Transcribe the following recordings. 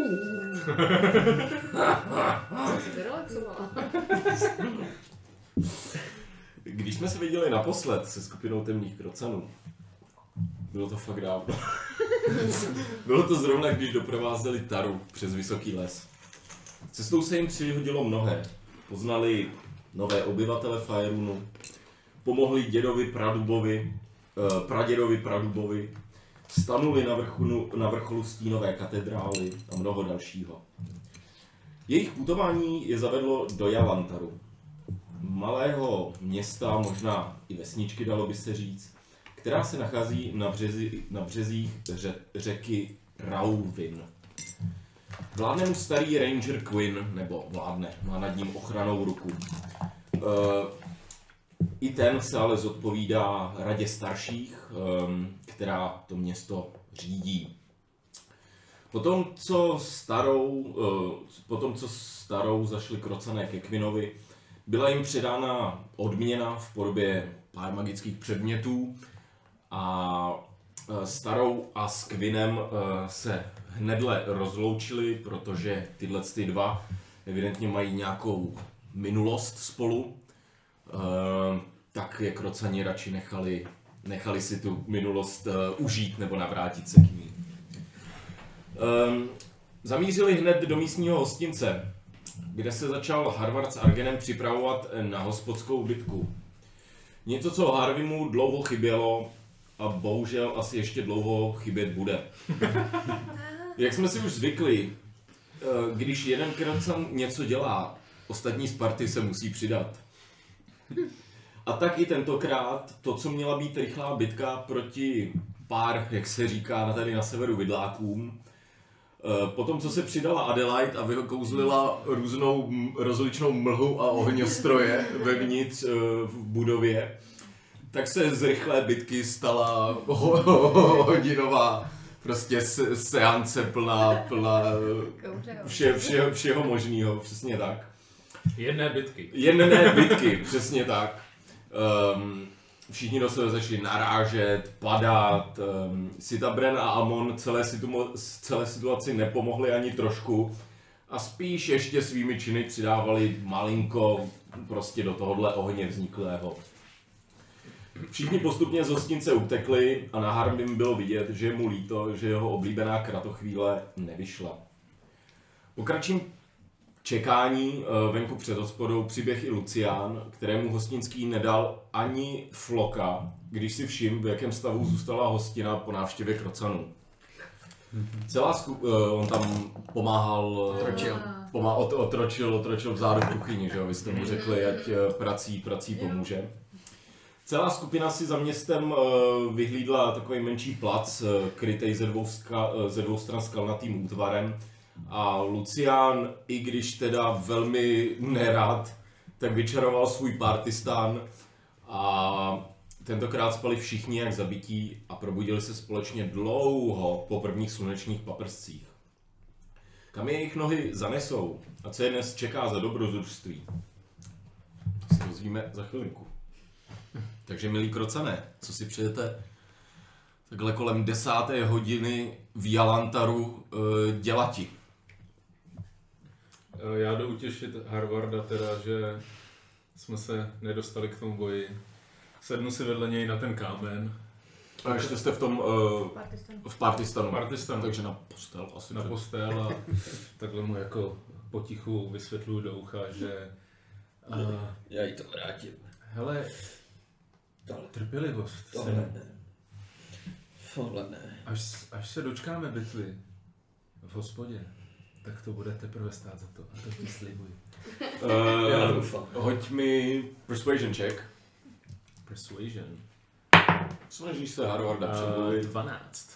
Jsem si vyrelaxovala. Když jsme se viděli naposled se skupinou temných krocanů, bylo to fakt dávno. Bylo to zrovna, když doprovázeli Taru přes vysoký les. Cestou se jim přihodilo mnohé. Poznali nové obyvatele Faerunu, pomohli pradědovi Pradubovi, stanuli na vrcholu stínové katedrály a mnoho dalšího. Jejich putování je zavedlo do Jalantaru, malého města, možná i vesničky dalo by se říct, která se nachází na březích řeky Rauvin. Vládne mu starý Ranger Quinn, nebo vládne, má nad ním ochranou ruku. I ten se ale zodpovídá radě starších, která to město řídí. Potom, co starou zašli krocané ke Quinnovi, byla jim předána odměna v podobě pár magických předmětů a starou a s Quinnem se hnedle rozloučili, protože tyhle dva evidentně mají nějakou minulost spolu, tak je krocani radši nechali si tu minulost užít nebo navrátit se k ní. Zamířili hned do místního hostince, kde se začal Harvard s Argenem připravovat na hospodskou bitku. Něco, co Harvimu dlouho chybělo a bohužel asi ještě dlouho chybět bude. Jak jsme si už zvykli, když jeden krocan něco dělá, ostatní z party se musí přidat. A tak i tentokrát to, co měla být rychlá bitka proti pár, jak se říká tady na severu, vidlákům, potom, co se přidala Adelaide a vykouzlila různou rozličnou mlhu a ohňostroje vevnitř v budově, tak se z rychlé bitky stala hodinová prostě seance plná všeho možného, přesně tak. Jedné bitky, přesně tak. Všichni do sebe začali narážet, padat. Sitabren a Amon celé situaci nepomohli ani trošku a spíš ještě svými činy přidávali malinko prostě do tohohle ohně vzniklého. Všichni postupně z hostince utekli a na Harvim bylo vidět, že je mu líto, že jeho oblíbená kratochvíle nevyšla. Po kratším čekání venku před hospodou přiběh i Lucián, kterému hostinský nedal ani floka, když si všiml, v jakém stavu zůstala hostina po návštěvě krocanů. On tam pomáhal, otročil vzadu v kuchyni, že jo? Vy jste mu řekli, ať prací pomůže. Celá skupina si za městem vyhlídla takový menší plac, krytej ze dvou stran skalnatým útvarem. A Lucián, i když teda velmi nerad, tak vyčaroval svůj partystán a tentokrát spali všichni jak zabití a probudili se společně dlouho po prvních slunečních paprscích. Kam je jejich nohy zanesou a co je dnes čeká za dobrodružství, to se dozvíme za chvilinku. Takže milí krocané, co si přejete takhle kolem 10. hodiny v Jalantaru dělati? Já jdu utěšit Harvarda teda, že jsme se nedostali k tomu boji. Sednu si vedle něj na ten kámen. A ještě jste v tom v partystanu, takže na postel asi. Na postel a takhle mu jako potichu vysvětluju do ucha, že... Já jí to vrátím. Hele, trpělivost. Tohle ne. Až se dočkáme bitvy v hospodě, tak to bude teprve stát za to. A to ti slibuji. Já doufám. Hoď mi persuasion check. Persuasion. Snažíš se Harvarda předmluvit. 12.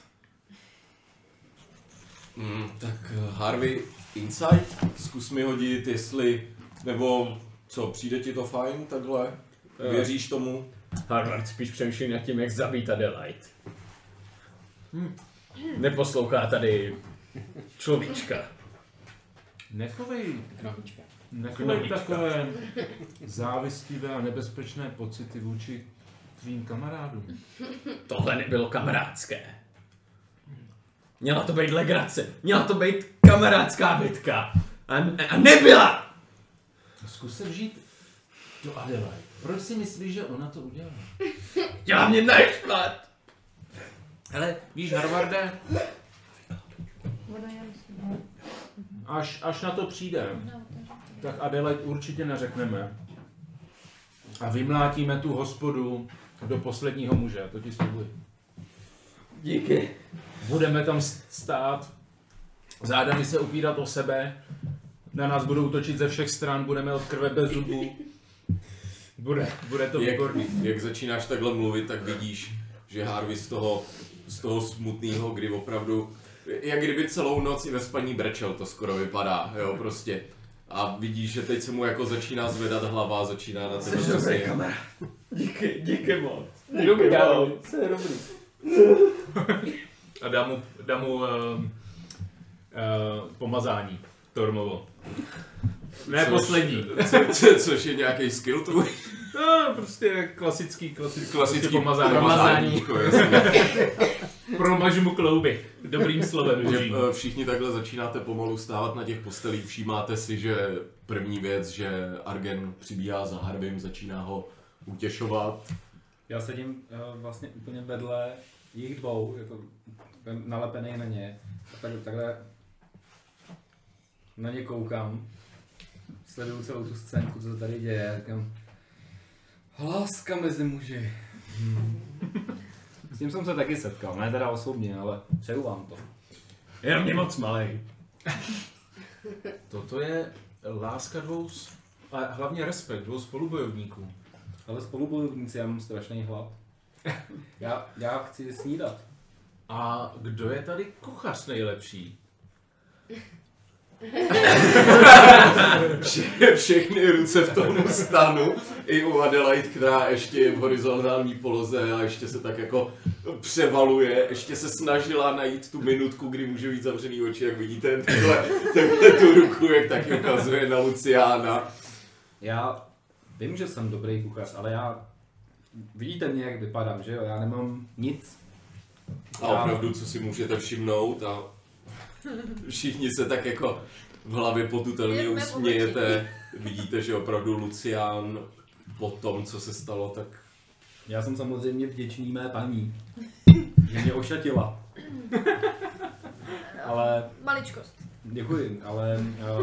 Tak Harvey, insight, zkus mi hodit, jestli, nebo co, přijde ti to fajn takhle? Věříš tomu? Harvard spíš přemýšlí nad tím, jak zabít Adelaide. Neposlouchá tady človíčka. Nechovej takové závistivé a nebezpečné pocity vůči tvým kamarádům. Tohle nebylo kamarádské. Měla to být legrace, měla to být kamarádská bitka. A nebyla! Zkus se vžít do Adelaide. Proč si myslíš, že ona to udělá? Chtěla mě naštvat! Hele, víš, Harvarde, Voda je, myslím. až na to přijde, tak Adelaide určitě neřekneme. A vymlátíme tu hospodu do posledního muže, to ti slibuji. Díky. Budeme tam stát, zádami se upírat o sebe, na nás budou útočit ze všech stran, budeme od krve bez zubů. Bude to výborný. Jak začínáš takhle mluvit, tak vidíš, že Harvey z toho smutného, kdy opravdu, jak kdyby celou noc i ve spaní brečel, to skoro vypadá, jo, prostě. A vidíš, že teď se mu jako začíná zvedat hlava, začíná na tebe dobrý kamarád. Díky moc. Jsi dobrý. A dá mu pomazání Tormovo. Ne poslední. Což je nějaký skill tvůj? No, prostě klasický pomazání. Pomazání. Promažu mu klouby. Dobrým slovem. Že všichni takhle začínáte pomalu stávat na těch postelích, všímáte si, že první věc, že Argen přibíhá za Harvym, začíná ho utěšovat. Já sedím vlastně úplně vedle jich dvou, jako nalepený na ně. A takhle na ně koukám. Sleduju celou tu scénku, co se tady děje. Říkám, láska mezi muži. S tím jsem se taky setkal, ne teda osobně, ale přeju vám to. Je mě moc malej. Toto je láska a hlavně respekt dvou spolubojovníků. Ale spolubojovníci, já mám strašný hlad. Já chci snídat. A kdo je tady kuchař nejlepší? Všechny ruce v tom stanu, i u Adelaide, která ještě je v horizontální poloze a ještě se tak jako převaluje, ještě se snažila najít tu minutku, kdy může být zavřený oči, jak vidíte takhle tu ruku, jak taky ukazuje na Luciána. Já vím, že jsem dobrý kuchař, ale vidíte mě, jak vypadám, že jo? Já nemám nic. A opravdu, co si můžete všimnout a všichni se tak jako v hlavě potutelně usmějete. Vidíte, že opravdu Lucián po tom, co se stalo, tak... Já jsem samozřejmě vděčný mé paní, že mě ošatila. Ale... Maličkost. Děkuji, ale...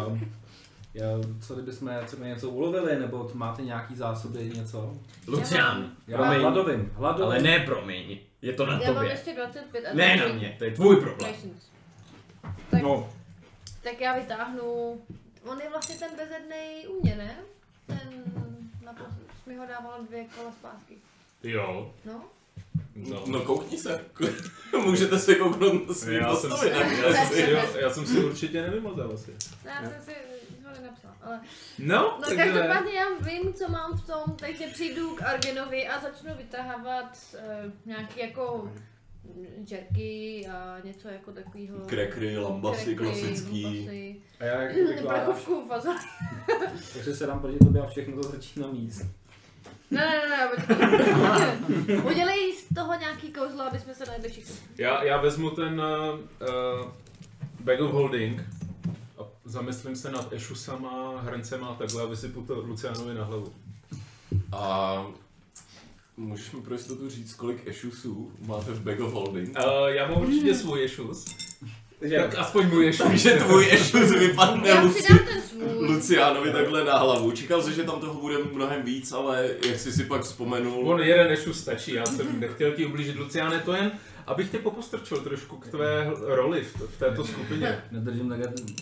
co kdybychom něco ulovili, nebo máte nějaký zásoby, něco? Lucián, Já promiň. hladovím. Ale ne promiň, je to na Já mám tobě. ještě 25 a Ne na mě, to je tvůj problém. Tak, No. tak já vytáhnu, on je vlastně ten bezednej u mě, ne? Ten, naposled mi ho dával 2 kola zpátky. Jo. No? No koukni se, můžete se kouknout na svým postavy. Já jsem si určitě nevymazal asi. Já jsem si to nenapsala, ale... No, No každopádně já vím, co mám v tom, takže přijdu k Argenovi a začnu vytahávat nějaký jako jerky a něco jako takovýho. Krekry, lambasy, klasický. A já jak vykládáš, Prachovku, fazol. takže se dám proti tobě a všechno to začíná míst. Ne, udělej z toho nějaký kouzlo, aby jsme se najedli všichni. Já vezmu ten bag of holding a zamyslím se nad ešusama, hrncema a takhle a vysypu to Luciánovi na hlavu. A můžeš mi pro jistotu říct, kolik ešusů máte v bag of holding? Já mám určitě svůj ešus. Tak aspoň můj ešus. Že tvůj ešus vypadne Já přidám ten svůj. Luciánovi takhle na hlavu. Čekal jsi, že tam toho bude mnohem víc, ale jak jsi si pak vzpomenul... On jeden ešus stačí, já jsem nechtěl ti ublížit, Luciáne, to jen, abych tě popostrčil trošku k tvé roli v této skupině. Nedržím negativní.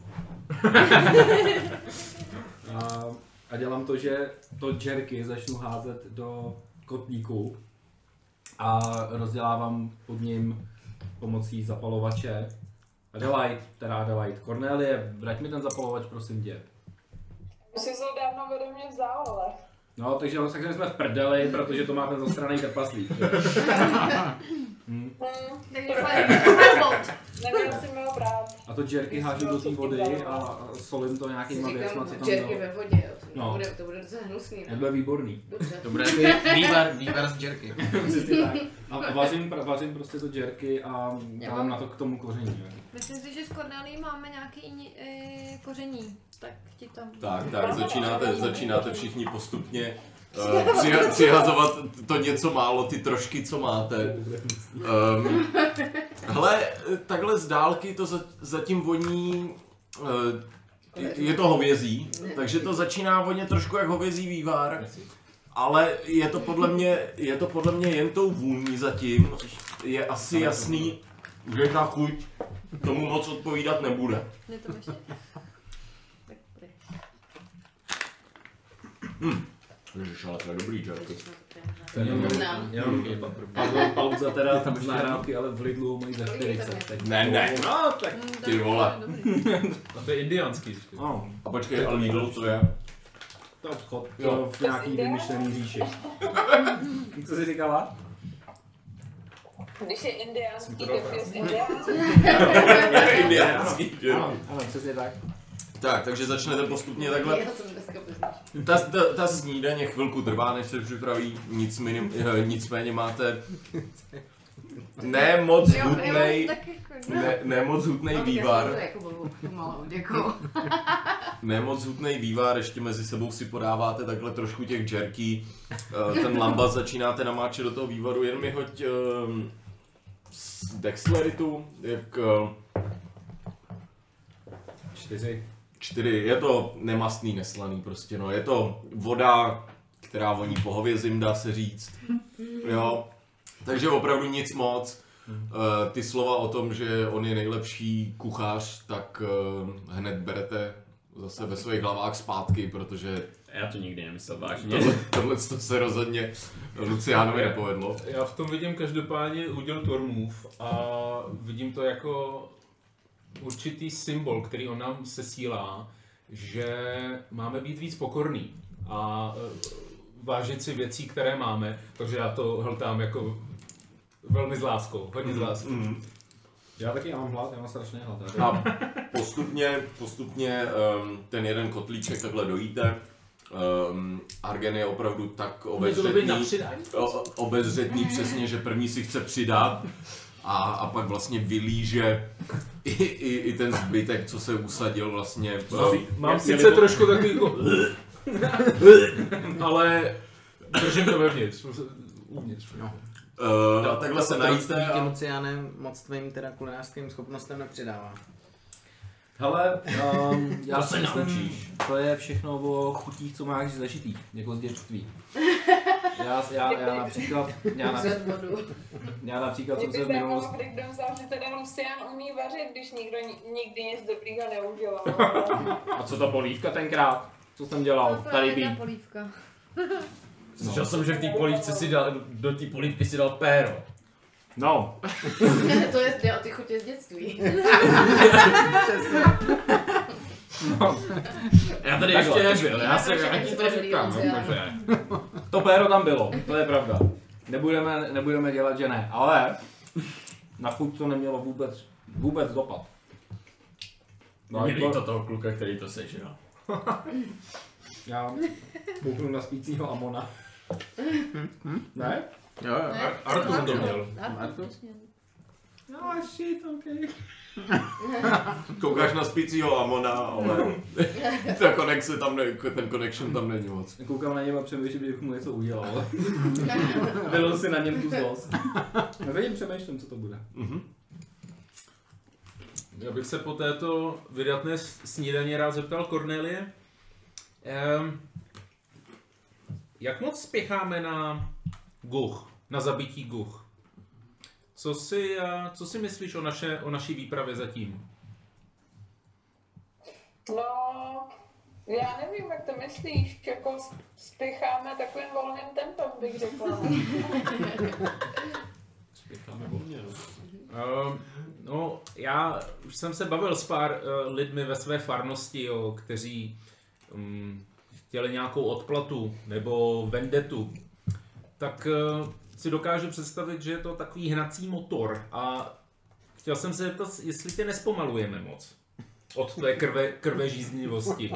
A dělám to, že to jerky začnu házet do kotlíku a rozdělávám pod ním pomocí zapalovače. Adelaide, Cornélie, vrať mi ten zapalovač, prosím tě. Už jsi to dávno ode mě vzal, ale... No, takže jsme v prdeli, protože to má ten zastraný trpaslík. Takže firebolt. Neměl jsi mi ho brát. A to jerky hážu do té vody a solím to nějakýma věcma, co tam Jerky dalo. ve vodě, jo. No. To bude docela hnusný. To bude výborný. Dobře. To bude vývar z jerky. Přesně tak. A vařím prostě to jerky a dávám na to k tomu koření. Jo. Myslím si, že s Cornelí máme nějaký koření, tak ti tam... Tak, začínáte všichni postupně přihazovat to něco málo, ty trošky, co máte. Hele, takhle z dálky to zatím voní, je to hovězí, takže to začíná vonět trošku jak hovězí vývar, ale je to podle mě jen tou vůní zatím, je asi jasný, že ta chuť tomu moc odpovídat nebude. Je to ještě? Tak bude. Ježiš, ale to je dobrý jerky. Pauza teda tam z nahrávky, ale v Lidlu mají za 40. Tak. Ne. No, tak. Ty vole. To je indiánský. No, A počkej, a Lidl to je? to je obchod to v nějaký vymyšlený říši. Co jsi říkala? Když je indiánský, tak je z indiánský. Indiánský, že? Ano, přesně tak. Tak, takže začnete postupně takhle. Já jsem dneska poznáš. Ta snídaně chvilku trvá, než se připraví, nicméně máte ne moc hutnej, ne moc hutnej vývar. Ne moc hutnej vývar, ještě mezi sebou si podáváte takhle trošku těch jerky. Ten lamba začínáte namáčet do toho vývaru, jenom mi hoď dexteritu, jak 4, je to nemastný, neslaný prostě, no, je to voda, která voní po hovězím, dá se říct, jo, takže opravdu nic moc. Ty slova o tom, že on je nejlepší kuchař, tak hned berete zase ve svých hlavách zpátky, protože Já to nikdy nemyslel vážně. tohle se rozhodně Luciánovi nepovedlo. Já v tom vidím každopádně úděl Tormův a vidím to jako určitý symbol, který on nám sesílá, že máme být víc pokorný a vážit si věcí, které máme, takže já to hltám jako velmi s láskou, hodně s láskou. Já taky mám hlad, já mám strašný hlad. A postupně ten jeden kotlíček takhle dojíte. Argen je opravdu tak obezřetný přesně, že první si chce přidat a pak vlastně vylíže i ten zbytek, co se usadil vlastně. Mám sice trošku takový jako ale držím to vevnitř, uvnitř. Takhle se najíte Díky Luciáne moc tvým teda kulinářským schopnostem nepřidává. Hele, já To se si myslím, naučíš. to je všechno o chutích, co máš zažitých, jako z dětství. Já například, Mě jsem by se v minulosti... zajímalo, kdo vzal, že teda Lucián umí vařit, když nikdo nikdy nic dobrýho neudělal. A co ta polívka tenkrát? Co jsem dělal? Tady být. polívka. Slyšel jsem, že v té polívce si dal, do té polívky si dal péro. No. To je jde o ty chutě z dětství. Já tady ještě nebyl, já ti to říkám. To péro tam bylo, to je pravda. Nebudeme dělat, že ne, ale na chuť to nemělo vůbec dopad. No, mě líto toho kluka, který to sežral. Já kouknu na spícího Amona. Ne? Jo. Artu jsem to měl. No shit, okay. Koukáš na spícího Amona, ale ten connection tam není moc. Koukám na něm a přemýšlím, že bych mu něco udělal. Vylil si na něm tu zlost. Nevím, přemýšlím, co to bude. Já bych se po této vydatné snídaně rád zeptal Cornelie. Jak moc spěcháme na guch, na zabití guch? Co si myslíš o naší výpravě zatím? No, já nevím, jak to myslíš, jako spěcháme takovým volným tempem, bych řekla. Spěcháme volně, no. No, já už jsem se bavil s pár lidmi ve své farnosti, kteří chtěli nějakou odplatu nebo vendetu. Tak si dokážu představit, že je to takový hnací motor a Chtěl jsem se zeptat, jestli tě nespomalujeme moc. Od té krvežíznivosti.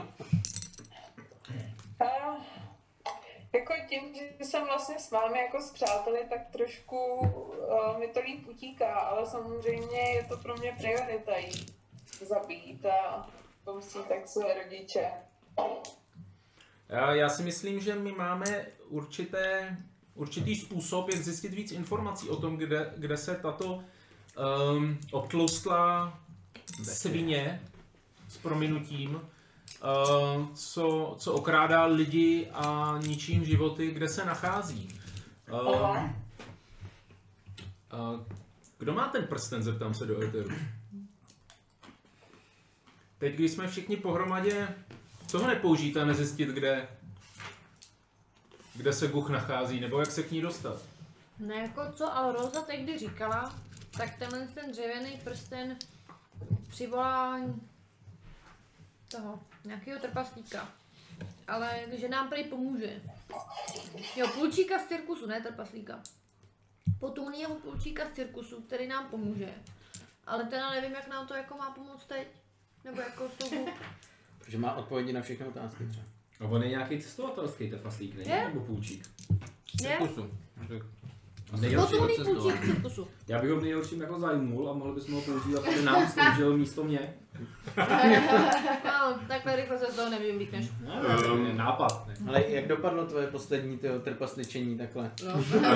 Jako tím, že jsem vlastně s vámi jako s přáteli, tak trošku mi to líp utíká, ale samozřejmě je to pro mě priorita jí zabít a pomstít tak své rodiče. Já si myslím, že my máme určitý způsob, jak zjistit víc informací o tom, kde se tato obtloustlá svině s prominutím, co okrádá lidi a ničím životy, kde se nachází. Kdo má ten prsten, zeptám se do éteru. Teď, když jsme všichni pohromadě, co ho nepoužijte a nezjistit, kde se Guch nachází, nebo jak se k ní dostat? No jako co Alroza tehdy říkala, tak tenhle ten dřevěný prsten přivolá toho nějakého trpaslíka. Ale že nám prý pomůže. Jo, půlčíka z cirkusu, ne trpaslíka. Potumlýho půlčíka z cirkusu, který nám pomůže. Ale teda nevím, jak nám to jako má pomoct teď. Nebo jako s tou... Že má odpovědi na všechny otázky třeba. A on je nějaký cestovatelský trpaslík, ne? Nebo půlčík? Je? Nejhorší Potumlý půlčík z cirkusu. Já bych ho v nejhorším jako zajmul a mohli bychom ho používat, aby nám sloužil místo mě. No, takhle rychle se z toho nevylíkneš. Nápad. Ne? Ale jak dopadlo tvoje poslední trpasličení takhle? No,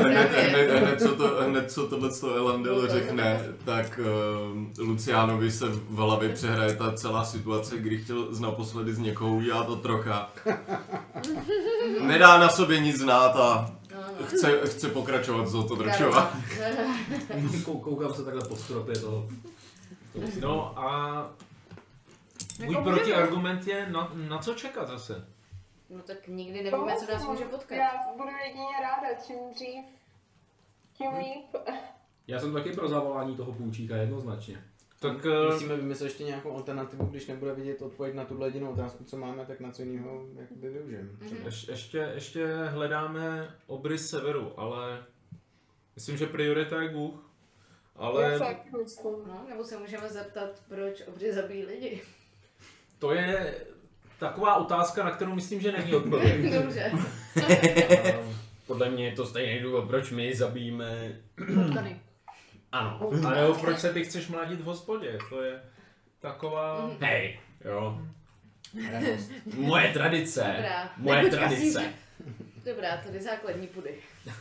Hned co tohleto Elandil řekne, tak Luciánovi se v hlavě přehraje ta celá situace, kdy chtěl naposledy z někoho udělat otroka. Nedá na sobě nic znát a chce pokračovat z otročova. Koukám se takhle po stropě toho. No a můj Jako protiargument je, na co čekat zase? No tak nikdy nevíme, co nás může potkat. Já budu jedině ráda, čím dřív, tím líp. Já jsem taky pro zavolání toho půlčíka jednoznačně. Tak Musíme vymyslet ještě nějakou alternativu, když nebude vidět odpověď na tuhle jedinou otázku, co máme, tak na co jiného jakoby využijeme. ještě hledáme obrys severu, ale myslím, že priorita je Guch. Ale Já se taky myslím. No, nebo se můžeme zeptat, proč obři zabíjí lidi. to je taková otázka, na kterou myslím, že není odpověď. Dobře. Podle mě je to stejný důvod, proč my zabijíme... Potkany. Ano. A nebo proč se ty chceš mladit v hospodě? To je taková... Hej, jo. Moje tradice. Dobrá. Moje Nebuď tradice. kasíř. Dobrá, tady základní pudy.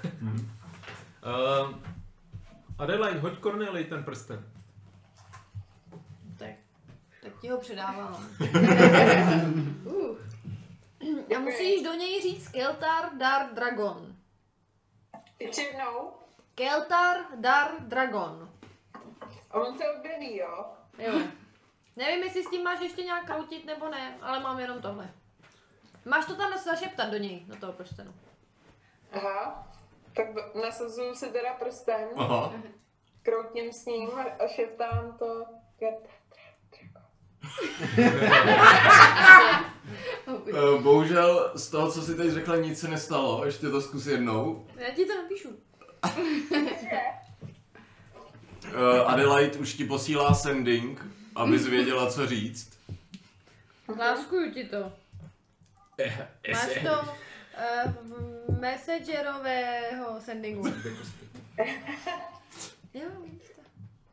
Adelaide, hoď Corneli ten prsten. Tak ti ho předávám. A musíš do něj říct Keltar Dar Dragon. Ještě jednou. Keltar Dar Dragon. A on se objeví, jo? Jo. Nevím, jestli s tím máš ještě nějak kroutit nebo ne, ale mám jenom tohle. Máš to tam zašeptat do něj, do toho prstenu. Aha. Tak nasazuju si teda prsten, Aha. kroutím s ním a šeptám to. Bohužel z toho, co si teď řekla, nic se nestalo. Ještě to zkus jednou. Já ti to napíšu. Adelaide už ti posílá sending, abys věděla, co říct. Hláskuju ti to. Máš to messengerového sendingu. Jo, vidíš to.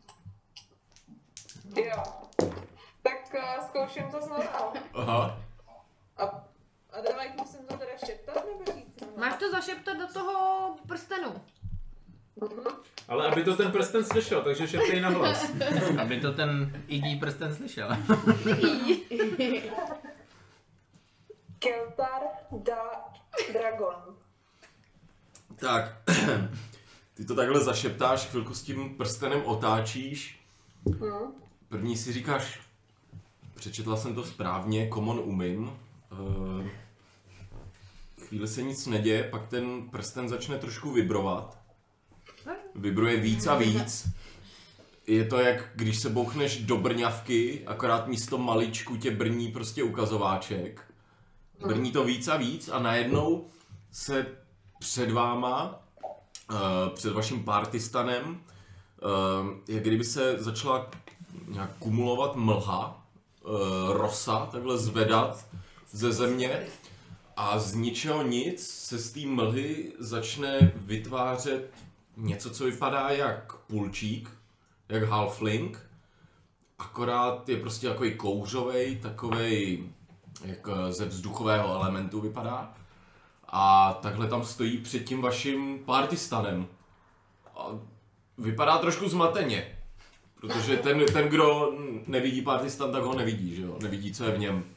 Jo. Tak zkouším to znovu. Aha. A Adelaide musím to teda šeptat nebo říct? Máš to zašeptat do toho prstenu. Ale aby to ten prsten slyšel, takže šeptej na hlas. Aby to ten idí prsten slyšel. Keltar da Dragon. Tak, ty to takhle zašeptáš, chvilku s tím prstenem otáčíš. První si říkáš, přečetla jsem to správně, common umím. Chvíli se nic neděje, pak ten prsten začne trošku vibrovat. Vibruje víc a víc. Je to jak když se bouchneš do brňavky, akorát místo maličku tě brní prostě ukazováček. Brní to víc a víc a najednou se před váma, před vaším partistanem, jak kdyby se začala nějak kumulovat mlha, rosa, takhle zvedat ze země a z ničeho nic se z té mlhy začne vytvářet něco, co vypadá jak pulčík, jak halfling, akorát je prostě takový kouřovej, takovej, jak ze vzduchového elementu vypadá. A takhle tam stojí před tím vaším partystanem. A vypadá trošku zmateně. Protože ten kdo nevidí partystan, tak ho nevidí, že jo? Nevidí, co je v něm.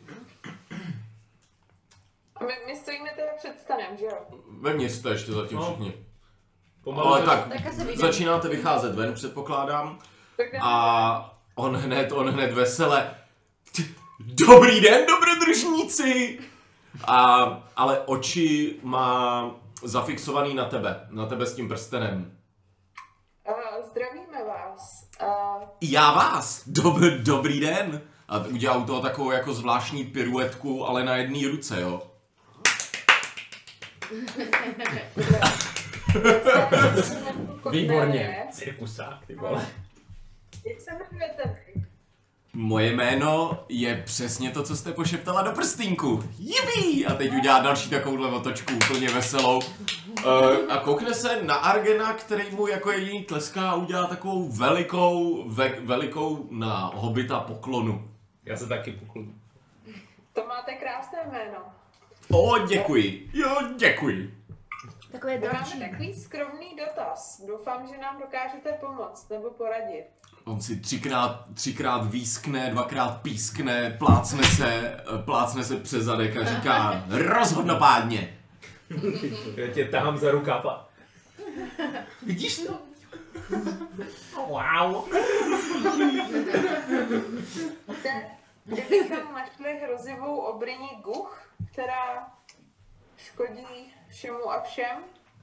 A my stojíme teda před stanem, že jo? Vevnitř jste ještě zatím všichni. Pomalu Ale se- tak, asi vyjdem. začínáte vycházet ven, předpokládám. Tak jdeme. A on hned vesele. Dobrý den, dobrodružníci! Ale oči má zafixovaný na tebe s tím prstenem. Zdravíme vás. Já vás! Dobrý den! A udělal u toho takovou jako zvláštní piruetku, ale na jedné ruce, jo. Výborně. Cirkusák, ty vole. Jak se jmenujete vy? Moje jméno je přesně to, co jste pošeptala do prstínku. Jiví! A teď udělá další takovouhle otočku, úplně veselou. A koukne se na Argena, který mu jako jediný tleská a udělá takovou velikou na hobita poklonu. Já se taky pokloním. To máte krásné jméno. O, děkuji. Jo, děkuji. Takové Máme dračí. takový skromný dotaz. Doufám, že nám dokážete pomoct nebo poradit. On si třikrát výskne, dvakrát pískne, plácne se přes zadek a říká rozhodnopádně. Já tě tahám za rukáv a... Vidíš to? Wow. Kde bychom našli hrozivou obryní guch, která škodí všemu a všem?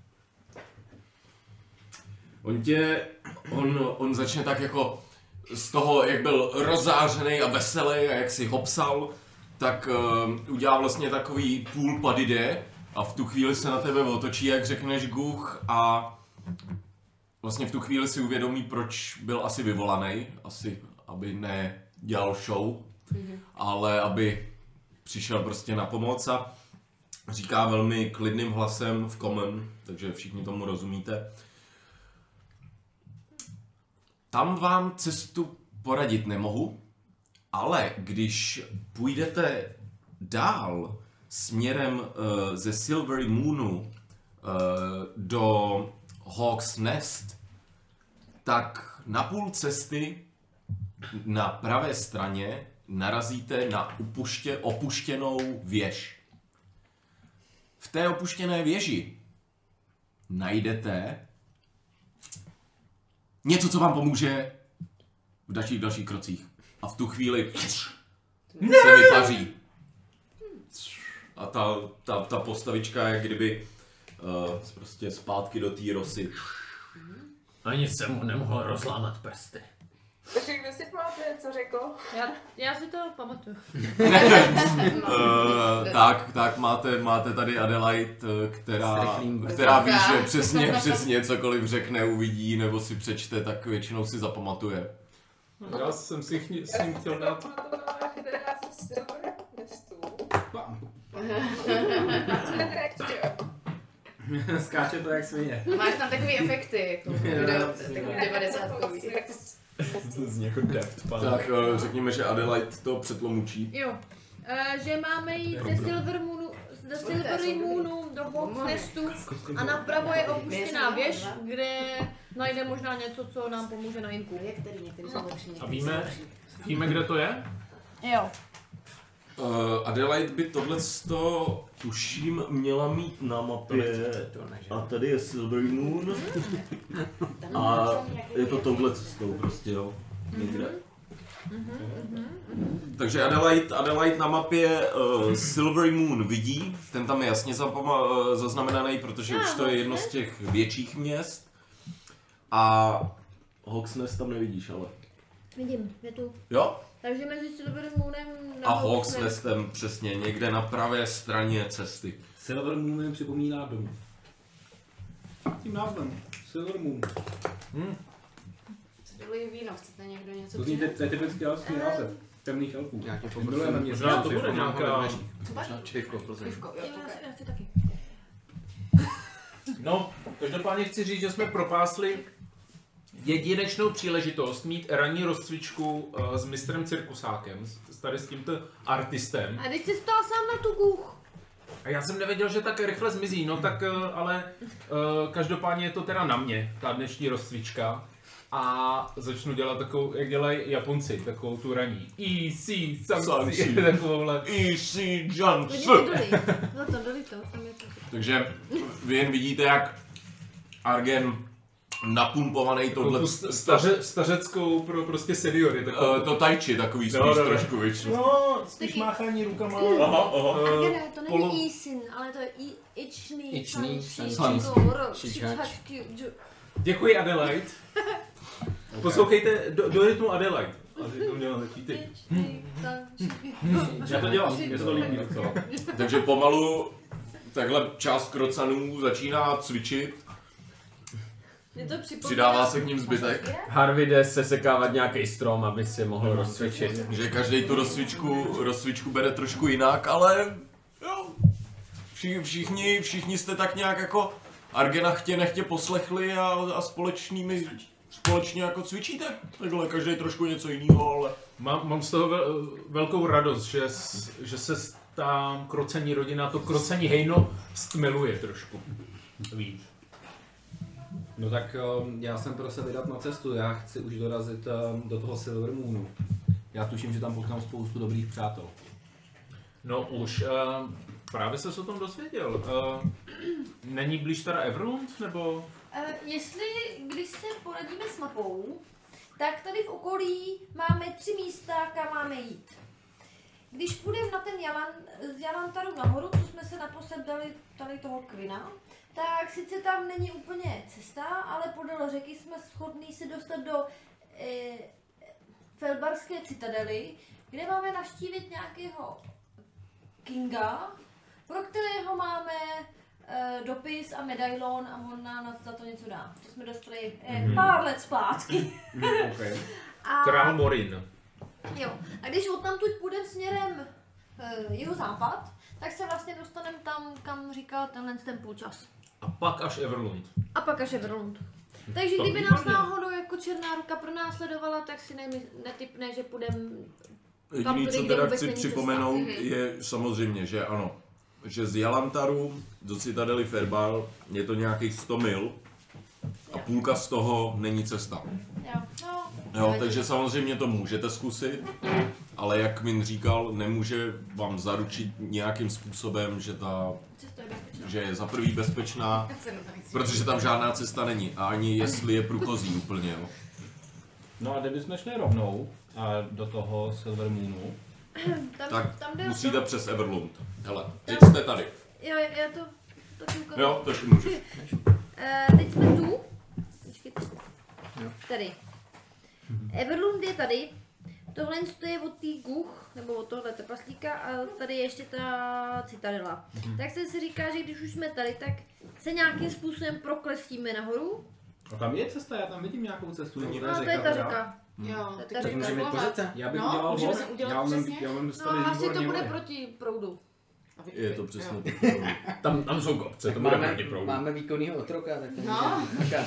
On začne tak jako z toho, jak byl rozzářený a veselý a jak si hopsal, tak udělá vlastně takový půl padide a v tu chvíli se na tebe otočí, jak řekneš guch a vlastně v tu chvíli si uvědomí, proč byl asi vyvolaný, asi aby nedělal show, ale aby přišel prostě na pomoc a říká velmi klidným hlasem v common, takže všichni tomu rozumíte. Tam vám cestu poradit nemohu, ale když půjdete dál směrem ze Silvery Moonu do Hawk's Nest, tak na půl cesty na pravé straně narazíte na opuštěnou věž. V té opuštěné věži najdete něco, co vám pomůže v dalších krocích. A v tu chvíli se vypaří. A ta postavička, jak kdyby prostě zpátky do té rosy. Ani jsem mu nemohl rozlámat prsty. Takže kdo si pamatuje, co řekl? Já si to pamatuju. Tak máte tady Adelaide, která ví, že přesně cokoliv řekne, uvidí nebo si přečte, tak většinou si zapamatuje. Já jsem si s ním chtěl dát... Pamatovala, že teda jsem Silver Nestu. Skáče to jak svině. Máš tam takový efekty, jako takový 90-kový. To zní jako Daft Punk. Tak řekněme, že Adelaide to přetlomučí. Jo. Že máme jít ze Silvery Moonu do Hawk's Nestu a napravo je opuštěná věž, kde najde možná něco, co nám pomůže na jinku. Některý jsou lepší, A víme, kde to je? Jo. Adelaide by tohleto tuším měla mít na mapě. A tady je Silvery Moon. A je to touhle cestou prostě, jo. Někde. Takže Adelaide na mapě Silvery Moon vidí, ten tam je jasně zaznamenaný, protože už to je jedno z těch větších měst. A Hawk's Nest tam nevidíš, ale. Vidím, je tu. Jo? Takže mezi Silvery Moonem A Hawk's Nestem přesně, někde na pravé straně cesty. Silver Moon mi připomíná domov. Tím názvem. Silver Moon. Byli víno, chcete někdo něco To zní, to je typický elfský název. Temných elfů. Já tě Milujeme mě Možná to bude nějaká... Pivko, prosím. Pivko, jo, Já si taky. No, každopádně chci říct, že jsme propásli jedinečnou příležitost mít ranní rozcvičku s mistrem Cirkusákem, tady s tímto artistem. A teď jsi stál sám na tu kůh. A já jsem nevěděl, že tak rychle zmizí, no tak ale každopádně je to teda na mě, ta dnešní rozcvička. A začnu dělat takovou, jak dělají Japonci, takovou tu raní. Easy, sansi, takovouhle. Easy jump. No to dolí to, tam je to. Takže vy jen vidíte, jak Argen napumpovaný tohle Stařeckou pro prostě seniory. to tai chi takový spíš trošku většinou. No, spíš máchání rukama. Argene, to není Isin, ale to je Ičný, Děkuji, Adelaide. Poslouchejte do rytmu Adelaide. Já to dělám, mě se to líbí docela. Takže pomalu takhle část krocanů začíná cvičit. Přidává se k ním zbytek. Harvey jde sesekávat nějaký strom, aby si mohl rozcvičit. Že každý tu rozcvičku bere trošku jinak, ale jo, všichni jste tak nějak jako Argena chtě nechtě poslechli a společně jako cvičíte. Takhle každý trošku něco jiného, ale... Mám z toho velkou radost, že se ta krocení rodina, to krocení hejno stmeluje trošku. Víš. No tak já jsem pro se vydat na cestu, já chci už dorazit do toho Silver Moonu. Já tuším, že tam potkám spoustu dobrých přátel. No už, právě se o tom dozvěděl. Není blíž teda Everlund, nebo? Když se poradíme s mapou, tak tady v okolí máme 3 místa, kam máme jít. Když půjdeme na ten z Jalantaru nahoru, co jsme se naposled dali toho Quina, tak sice tam není úplně cesta, ale podél řeky jsme schopni si dostat do Felbarské citadely, kde máme navštívit nějakého Kinga, pro kterého máme dopis a medailon a on nám za to něco dá. To jsme dostali pár let zpátky. Okay. Král Morin. Jo, a když odtamtud půjdeme směrem jihozápad, tak se vlastně dostaneme tam, kam říkal ten půlčas. A pak až Everlund. A pak až Everlund. Takže kdyby nás náhodou jako černá ruka pronásledovala, tak si netypne, že půjdeme tam Jediný, tudy, co kde teda vůbec chci není připomenout, cesta. je samozřejmě, že ano, že z Jalantaru do citadely Ferbal je to nějakých 100 mil a půlka z toho není cesta. Jo, takže samozřejmě to můžete zkusit, ale jak Min říkal, nemůže vám zaručit nějakým způsobem, že je za prvý bezpečná, protože tam žádná cesta není a ani jestli je průchozí úplně. Jo. No a kdybychom šli rovnou do toho Silver Moonu, tak tam musíte přes Everlund. Hele, teď jste tady. Jo, já to ukážu. Jo, to ještě můžeš. Teď jsme tu. Počkejte. Tady. Everlund je tady. Tohle je od té guch, nebo od tohle trpaslíka a tady je ještě ta citadela. Tak se si říká, že když už jsme tady, tak se nějakým způsobem proklestíme nahoru. a tam je cesta, já tam vidím nějakou cestu. No, to je ta řeka. Jo, To je ty ta to řeka. můžeme jít po řece. Já bych udělal můžeme most, se udělat já přesně. umím No, stavit asi to výborně bude vody. proti proudu. Je to přesně Tam jsou kopce, to bude proti proudu. Máme výkonnýho otroka, tak to No.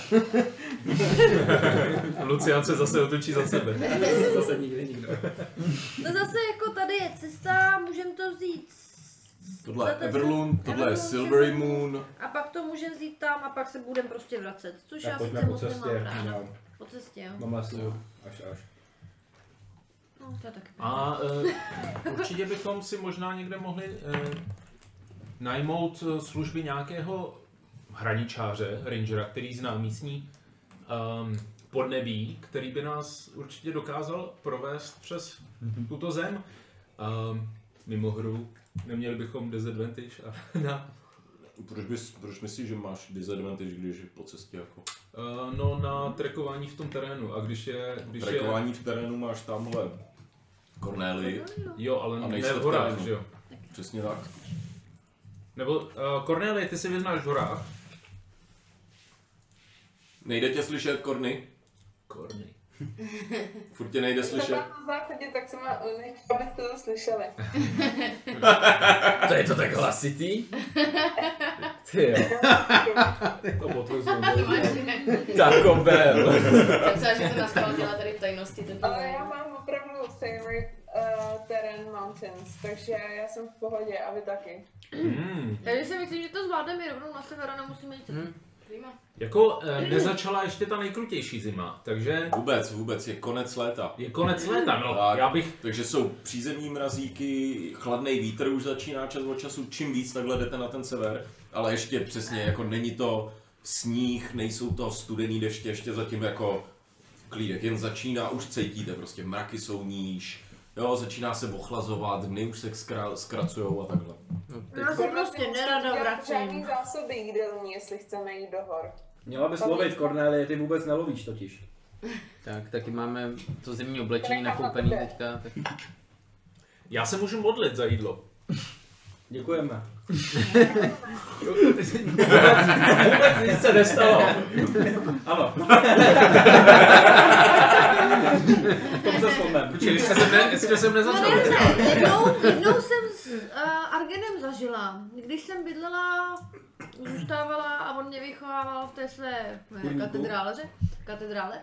Lucián se zase otočí za sebe. Zase nikdy nikdo. No zase jako tady je cesta, můžeme to vzít. Tohle je Everlund, tohle je Silvery Moon. A pak to můžeme vzít tam a pak se budeme prostě vracet. Což Tak já pojďme sice po moc cestě. nemám ráda. Já Po cestě, jo. mám leslu až. No, to je taky. A určitě bychom si možná někde mohli najmout služby nějakého hraničáře, rangera, který zná místní podnebí, který by nás určitě dokázal provést přes tuto zem. Mimo hru neměli bychom disadvantage na... Proč myslíš, že máš disadvantage, když je po cestě jako? No na trekování v tom terénu a když Trekování v terénu máš tamhle Corneli. Jo, A ale nejste ne v v horách, terénu. že jo? Přesně tak. Nebo Cornelie, ty si vyznáš v horách? Nejde tě slyšet, Corny? Corny. Furt tě nejde slyšet. Na záchodě, tak jsem nechtěla, abyste to slyšeli. To je to tak hlasitý? Ty jo. To potvrzuji. Taco Bell. Jsem se, že se na skala dělá tady tajnosti. Ale já mám opravdu favorite terén mountains, takže já jsem v pohodě a vy taky. Takže si myslím, že to zvládneme rovnou na sever a nemusíme jít. Jako nezačala ještě ta nejkrutější zima, takže Vůbec, je konec léta. je konec léta, no. Tak, Já bych... Takže jsou přízemní mrazíky, chladný vítr už začíná čas od času, čím víc takhle jdete na ten sever, ale ještě přesně, jako není to sníh, nejsou to studený deště, ještě zatím jako klídek, jen začíná, už cítíte, prostě mraky jsou níž, jo, začíná se ochlazovat, dny už se zkracujou a takhle. Já se prostě nerada Žádný vracím. zásoby jídelní, jestli chceme jít do hor. Měla bys lovit, Cornélie, ty vůbec nelovíš totiž. Tak, taky máme to zimní oblečení nakoupený teďka. Tak... Já se můžu modlit za jídlo. Děkujeme. Vůbec nic se nestalo. Ano. V tom se shodneme. Počkej, ještě jsem nezačal. Jednou jsem s Argenem zažila. Když jsem bydlela, zůstávala a on mě vychovával v té své katedrále.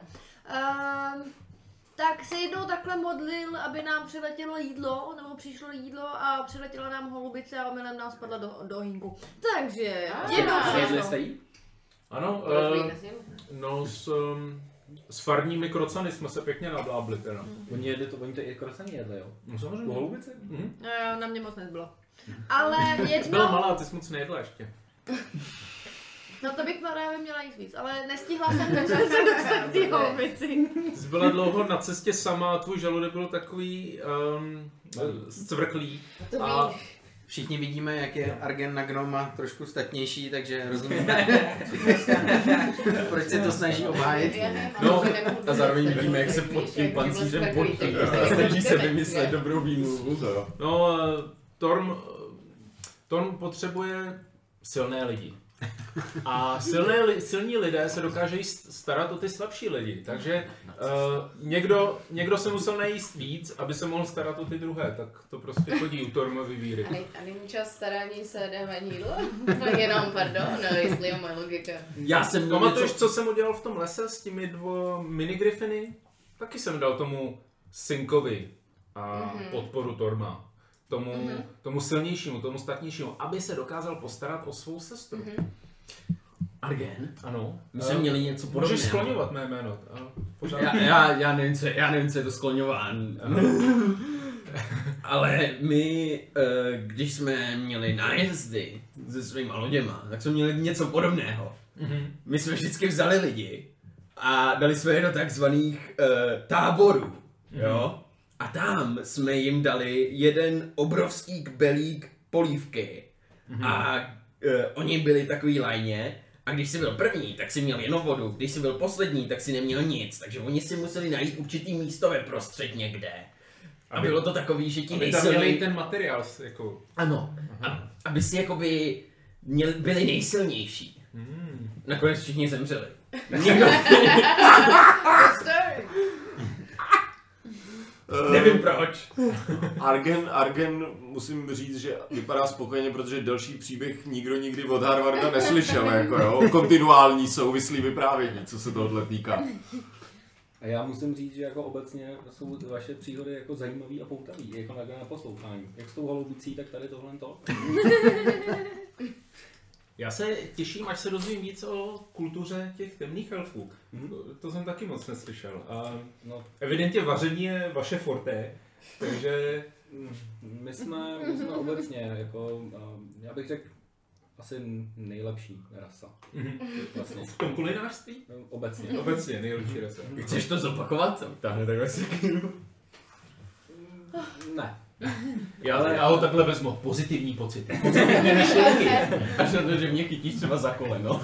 Tak se jednou takhle modlil, aby nám přiletělo jídlo, nebo přišlo jídlo a přiletěla nám holubice a omylem nám spadla do ohýnku. Takže jednou Jedli přišlo. jste jí? Ano, no s farními krocany jsme se pěkně nablábli teda. Oni to i krocani jedli, jo? No samozřejmě. Po holubici? Na mě moc nezbylo. Ale jednou... Byla malá, ty jsi moc nejedla ještě. No to bych právě měla jíst víc, ale nestihla jsem se dostat k té holubici. Ty jsi byla dlouho na cestě sama a tvůj žaludek byl takový zcvrklý. A Všichni vidíme, jak je Argen na Gnoma trošku statnější, takže rozumíme, proč se to snaží obhájit. No, a zároveň vidíme, jak se pod tím pancířem potí a snaží se vymyslet dobrou výmluvu. no, Torm potřebuje silné lidi. A silní lidé se dokážejí starat o ty slabší lidi, takže někdo se musel najíst víc, aby se mohl starat o ty druhé, tak to prostě chodí u Tormovy víry. A není čas starání se dávání jídla? Jenom, pardon, no, jestli je moje logika. Já jsem měl Pamatuješ, co jsem udělal v tom lese s těmi dvou minigryfiny? Taky jsem dal tomu synkovi a podporu Torma. Tomu silnějšímu, tomu statnějšímu, aby se dokázal postarat o svou sestru. Argen? Ano. My jsme měli něco podobného. Můžeš skloňovat mé jméno. Já nevím, co je to skloňován. Ale my, když jsme měli nájezdy se svýma loděma, tak jsme měli něco podobného. My jsme vždycky vzali lidi a dali jsme je do takzvaných táborů, jo? A tam jsme jim dali jeden obrovský kbelík polívky. A oni byli takový lajně. A když jsi byl první, tak si měl jenom vodu. Když jsi byl poslední, tak si neměl nic. Takže oni si museli najít určitý místo ve prostřed někde. A bylo to takový, že ti aby tam měli nejsilnější... ten materiál jako... Ano. Aby si jakoby byli nejsilnější. Nakonec všichni zemřeli. Někdo... Nevím proč. Argen, musím říct, že vypadá spokojeně, protože další příběh nikdo nikdy od Harvarda neslyšel, jako jo, kontinuální souvislý vyprávění, co se tohle týká. A já musím říct, že jako obecně jsou vaše příhody jako zajímavý a poutavý, jako na poslouchání. Jak s tou holubicí, tak tady tohle to. Já se těším, až se dozvím víc o kultuře těch temných elfů. To jsem taky moc neslyšel. A No, evidentně vaření je vaše forte, takže... my jsme obecně, jako, já bych řekl, asi nejlepší rasa. Vlastně. V tom kulinářství? Obecně. Obecně nejlepší rasa. Chceš to zopakovat? Táhne takhle si. Ne. Já ho takhle vezmu. Pozitivní pocit. Až na to, že mě chytíš třeba za koleno.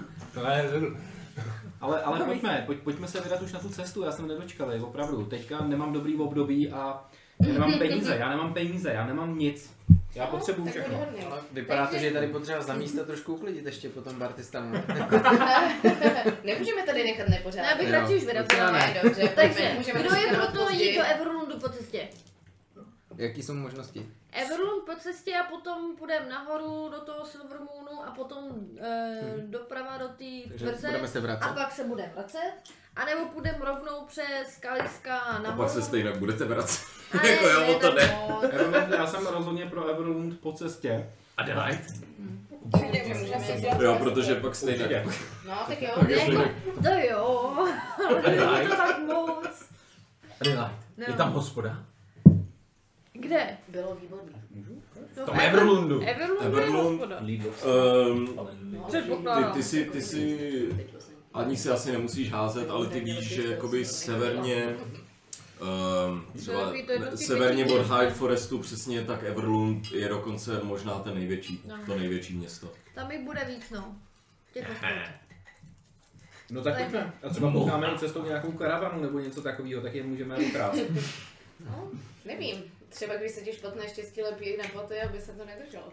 Ale pojďme se vydat už na tu cestu, já jsem nedočkavý, opravdu. Teďka nemám dobrý období a já nemám peníze, já nemám nic. Já potřebuju Tak buď všechno. hodný. Ale vypadá to, že je tady potřeba za místa trošku uklidit ještě po tom Bartistanu. Nemůžeme tady nechat nepořádek. Já bych Jo, radši už vyrazila. Ne, dobře, Takže, můžeme kdo to je si pro dát to později. jít do Everlundu po cestě? Jaký jsou možnosti? Everlund po cestě a potom půjdeme nahoru do toho Silvermoonu a potom doprava do té Takže tvrze budeme se vracet. a pak se budeme vracet. A nebo půjdeme rovnou přes Kaliska A nahoru. pak se stejně budete vracet. A Jako jo, o to ne. Everlund, já jsem rozhodně pro Everlund po cestě. Adelaide? Určitě můžeme si dělat Jo, cesty. protože pak stejně. No, tak jo. Jako, to jo, ale to tak moc. Adelaide. No. Je tam hospoda? Kde? Bylo výborný. No, V tom Everlundu. Everlund je Everlund. hospoda. No, Předpokládám. Ty si ani si asi nemusíš házet, ale ty víš, že jakoby severně, třeba Takový to jedno z těch severně od větších High Forestu přesně, tak Everlund je dokonce možná ten největší, No. to největší město. Tam jich bude víc, no. Těch hospod. No tak pojďme. A třeba potkáme i cestou nějakou karavanu nebo něco takového, tak je můžeme ukrást. No, nevím. Třeba když se ti špatné štěstí lepí na paty, aby se to nedrželo.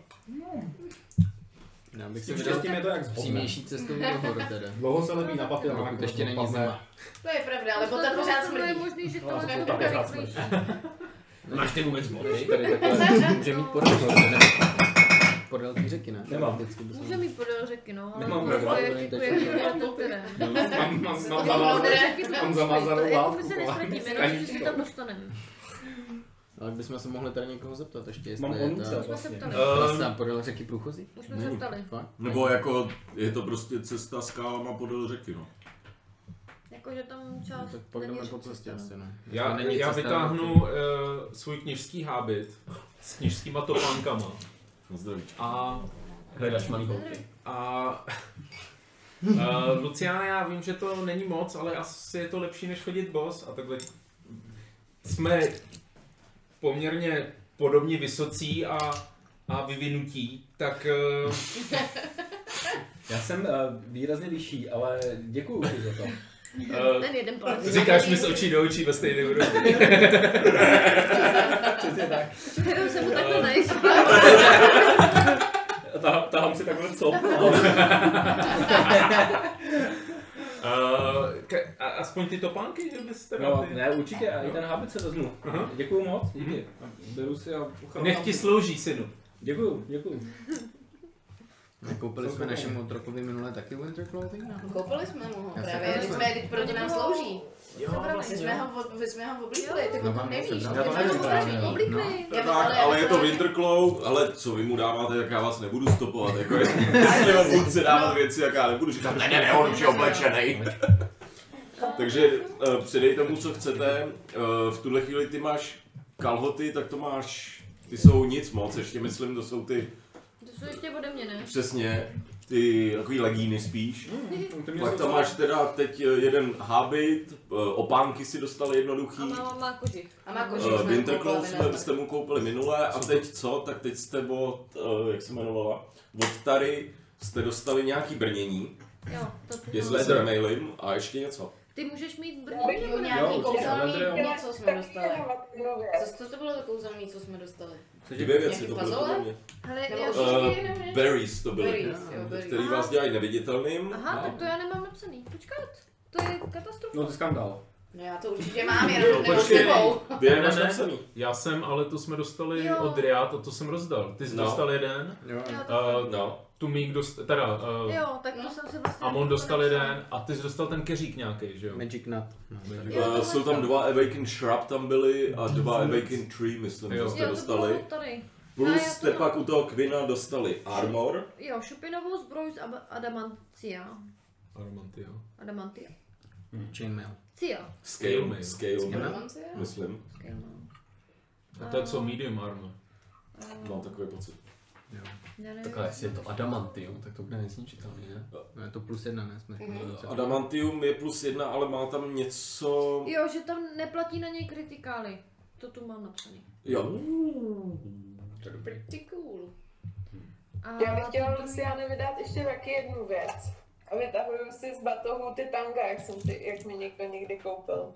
Já bych S si tím vydal štěstím je to jak s bohem. přímější cestou do hor teda. Dlouho se lepí na paty, ale Pokud ještě není zima. To je pravda, ale bota pořád Je smrdí. možný, že No, tohle to bude taky rychlejší. Máš ty vůbec boty? Tady takhle může mít podél řeky, ne? Podél té řeky, ne? Nemám. Vždycky bychom- Může mít podél řeky, no, ale Nemám to nevadí. je jako jak je to terén. Mám zamazanou Jako látku. my se nestratíme, jenom že se tam dostaneme. Ale bychom se mohli tady někoho zeptat ještě, jestli Mám je onuce ta Už jsme se ptali. trasa podél řeky průchozí? Už jsme se ptali. Fakt? Nebo jako je to prostě cesta skálama podél řeky, no. Jakože tam No, část tak pak není jdeme ještě po cestě cesta, asi, no. Já Není cesta, vytáhnu svůj kněžský hábit s kněžskýma topánkama Na zdraví. a Hledáš malý holky. Luciana, já vím, že to není moc, ale asi je to lepší než chodit boss a takhle jsme poměrně podobně vysocí a vyvinutí, tak Já jsem výrazně vyšší, ale děkuju ti za to. Ten jeden palec. říkáš mi z očí do očí ve stejné úrovni. Přesně tak. Jenom se mu takhle nejsou. Tahám si takhle co? Aspoň ty topánky, že byste No, ne, určitě, a i ten hábit se vezmu. Aha. Děkuju moc, díky. Beru si a Nech ti slouží, synu. Děkuju, děkuju. Koupili jsme našemu otrokovi minule taky winter clothing? Koupili jsme mu ho Já jsem právě, koupil. když jsme, teď proto nám slouží. Jo, My jsme ho oblíkli, tak No, o tom vám nevíš. se Já to nevím právě. Oblíkli. Já Tak, ale je to Winterclaw, ale co vy mu dáváte, tak já vás nebudu stopovat, jako jestli vám budu si dávat věci, jak já nebudu říkat, ne, on už je oblečenej. Takže předejte mu, co chcete, v tuhle chvíli ty máš kalhoty, tak to máš, ty jsou nic moc, ještě myslím, to jsou ty, To jsou ještě ode mě, ne? přesně, ty takový legíny spíš. To mě Pak tam máš teda teď jeden hábit, opánky si dostali A jednoduchý. máma má kožich. A má kožich jsme Winterclaw koupili, jsme, ne? jste mu koupili minule a teď co? Tak teď jste od, jak se jmenovala, od Tary jste dostali nějaký brnění, Jo, to jestli s remailem a ještě něco. Ty můžeš mít Jo, brnění nebo ne? nějaký Jo, kouzelný jo. něco jsme dostali. Jednu věc. Co to bylo za kouzelný, co jsme dostali? Dvě věci to Nějaký bylo fazole? podle mě. Hele, Nebo já oříšky, nebo něco? Berries to byly, Berries, jo, berries. který vás dělají neviditelným. Aha, tak to já nemám napsaný. Počkat, to je katastrofa. No to je skandál. No já to určitě mám, jenom nemám s počkej. tebou. Vy nemáš napsaný. Já jsem, ale to jsme dostali Jo. od Riad a to jsem rozdal. Ty jsi No. dostal jeden, Jo, Jo, tak- No. Tumík dostal, teda Jo, tak to jsem si vlastně... Amon dostal jeden a ty jsi dostal ten keřík nějaký, že jo? Magic Nut. No, Jo, Jsou tam dva Awakened Shrub tam byly a dva Awakened Tree, myslím, Jo. že jste Jo, to dostali. bylo tady. Plus No, já to jste mám. pak u toho Quina dostali Armor. Jo, šupinovou zbroj z adamantia. Armanty, jo. Adamantia. Chainmail. Cia. Scale Mail. Mail, Mám si je? myslím. Scale, no. A to je co, medium armor. Mám takový pocit. Já nevím, Takhle, jestli je to adamantium, tak to bude nezničitelný, ne? No, je to +1, ne? Jsme Adamantium je +1, ale má tam něco... Jo, že tam neplatí na něj kritikály. To tu mám napsaný. Jo. Ty cool. A Já bych chtěla to- Luciane vydat ještě taky jednu věc. A vytahuju si z batohu ty tanga, jak mi někdo někdy koupil.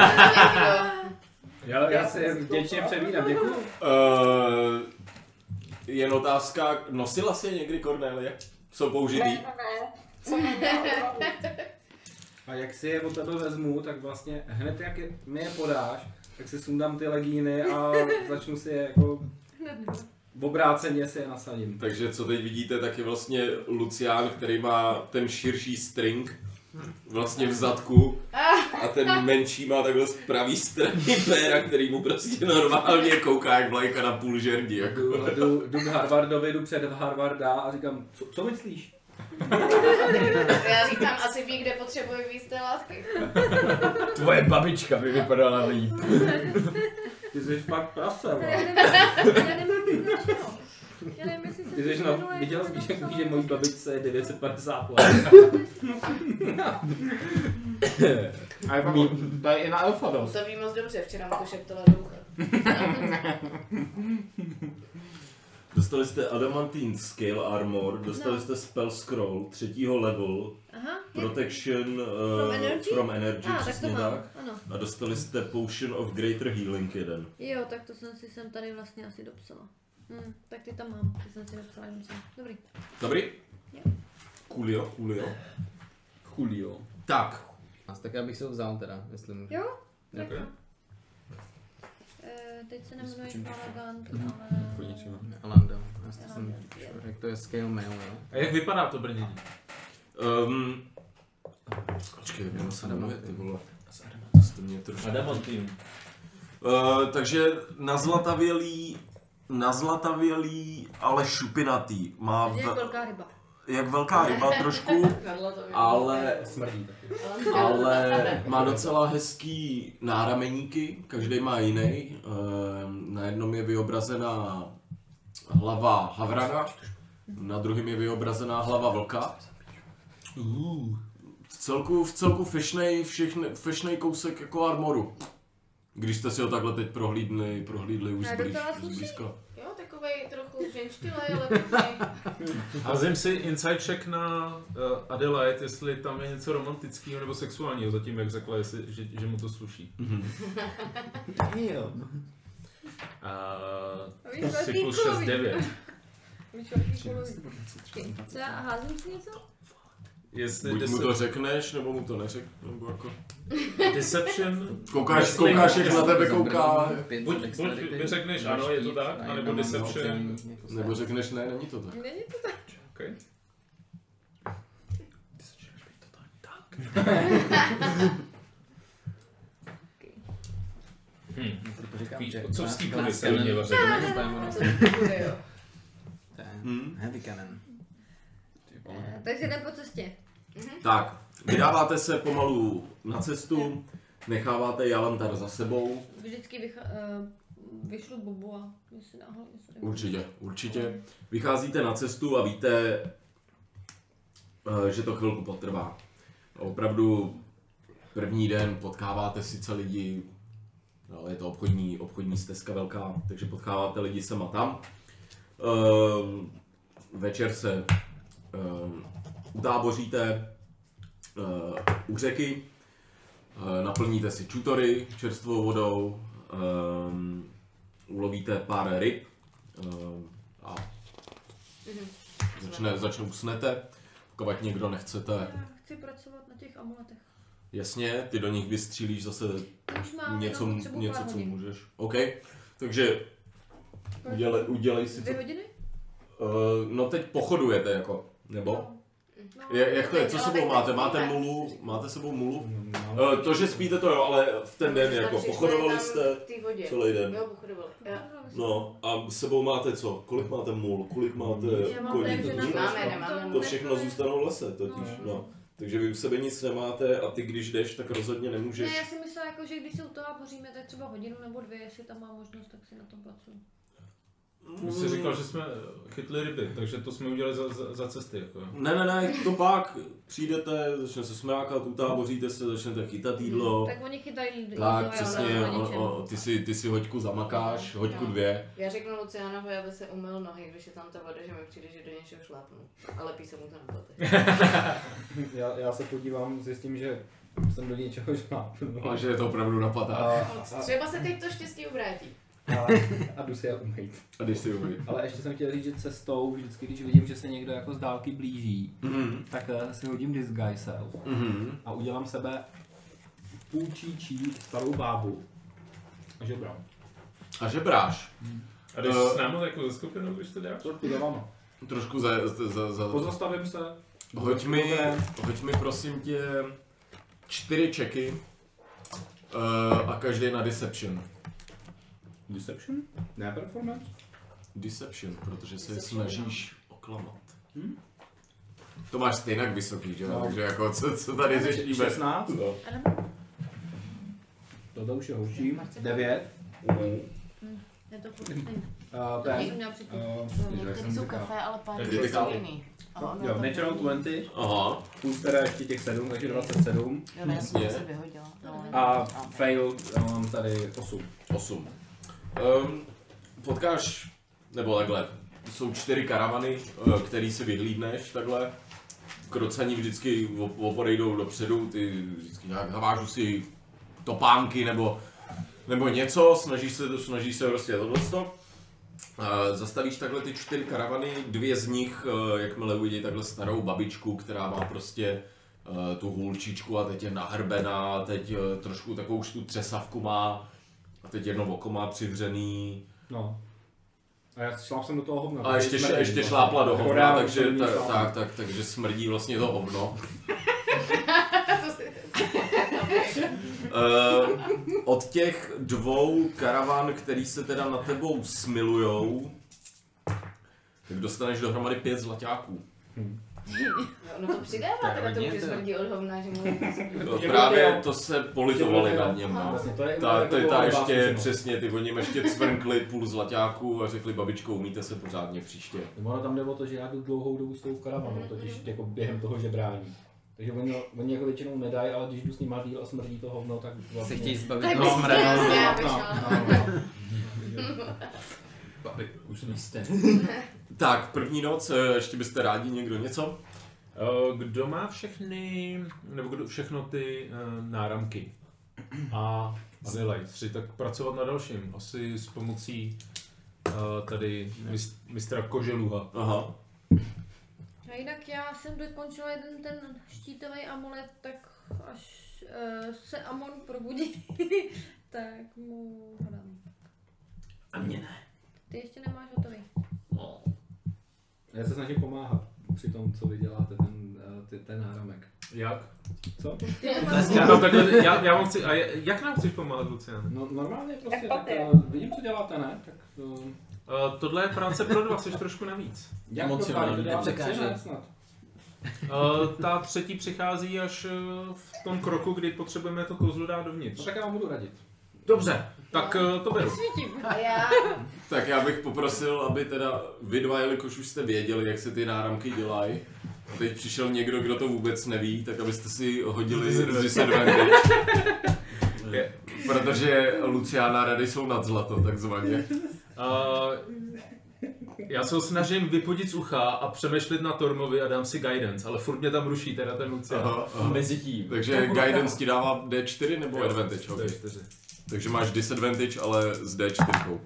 Já si je vděčně přebírám, děkuju. jen otázka, nosila si je někdy Cornélie? Jsou použitý? Ne. Jsem neměla odvahu. A jak si je od tebe vezmu, tak vlastně hned jak mi je podáš, tak si sundám ty legíny a začnu si je jako obráceně si je nasadím. Takže co teď vidíte, tak je vlastně Lucián, který má ten širší string vlastně v zadku a ten menší má takhle z pravý strany péra, který mu prostě normálně kouká jak vlajka na půl žerdi. Jako. Jdu k Harvardovi, jdu před Harvarda a říkám, co myslíš? Já říkám, asi ví, kde potřebuje víc té látky. Tvoje babička by vypadala líp. Ty jsi fakt prase, Já no. nemám nic našeho. Já nevím, jestli Ty jsi minule viděl, jako že mojí babičce je 950 let. A je to je i na Elfados. To ví moc dobře, včera mu to šeptala do ucha. Dostali jste Adamantine Scale Armor, dostali jste Spell Scroll 3. level, Aha, Protection from Energy, tak to přesně mám, tak. ano. A dostali jste Potion of Greater Healing 1. Jo, tak to jsem si sem tady vlastně asi dopsala. Tak ty tam mám, ty jsem si dopsala jenom sem. Dobrý. Dobrý? Jo. Coolio. Julio. Tak, Tak já bych se ho vzal teda, jestli můžu. Jo? Ok. Teď se nemenuje Paladant, ale... Koničeho. Alando. Já jsem Alando, jo. řekl, to je scale mail, jo. A jak vypadá to brnění? počkej, jak se jmenuje, ty vole. To jste mě trošku... Adamantium. Takže na zlatavělý, ale šupinatý. Má Je velká ryba. jak velká ryba trošku, ale Smrdí taky. ale má docela hezký nárameníky, každý má jiný. Na jednom je vyobrazená hlava havrana, na druhém je vyobrazená hlava vlka. V celku fešnej kousek jako armoru. Když jste si ho takhle teď prohlídli už zblízka. Jo, takovej trochu ženštilej, ale pěkný. Házím si inside check na Adelaide, jestli tam je něco romantického nebo sexuálního, zatím jak řekla, že mu to sluší. Víš, velký 3 plus 6, kulový. 9. Víš, velký kulový. Co já házím si něco? Jestli Buď mu to řekneš, nebo mu to neřekneš, nebo jako... Deception... Koukáš, jak na tebe kouká, Buď mi řekneš ano, je to tak, anebo Deception... nebo řekneš ne, není to tak. Není to tak. Okay. Víš, otcovský kudy se hodně vaří. Bude, jo. Heavy cannon. Takže jdem po cestě. Tak, vydáváte se pomalu na cestu, necháváte Jalantar za sebou. Vždycky vyšlu Bobu a jestli náhodou něco Určitě. Vycházíte na cestu a víte, že to chvilku potrvá. Opravdu první den potkáváte sice lidi, ale je to obchodní stezka velká, takže potkáváte lidi sem a tam. Večer se utáboříte u řeky, naplníte si čutory čerstvou vodou, ulovíte pár ryb a usnete, pokud někdo nechcete. Já chci pracovat na těch amuletech. Jasně, ty do nich vystřílíš zase Už mám něco co můžeš. OK, takže udělej si to. 2 hodiny? No teď pochodujete jako, nebo? No, Jak to je, co sebou máte? Máte sebou mulu? To, že spíte to jo, ale v ten den jako pochodovali jste celý den. Jo, pochodovali. No a s sebou máte co? Kolik máte mul? Kolik máte koní? Nemáme. To všechno zůstanou v lese totiž, no. Takže vy u sebe nic nemáte a ty když jdeš, tak rozhodně nemůžeš. Ne, já si myslela, jako, že když se u toho poříme, tak třeba hodinu nebo 2, jestli tam má možnost, tak si na tom pracuji. Už jsi říkal, že jsme chytli ryby, takže to jsme udělali za cesty. Jako. Ne, to pak přijdete, začne se smákat, utáboříte se, začnete chytat jídlo. Tak oni chytají jídlo. Tak přesně, ty si hoďku zamakáš, hoďku 2. Já řeknu Lucianovi, aby se umyl nohy, když je tam ta voda, že mi přijde, že do něčeho šlápnu. A lepí se mu to na boty. Já se podívám, zjistím, že jsem do něčeho šlápnu. A že je to opravdu napadá. Třeba se teď to štěstí obrátí. A jdu si je umýt. A když si umýt. Ale ještě jsem chtěl říct, že cestou vždycky, když vidím, že se někdo jako z dálky blíží, tak si hodím disguise self a udělám sebe půlčíčí starou bábu a žebrám. A žebráš. A když s námi jako ze skupinou, když to děláš? To za váma. Trošku Pozastavím se. Hoď mi prosím tě 4 čeky a každý na Deception. Deception? Ne performance? Deception, protože se je snažíš oklamat. To máš stejnak vysoký, že jo? No. Takže jako co tady řešíme? 16? No. Tohle už je horší. 9. Je to furt stejné. Ten. Jsem měla předtím. Některý jsou kafe, ale pár Takže ty jsou jiný. Jo, natural 20. Aha. Plus teda ještě těch 7, takže 27. Jo, ne, já jsem to si vyhodila. A fail mám tady 8. 8. Potkáš, nebo takhle, jsou 4 karavany, který si vyhlídneš takhle. Krocani vždycky odejdou dopředu, ty vždycky nějak navážu si topánky nebo něco, snažíš se prostě tohleto. Zastavíš takhle ty 4 karavany, 2 z nich, jakmile uvidí takhle starou babičku, která má prostě tu hůlčičku a teď je nahrbená, teď trošku takovou už tu třesavku má a teď jedno oko má přivřený. No. A já šláp jsem do toho hovna. A ještě šlápla do hovna, takže smrdí vlastně to hovno. Od těch 2 karavan, který se teda nad tebou smilujou, tak dostaneš dohromady 5 zlaťáků. No to přidává teda tomu, že smrdí od hovna, že mu No, právě to se politovali nad něm. No. Vlastně to je Ta ještě přesně, ty oni ještě cvrnkli půl zlaťáků a řekli babičko, umíte se pořádně příště. Ono tam jde o to, že já jdu dlouhou dobu s tou karavanou, totiž jako během toho žebrání. Takže oni jako většinou nedají, ale když jdu s nima díl a smrdí to hovno, tak vlastně... Se chtějí zbavit Tak toho smradu. Babi, už nejste. Tak, první noc, ještě byste rádi někdo něco? Kdo má všechno ty náramky a Adelaide, tak pracovat na dalším, asi s pomocí tady mistra Koželuha. Aha. A jinak já jsem dokončila jeden ten štítový amulet, tak až se Amon probudí, tak mu ho dám. A mě ne. Ty ještě nemáš hotový. No. Já se snažím pomáhat při tom, co vy děláte, ten náramek. Jak? Co? No, takhle, já vám chci, a jak nám chceš pomáhat, Luciane? No normálně prostě, tak Empatie. vidím, co děláte, ne? Tak Tohle je práce pro 2, chceš trošku navíc. jak Emocionální to děláte? nepřekážet. 13 snad. Ta třetí přichází až v tom kroku, kdy potřebujeme to kouzlo dát No dovnitř. tak já vám budu radit. Dobře, tak to beru. A já... Tak já bych poprosil, aby teda vy dva, jelikož už jste věděli, jak se ty náramky dělají, a teď přišel někdo, kdo to vůbec neví, tak abyste si hodili disadvantage. Protože Luciana rady jsou nad zlato, takzvaně. Já se ho snažím vypudit z ucha a přemýšlet na Tormovi a dám si guidance, ale furt mě tam ruší teda ten Lucian. Aha. Mezi tím. Takže guidance ti dává D4 nebo advantage? To Okay. je 4. Takže máš disadvantage, ale s D4.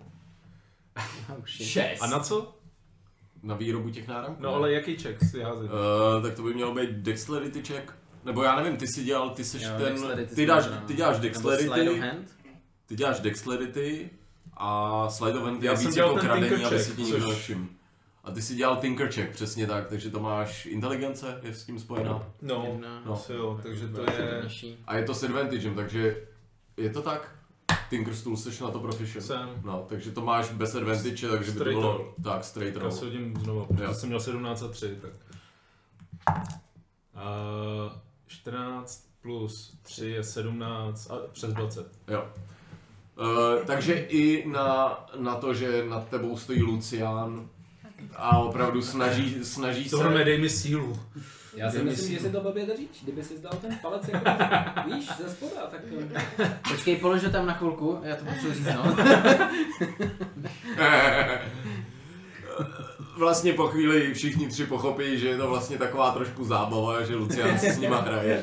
6. A na co? Na výrobu těch náramků. No ale jaký check si házím? Tak to by mělo být dexterity check. Nebo já nevím, ty jsi dělal, ty seš Jo, ten, dexterity ty děláš Nebo slide of dexterity, hand? ty děláš dexterity a slide of hand je Já jsem víc dělal jako ten kradení, tinker aby check, si ti nikdo což- nevšiml. A ty jsi dělal tinker check, přesně tak, takže to máš inteligence, je s tím spojená. No, Jedna. asi jo, takže to je... Nižší. A je to s advantagem, takže je to tak? Tinkerstool, jsi na to proficient. Jsem. No, takže to máš bez advantage, takže by to Straight bylo roll. tak, straight Já roll. se hodím znovu, protože Jo. jsem měl 17 a 3, tak... 14 plus 3 je 17 a přes 20. Jo. Takže i na to, že nad tebou stojí Lucián a opravdu snaží se... Tohle dej mi sílu. Já si myslím, že si to blbě držíš, kdyby si zdal ten palec jako, víš, ze spoda, tak... Počkej, polož ho tam na chvilku, já to potřebuji říct, no. Vlastně po chvíli všichni 3 pochopí, že je to vlastně taková trošku zábava, že Lucián si s nima hraje.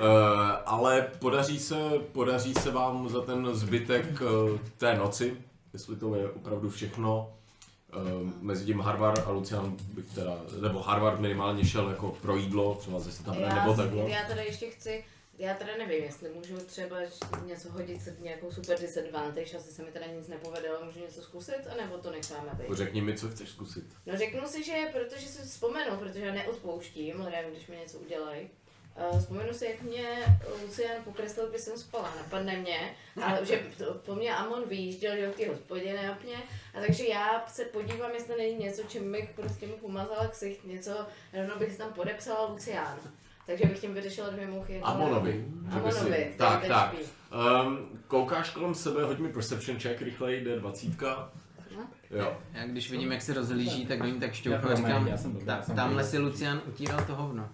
Ale podaří se vám za ten zbytek té noci jestli to je opravdu všechno. Mezi tím Harvard a Lucian bych teda, nebo Harvard minimálně šel jako pro jídlo, třeba ze tam nebo takhle. Já teda ještě chci, já teda nevím, jestli můžu třeba něco hodit se nějakou super disadvantage, asi se mi teda nic nepovedelo, můžu něco zkusit, anebo to necháme být. Řekni mi, co chceš zkusit. No řeknu si, že protože si vzpomenu, protože neodpouštím lidem, když mi něco udělají. Vzpomenu si, jak mě Lucian pokreslil, když jsem spala, napadne mě, ale že po mně Amon vyjížděl do té hospodě neopně, a takže já se podívám, jestli není něco, čím bych prostě mu pomazala ksicht, něco, rovnou bych si tam podepsala Lucian. Takže bych tím vyřešila 2 muchy. Amonovi. Amonovi, tak. Koukáš kolem sebe, hoď mi perception check, rychlej, jde 20. Jo. Já když vidím, jak se rozhlíží, tak do ní tak šťouchnu a říkám, tamhle si Lucian utíral to hovno.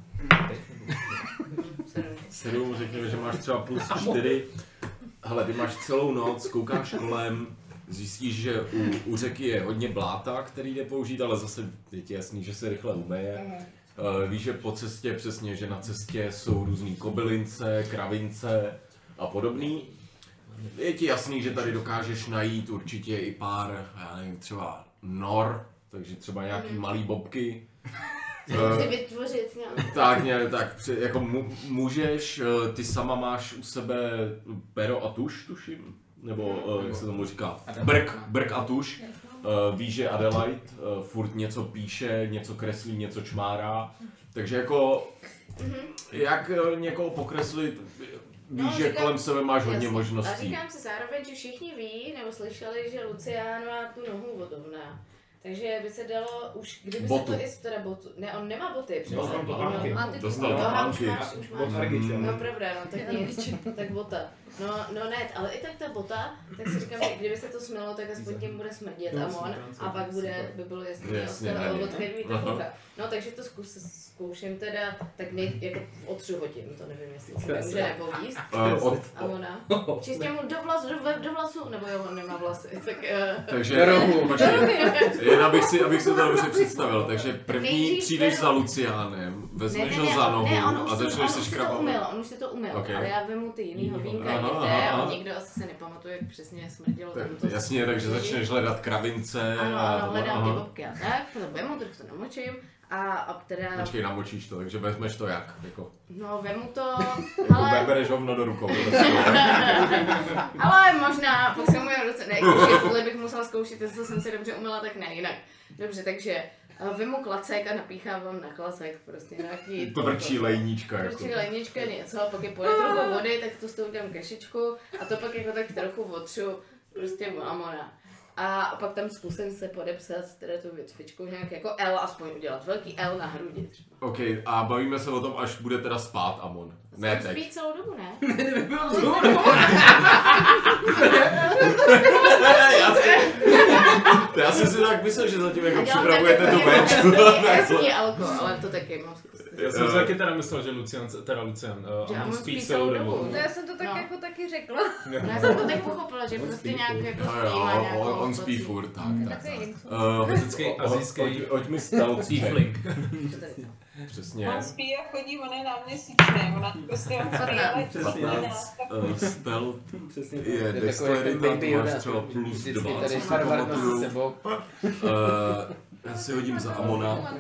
7, řekněme, že máš třeba plus 4. Hele, ty máš celou noc, koukáš kolem, zjistíš, že u řeky je hodně bláta, který jde použít, ale zase je ti jasný, že se rychle umeje. Víš, že po cestě přesně, že na cestě jsou různý kobylince, kravince a podobný. Je ti jasný, že tady dokážeš najít určitě i pár, já nevím, třeba nor, takže třeba nějaký malý bobky. Vytvořit nějak. Tak, jako můžeš, ty sama máš u sebe pero a tuš, tuším? Nebo jak se tomu říká? Brk a tuš. Víš, že Adelaide furt něco píše, něco kreslí, něco čmárá. Takže jako, jak někoho pokreslit, víš, že kolem sebe máš hodně možností. A říkám si zároveň, že všichni ví, nebo slyšeli, že Lucián má tu nohu vodovná. Takže by se dalo už, kdyby botu. se to i teda botu, ne, on nemá boty přece. Dostal pánky. No pravda, no tak nic, tak bota. No ne, ale i tak ta bota, tak si říkám, že kdyby se to smylo, tak aspoň tím bude smrdět Amon a pak by bylo jasně od který ta bota. No takže to zkouším teda, tak jako otřu hodím, to nevím, jestli se nemůže nepovíst. Amona. Čistě mu do vlasu, nebo jo, on nemá vlasy, tak... Takže, jen abych si to dobře představil, takže první přijdeš za Luciánem, vezmeš ho za nohu a začneš se škrabat. On už si to umyl, ale já vemu ty jiný hovínka někde a nikdo asi se nepamatuje, jak přesně smrdělo tam to. Jasně, takže začneš hledat kravince. Ano, hledám ty bobky a tak, to vemu, trochu to namočím a teda... Počkej, namočíš to, takže vezmeš to jak? Jako... No, vemu to, ale... Bereš hovno do rukou. Ale možná, pak se umyju ruce, ne, když bych musela zkoušet, jestli jsem si dobře umyla, tak ne, jinak. Dobře, takže vemu klacek a napíchávám na klacek, prostě nějaký... To vrčí lejnička jako. Vrčí lejnička něco, pak je pojde trochu vody, tak to s tou udělám kešičku a to pak jako tak trochu otřu, prostě Amona. A pak tam zkusím se podepsat teda tu větvičkou nějak jako L aspoň udělat, velký L na hrudi třeba. OK, a bavíme se o tom, až bude teda spát Amon. Ne teď. Spí celou dobu, ne? Já jsem si tak myslel, že zatím jako připravujete tu véčku. Jasný alko, ale to taky mám zkusit. Já jsem si taky teda myslel, že Lucian Amon spí celou dobu. No já jsem to tak jako taky řekla. No, já jsem to tak pochopila, že prostě nějak jako spí, má nějakou on spí furt, tak. Fyzický, azijský, hoď mi stealth check. Přesně. On spí a chodí, on je náměsíčný, ona prostě on spí, ale 15 stealth je dexterity, máš třeba plus 2, co si pamatuju. Já si hodím za Amona.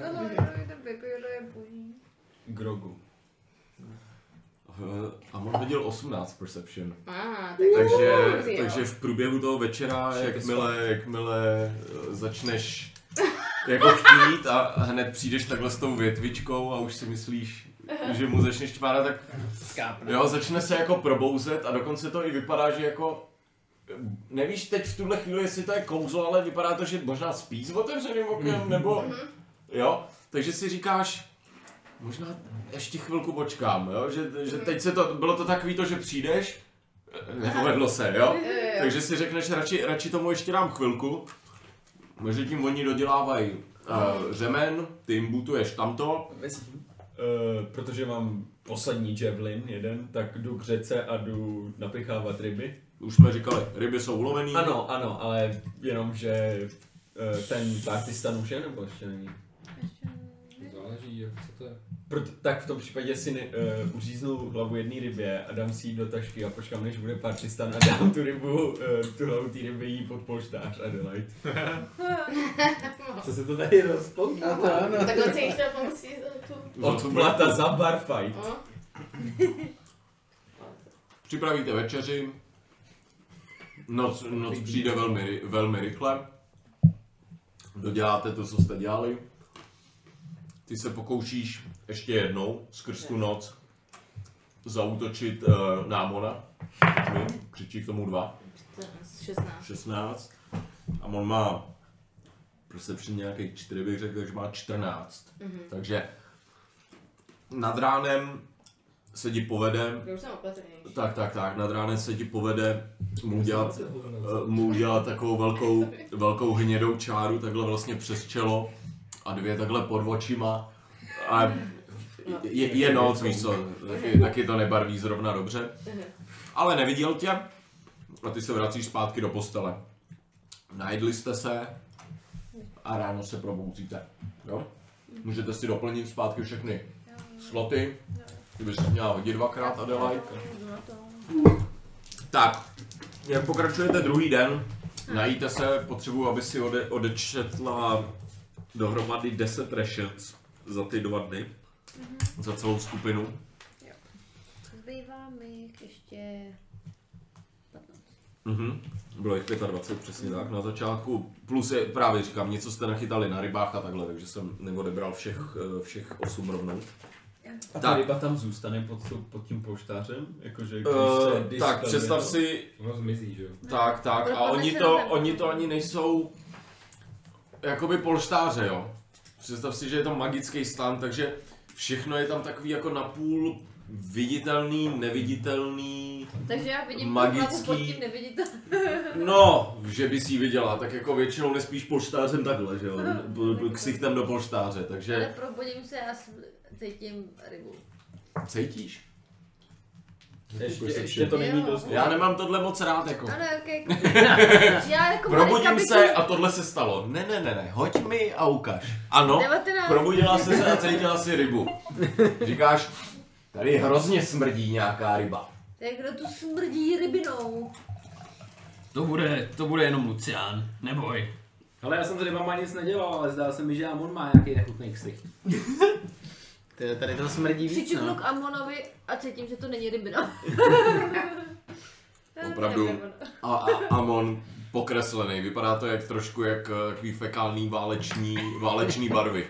Grogu. Amon hodil 18 perception. Takže takže v průběhu toho večera, jakmile začneš jako chtít a hned přijdeš takhle s tou větvičkou a už si myslíš, že mu začneš čmárat, tak jo, začne se jako probouzet a dokonce to i vypadá, že jako nevíš teď v tuhle chvíli, jestli to je kouzlo, ale vypadá to, že možná spí s otevřeným okem, nebo jo, takže si říkáš, možná ještě chvilku počkám, jo? Že teď bylo to takový to, že přijdeš, nepovedlo se, jo? Takže si řekneš, radši tomu ještě dám chvilku. Mezitím oni dodělávají řemen, ty jim bootuješ tamto. Protože mám poslední javelin jeden, tak jdu k řece a jdu napichávat ryby. Už jsme říkali, ryby jsou ulovený. Ano, ale jenom, že ten party stan už je, nebo ještě není? Záleží, jak chcete. Tak v tom případě si uříznu hlavu jedné rybě a dám si ji do tašky a počkám, než bude pár přistan a dám tu rybu, tu hlavu té ryby jí pod polštář Adelaide. Co se to tady rozpoutá? Takhle si chtěl pomoct tu... Odplata za bar fight. Připravíte večeři. Noc přijde velmi rychle. Doděláte to, co jste dělali. Ty se pokoušíš ještě jednou skrz tu noc zaútočit na Amona. Křičí k tomu 2. 16. Amon má perception nějakých 4, bych řekl, takže má 14. Takže nad ránem se ti povede, tak, nad ránem se ti povede mu udělat takovou velkou hnědou čáru takhle vlastně přes čelo a 2 takhle pod očima a je noc, víš co, taky to nebarví zrovna dobře, ale neviděl tě a ty se vracíš zpátky do postele. Najedli jste se a ráno se probouzíte, jo? Můžete si doplnit zpátky všechny sloty. Ty bys měla hodit 2krát, Adelaide. Tak, jak pokračujete druhý den, najíte se, potřebuji, aby si odečetla dohromady 10 rations za ty 2 dny. Za celou skupinu. Jo. Zbývá mi ještě 15. Bylo jich 25, přesně tak, na začátku. Plus je, právě říkám, něco jste nachytali na rybách a takhle, takže jsem neodebral všech 8 rovnou. A ta ryba tam zůstane pod tím polštářem? Jakože tak představ si... Ono zmizí, že jo? Tak, a oni to ani nejsou jakoby polštáře, jo. Představ si, že je to magický stan, takže všechno je tam takový jako napůl viditelný, neviditelný, takže já vidím magický. Pod tím neviditelný. No, že bys jí viděla, tak jako většinou nespíš polštářem takhle, že jo, ksichtem do polštáře, takže... Ale probudím se a cítím rybu. Cítíš? Ještě to není dost. Já nemám tohle moc rád, jako. Ano, okay. Já jako probudím se a tohle se stalo. Ne, hoď mi a ukaž. Ano, 19. probudila jsi se a cítila si rybu. Říkáš, tady hrozně smrdí nějaká ryba. Tak kdo tu smrdí rybinou? To bude jenom Lucián, neboj. Ale já jsem s rybama nic nedělal, ale zdá se mi, že Amon má nějaký nechutný ksicht. Tady to smrdí víc, Přičuknu k Amonovi a cítím, že to není rybina. Opravdu. A Amon pokreslený. Vypadá to jak trošku jak takový fekální váleční barvy.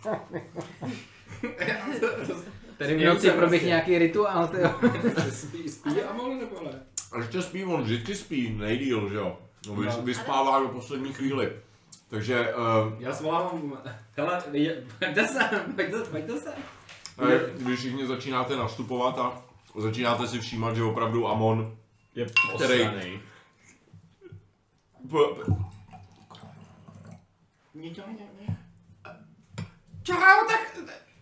Tady v noci proběh nějaký rituál, tyjo. Spí Amon nebo ne? A ještě spí, on vždycky spí, nejdýl, že jo. No, vyspává do poslední chvíli. Takže... Já svolávám, hele, pojďte se. Když všichni začínáte nastupovat a začínáte si všímat, že opravdu Amon je který... Čau, tak...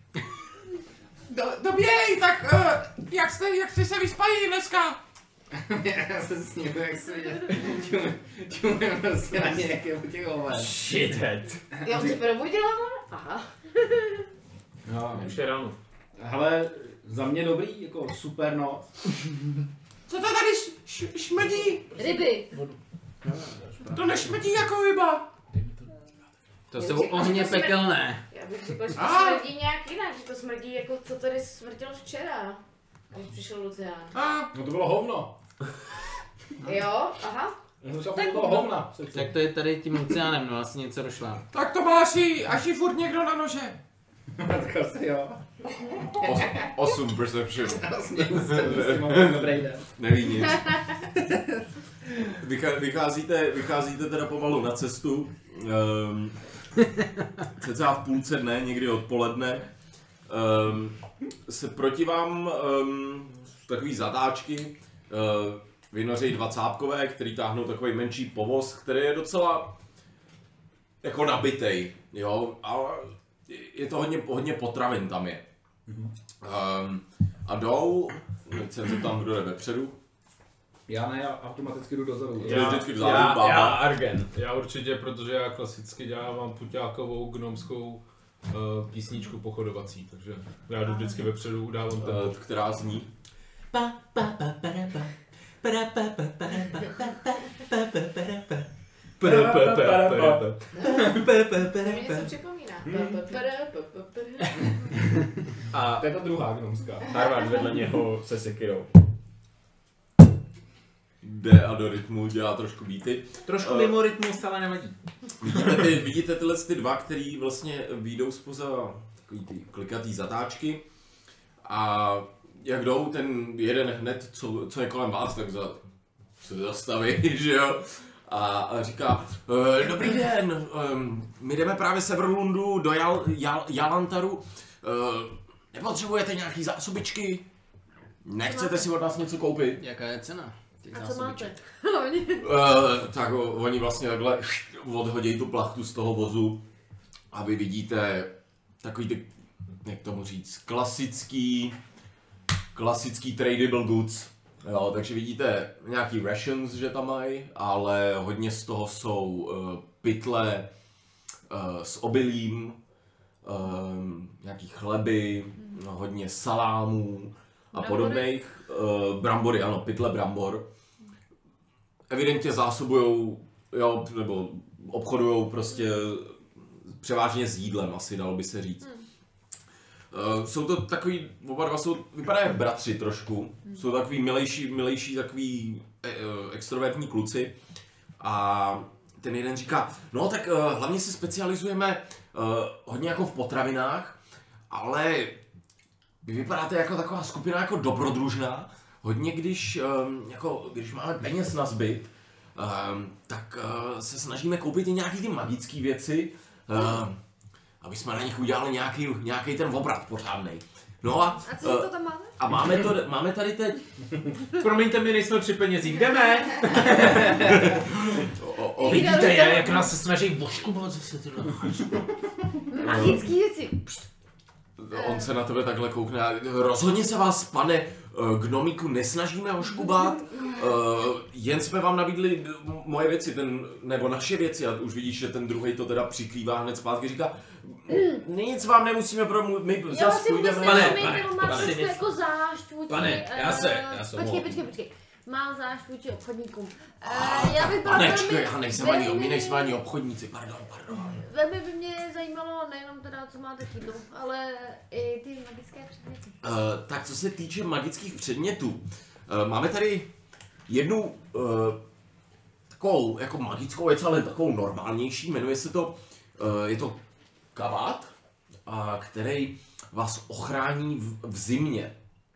Doběj, tak jak jste se vyspali dneska? Já se s ním, jak se viděl, čumím prostě na nějaké potěhové. Shithead. Já se probudila, aha. No, Už je ráno. hele, za mě dobrý, jako super noc. Co to tady šmrdí? Ryby. To nešmrdí jako ryba. To jsou ohně pekelné. Já bych řekla, že to smrdí nějak jinak, že to smrdí jako co tady smrdělo včera, když přišel Lucián. No to bylo hovno. Jo, aha. To bylo hovna. Tak to je tady tím Luciánem, no asi něco došla. Tak to má asi furt někdo na nože. Tak asi jo. 8 perception. Dobrý den. Neví nic. Vycházíte teda pomalu na cestu. Cca v půlce dne, někdy odpoledne. Se proti vám takový zatáčky vynořejí 2 cápkové, který táhnou takový menší povoz, který je docela jako nabitej, jo, ale je to hodně potravin tam je. A jdou, teď se zeptám, kdo jde vepředu. Já ne, já automaticky jdu dozadu. To je vždycky vzadu, Já Argen. Já určitě, protože já klasicky dělávám puťákovou gnomskou písničku pochodovací, takže já jdu vždycky vepředu, udávám tempo. Která zní? To mi něco připomíná. A to je ta druhá gnomská. Harvard vedle něho se sekirou. Jde a do rytmu dělá trošku beaty. Trošku mimo rytmus, ale nevadí. Vidíte tyhle ty dva, který vlastně vyjdou spoza takový ty klikatý zatáčky a jak jdou, ten jeden hned, co je kolem vás, tak se zastaví, že jo? A říká, dobrý den, my jdeme právě z Everlundu do Jalantaru, nepotřebujete nějaký zásobičky? Nechcete si od nás něco koupit? Jaká je cena? A co máte? Tak oni vlastně takhle odhodí tu plachtu z toho vozu a vy vidíte takový ty, jak tomu říct, klasický tradable goods. Jo, takže vidíte nějaký rations, že tam mají, ale hodně z toho jsou pytle s obilím, nějaký chleby, hodně salámů a podobných. Brambory, ano, pytle brambor. Evidentně zásobujou, jo, nebo obchodujou prostě převážně s jídlem, asi dalo by se říct. Jsou to takový, oba dva vypadají jak bratři trošku. Jsou takový milejší takový extrovertní kluci. A ten jeden říká, no tak hlavně se specializujeme hodně jako v potravinách, ale vy vypadáte jako taková skupina jako dobrodružná. Hodně když máme peněz na zbyt, tak se snažíme koupit i nějaký ty magické věci, aby jsme na nich udělali nějaký ten obrat pořádnej. No a co to tam máme? A máme tady teď. Promiňte, my nejsme při penězích, jdeme! Vidíte je, jak nás se snaží voškovat zase tyhle. Magický věci. On se na tebe takhle koukne. Rozhodně se vás, pane gnomíku, nesnažíme oškubat. Jen jsme vám nabídli moje věci, nebo naše věci, a už vidíš, že ten druhej to teda přikrývá hned zpátky, říká, nic vám nemusíme promluvit, my zase půjdeme. Máš jako zášť vůči... Pane, já se Počkej. Má zášť vůči obchodníkům. Já bych byla Panečko, my nejsme ani obchodníci, pardon. Velmi by mě zajímalo nejenom teda, co máte k jídlu, ale i ty magické předměty. Tak co se týče magických předmětů, máme tady jednu takovou jako magickou věc, ale takovou normálnější, jmenuje se to, je to kabát, který vás ochrání v zimě.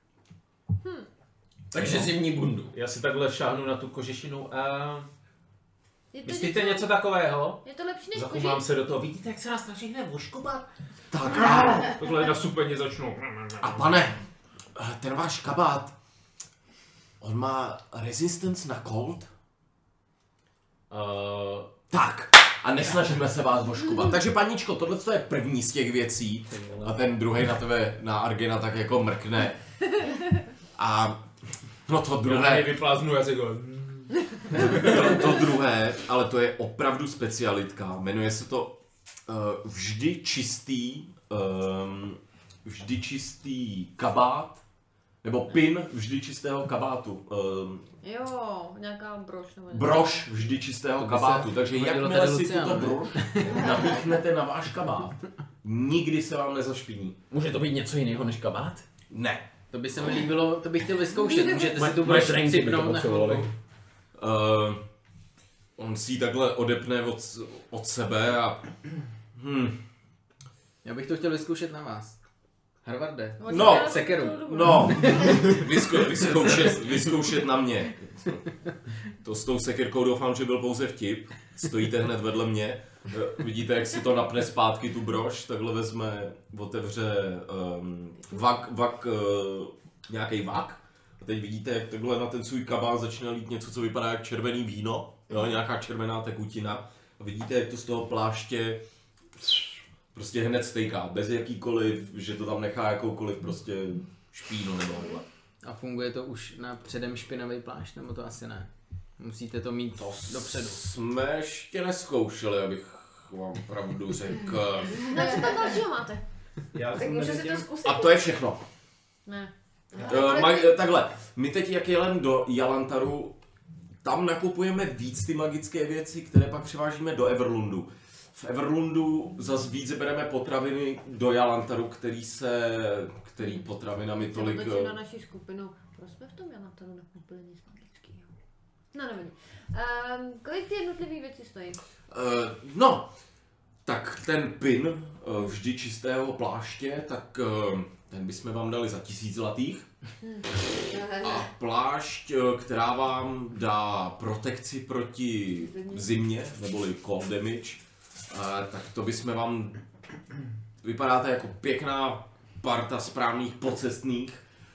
Takže zimní bundu. Já si takhle šáhnu na tu kožešinu a... Myslíte něco takového? Je to lepší než koži? Zakumám se do toho. Vidíte, jak se nás snaží hned voškobat? Tak Tohle na supeně začnou. A pane, ten váš kabát, on má resistance na cold? Tak, a nesnažíme se vás voškovat. Takže paníčko, tohle je první z těch věcí. A ten druhej na tebe, na Argena, tak jako mrkne. A no to druhé... Já vypláznu jazyko. To druhé, ale to je opravdu specialitka. Jmenuje se to vždy čistý kabát, nebo pin vždy čistého kabátu. Jo, nějaká brož. Brož vždy čistého kabátu, takže jakmile si tuto brož napíchnete na váš kabát, nikdy se vám nezašpiní. Může to být něco jiného než kabát? Ne. To by se mi líbilo, to bych chtěl vyzkoušet, můžete si tu brož připnout na chvilku. On si ji takhle odepne od sebe a... Já bych to chtěl vyzkoušet na vás. Harvarde. No, sekeru. No, vyzkoušet na mě. To s tou sekirkou doufám, že byl pouze vtip. Stojíte hned vedle mě. Vidíte, jak si to napne zpátky tu brož, takhle vezme, otevře nějaký vak. A teď vidíte, jak takhle na ten svůj kabát začne lít něco, co vypadá jak červený víno. Jo, nějaká červená tekutina. A vidíte, jak to z toho pláště prostě hned stejká, bez jakýkoliv, že to tam nechá jakoukoliv prostě špínu nebo takhle. A funguje to už na předem špinavý plášť, nebo to asi ne? Musíte to mít dopředu. Jsme ještě neskoušeli, abych vám pravdu řekl. No co tam dalšího máte? Já Tak jsem může mezi si těm... to zkusit. A to je všechno. Ne. Takhle, my teď jak jelem do Jalantaru, tam nakupujeme víc ty magické věci, které pak převážíme do Everlundu. V Everlundu zas víc bereme potraviny do Jalantaru, který potravinami tolik... Tolik... na naší skupinu. Proč jsme v tom Jalantaru nakoupili nic magického? No nevím. Kolik ty jednotlivé věci stojí? No, tak ten pin vždy čistého pláště, tak ten bychom vám dali za 1000 zlatých. A plášť, která vám dá protekci proti zimě, neboli cold damage, tak to bychom vám... Vypadáte jako pěkná parta správných pocestných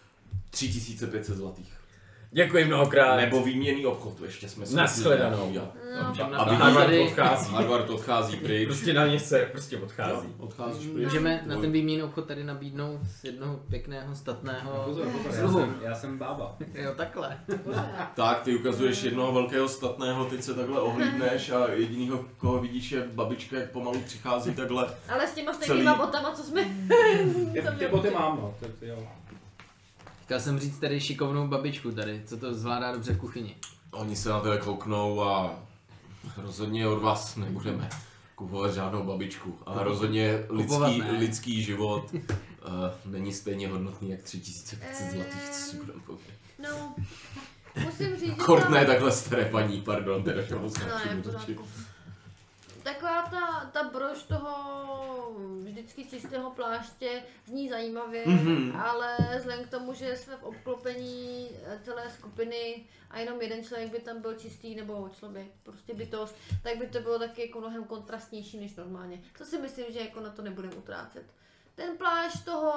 3500 zlatých. Děkuji mnohokrát. Nebo výměnný obchod, ještě jsme si Nashledanou. udělat. No. A Harvard odchází pryč. Prostě na ně se odchází. Odcházíš pryč. Můžeme na ten výměnný obchod tady nabídnout jednoho pěkného, statného Pozor, sluhu. já jsem bába. Jo, takhle. Tak, ty ukazuješ jednoho velkého statného, teď se takhle ohlídneš a jedinýho, koho vidíš, je babička, jak pomalu přichází takhle. Ale s těma stejnýma botama, co jsme... Ty boty mám, no. Jo. Chtěl jsem říct tady šikovnou babičku tady, co to zvládá dobře v kuchyni. Oni se na tebe kouknou a rozhodně od vás nebudeme kupovat žádnou babičku. A rozhodně lidský život není stejně hodnotný jak 3500 zlatých, co si budeme povědět. No, musím říct, že Kort ne takhle staré paní, pardon, teda to moc pořádku. Taková ta brož toho vždycky čistého pláště zní zajímavě, ale vzhledem k tomu, že jsme v obklopení celé skupiny a jenom jeden člověk by tam byl čistý nebo člověk, prostě bytost, tak by to bylo taky jako mnohem kontrastnější než normálně. To si myslím, že jako na to nebudeme utrácet. Ten plášť toho...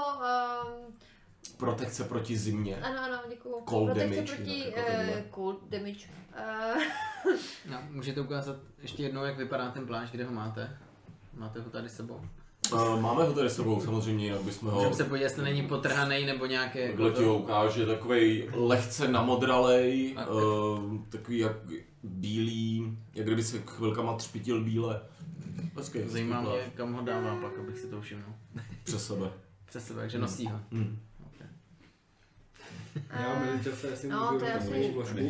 Protekce proti zimě. Ano, děkuju. Cold Protekce damage. proti cold damage. No, můžete ukázat ještě jednou, jak vypadá ten plášť, kde ho máte? Máte ho tady s sebou? Máme ho tady s sebou, samozřejmě, jinak bychom ho... Můžeme se podívat, jestli není potrhaný nebo nějaké... Takhle ti ho ukáže, takovej lehce namodralej, takový jak bílý, jak kdyby se chvilkama třpitil bíle. Hezký, zajímá mě, kam ho dává pak, abych si to všiml. Přes sebe. Přes sebe, takže nosí ho. Okay. Já mezičase, jestli můžu to vložku.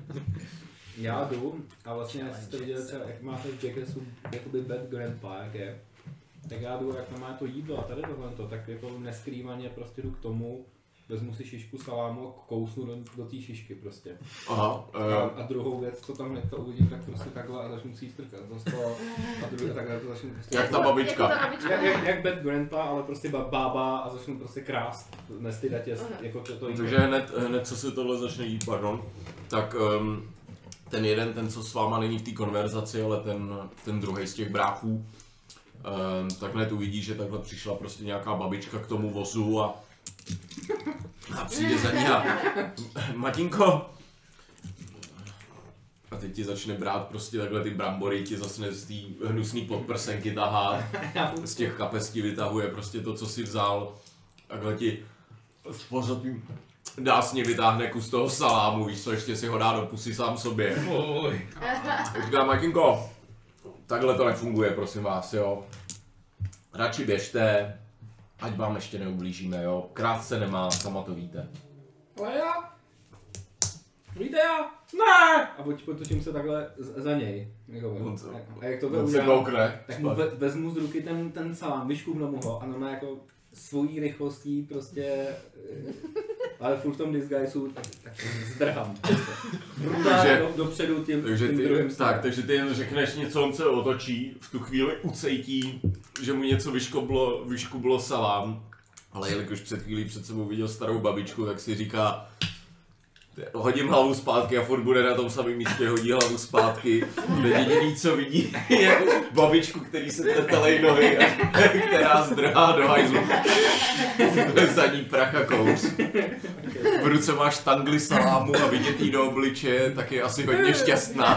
Já jdu a vlastně, jestli jste viděli třeba, jak máte v Jackassu jakoby Bad Grandpa, jak je, tak já jdu, jak má to jídlo a tady tohle, tak jako neskrývaně prostě jdu k tomu, vezmu si šišku salámu a kousnu do té šišky prostě. Aha. A druhou věc, co tam hned to uvidím, tak prostě takhle a začnu si jí strkat. A druhý takhle to začnu prostě... Jak ta babička. Jak Bad Grandpa, ale prostě bába a začnu prostě krást, nestydatě, jako to jídlo. Takže hned co se tohle začne jít, pardon, tak ten jeden, ten co s váma není v té konverzaci, ale ten druhý z těch bráchů, tak hned uvidí, že takhle přišla prostě nějaká babička k tomu vozu a přijde za ní a Matinko. A teď ti začne brát prostě takhle ty brambory, ti začne z té hnusný podprsenky tahat, z těch kapes ti vytahuje prostě to, co si vzal, takhle ti s pořadím dásně vytáhne kus toho salámu, víš co, ještě si ho dá do pusy sám sobě. Říká Matinko, takhle to nefunguje, prosím vás, jo. Radši běžte, ať vám ještě neublížíme, jo. Krátce nemá, sama to víte. Ale já? Víte já? Ne! A potočím se takhle za něj. A jak to udělám, tak mu vezmu z ruky ten salám, vyškubnu mu ho a normálně jako svojí rychlostí prostě, ale furt v tom disguiseu, tak zdrhám. Dopředu tím druhým stavem. Takže ty jen řekneš něco, on se otočí, v tu chvíli ucejtí, že mu něco vyškublo salám, ale jelikož před chvílí před sebou viděl starou babičku, tak si říká, hodím hlavu zpátky a furt bude na tom samém místě, hodí hlavu zpátky. Jediný, co vidí, je babičku, který se tetelej nohy a která zdrhá do hajzlu. Za ní prach a kouř. V ruce máš tangli salámu a vidět jí do obličeje, tak je asi hodně šťastná.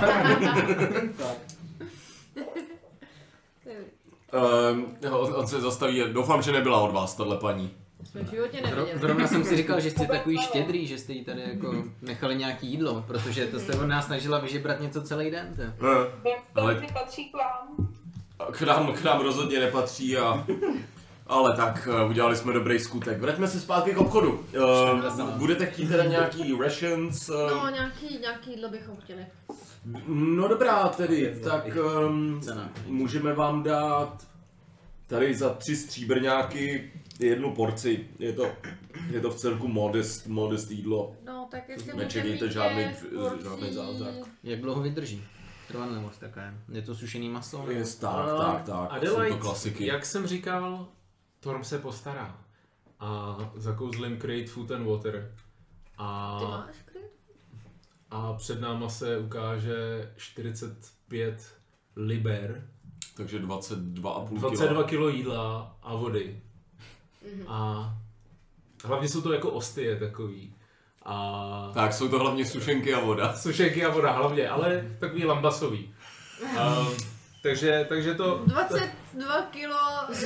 On se zastaví, doufám, že nebyla od vás, tahle paní. Zrovna jsem si říkal, že jste takový štědrý, že jste jí tady jako nechali nějaký jídlo, protože to jste od nás snažila vyžebrat něco celý den. Ale patří k vám. K nám rozhodně nepatří ale tak, udělali jsme dobrý skutek. Vraťme se zpátky k obchodu. Budete chtít teda nějaký rations? No, nějaký jídlo bychom chtěli. No dobrá tedy, tak můžeme vám dát tady za 3 stříbrňáky 1 porci. Je to v celku modest jídlo. No, tak jestli nečekejte žádný zázrak. Jak dlouho vydrží? Trvanlivost také. Je to sušený maso? Tak. Adelaide, jsou to klasiky. Jak jsem říkal, Torm se postará. A zakouzlím Create Food and Water. Ty máš Create? A před náma se ukáže 45 liber. Takže 22,5 kg. 22 kilo jídla a vody. A hlavně jsou to jako ostie takový. Tak jsou to hlavně sušenky a voda. Sušenky a voda hlavně, ale takový lambasový. Takže to... 22 kilo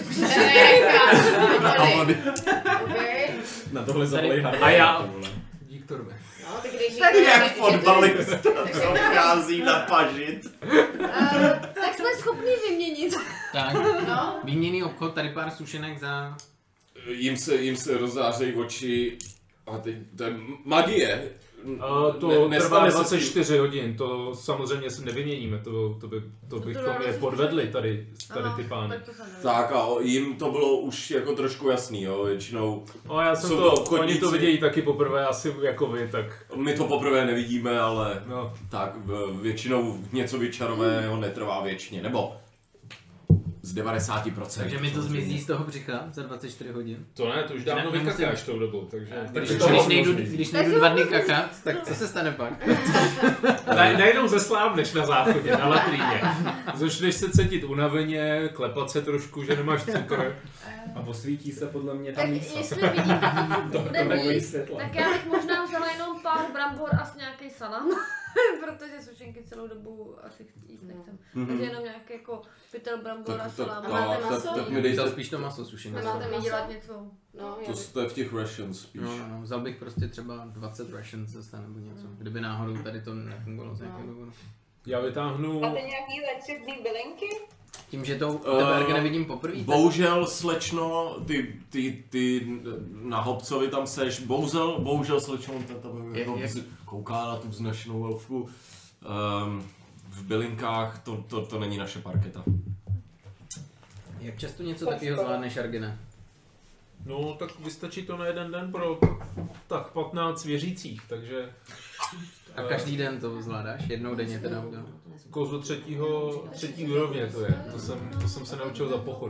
A vody. Na tohle zavolej Harvard. A já... Dík Torbe. No, tak když Jak fotbalista, co vchází na pažit. tak jsme schopni vyměnit. Tak, No. výměnný obchod, tady pár sušenek za... Jim se rozzářejí oči a teď to je magie. To trvá 24 hodin, to samozřejmě si nevyměníme, to bychom je podvedli tady ty pány. Tak a jim to bylo už jako trošku jasný, jo, většinou. No já jsem to, oni to vidějí taky poprvé asi jako vy, tak... My to poprvé nevidíme, ale no. Tak většinou něco vyčarového netrvá věčně, nebo z 90%. Takže mi to zmizí z toho břicha za 24 hodin. To ne, to už dávno vykakáš tou dobou, takže... Když nejdu 2 dny kakat, tak co se stane pak? Nejenom zeslábneš na záchodě, na latríně. Začneš se cítit unaveně, klepat se trošku, že nemáš cukr. A posvítí se podle mě Tak tam mísa. jestli vidíte, co bude Takový mít, světla. tak já bych možná vzala jenom pár brambor a nějaký salám. Protože sušenky celou dobu asi jíst nechcem. Takže jenom nějaký jako pytel brambor a salám. Tak mi dejte, Spíš to maso sušené. Máte mi dělat něco? No, to je v těch rations spíš. No, vzal bych prostě třeba 20 rations zase nebo něco. Kdyby náhodou tady to nefungovalo z nějakého důvodu. Já vytáhnu... Máte nějaký léčebný bylinky? Tím, že to tebe nevidím poprvé. Bohužel, slečno, ty na Hobcovi tam seš, bohužel slečno, kouká na tu vznešenou elfku. V bylinkách to není naše parketa. Jak často něco takového zvládneš, Argene? No, tak vystačí to na jeden den pro tak 15 věřících, takže... A každý den to zvládáš? Jednou denně teda udělám? Kouzlo třetí úrovně to je, to jsem se naučil za pochodu.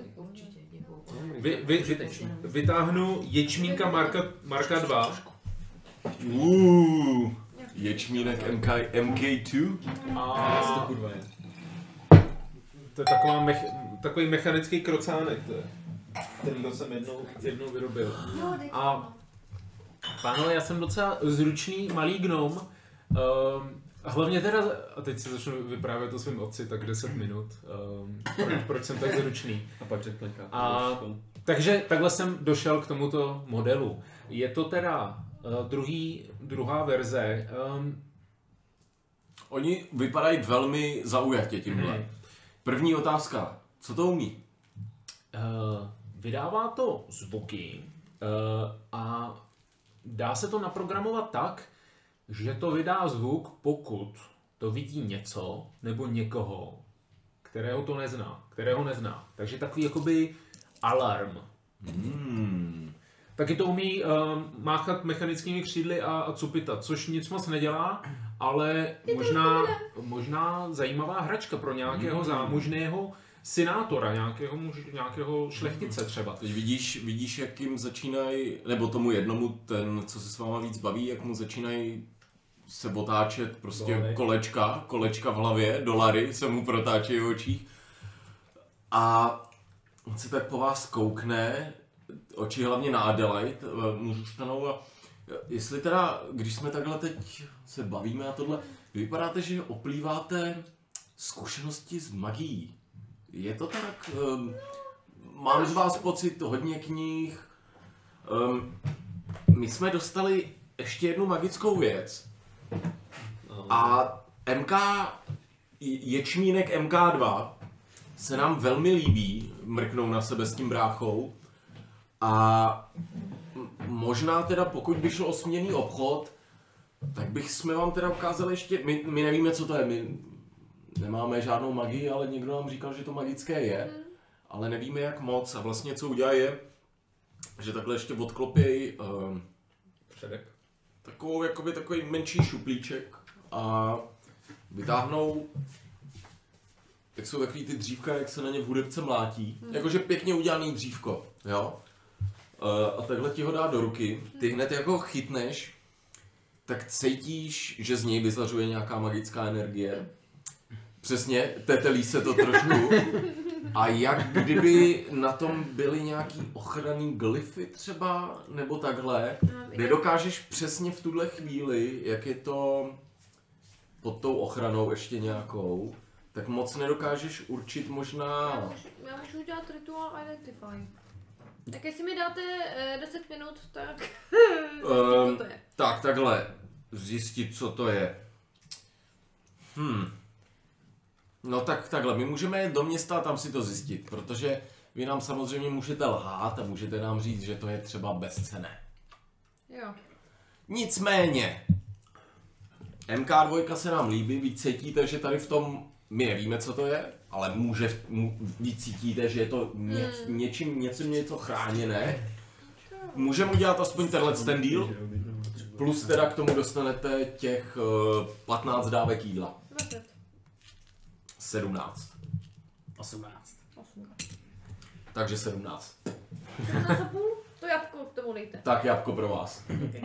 Vytáhnu ječmínka Marka 2. Ječmínek MK2? A to je takový mechanický krocánek, to je, kterýho jsem jednou vyrobil. A pánové, já jsem docela zručný malý gnom. Hlavně teda, a teď si začnu vyprávět o svém otci, tak 10 minut, proč jsem tak zručný. A pak řekl takže takhle jsem došel k tomuto modelu. Je to teda druhá verze. Oni vypadají velmi zaujatě tímhle. První otázka, co to umí? Vydává to zvuky a dá se to naprogramovat tak, že to vydá zvuk, pokud to vidí něco nebo někoho, kterého nezná. Takže takový jakoby alarm. Taky to umí máchat mechanickými křídly a cupitat, což nic moc nedělá, ale možná zajímavá hračka pro nějakého zámožného senátora, nějakého šlechtice třeba. Teď vidíš, jak jim začínají, nebo tomu jednomu, ten, co se s váma víc baví, jak mu začínají se otáčet prostě kolečka v hlavě, dolary se mu protáčejí v očích. A on se tak po vás koukne, oči hlavně na Adelaide, můžu stanou a jestli teda, když jsme takhle teď se bavíme a tohle, vypadáte, že oplýváte zkušenosti s magií. Je to tak? Mám z vás pocit hodně knih. My jsme dostali ještě jednu magickou věc. A ječmínek MK2 se nám velmi líbí, mrknou na sebe s tím bráchou. A možná teda, pokud by šlo o směnný obchod, tak jsme vám teda ukázali ještě, my nevíme, co to je, my nemáme žádnou magii, ale někdo nám říkal, že to magické je, ale nevíme jak moc a vlastně co udělají je, že takhle ještě odklopějí Předek. takový menší šuplíček a vytáhnou, jak jsou takový ty dřívka, jak se na ně v hudebce mlátí, jakože pěkně udělaný dřívko, jo. A takhle ti ho dá do ruky, ty hned jako ho chytneš, tak cítíš, že z něj vyzařuje nějaká magická energie. Přesně, tetelí se to trošku. A jak kdyby na tom byly nějaký ochranný glyfy třeba, nebo takhle, nedokážeš přesně v tuhle chvíli, jak je to pod tou ochranou ještě nějakou, tak moc nedokážeš určit možná... Já můžu udělat ritual identify. Tak jestli mi dáte 10 minut, tak co to je. Tak takhle, zjistit, co to je. No tak takhle, my můžeme jít do města a tam si to zjistit, protože vy nám samozřejmě můžete lhát a můžete nám říct, že to je třeba bezcenné. Jo. Nicméně, MK2 se nám líbí, vy cítíte, že tady v tom, my nevíme, co to je, ale vy cítíte, že je to něco chráněné. Můžeme udělat aspoň ten deal, plus teda k tomu dostanete těch 15 dávek jídla. 20. 17. 18. Takže 17. 17,5? To jabko k tomu dejte. Tak jabko pro vás.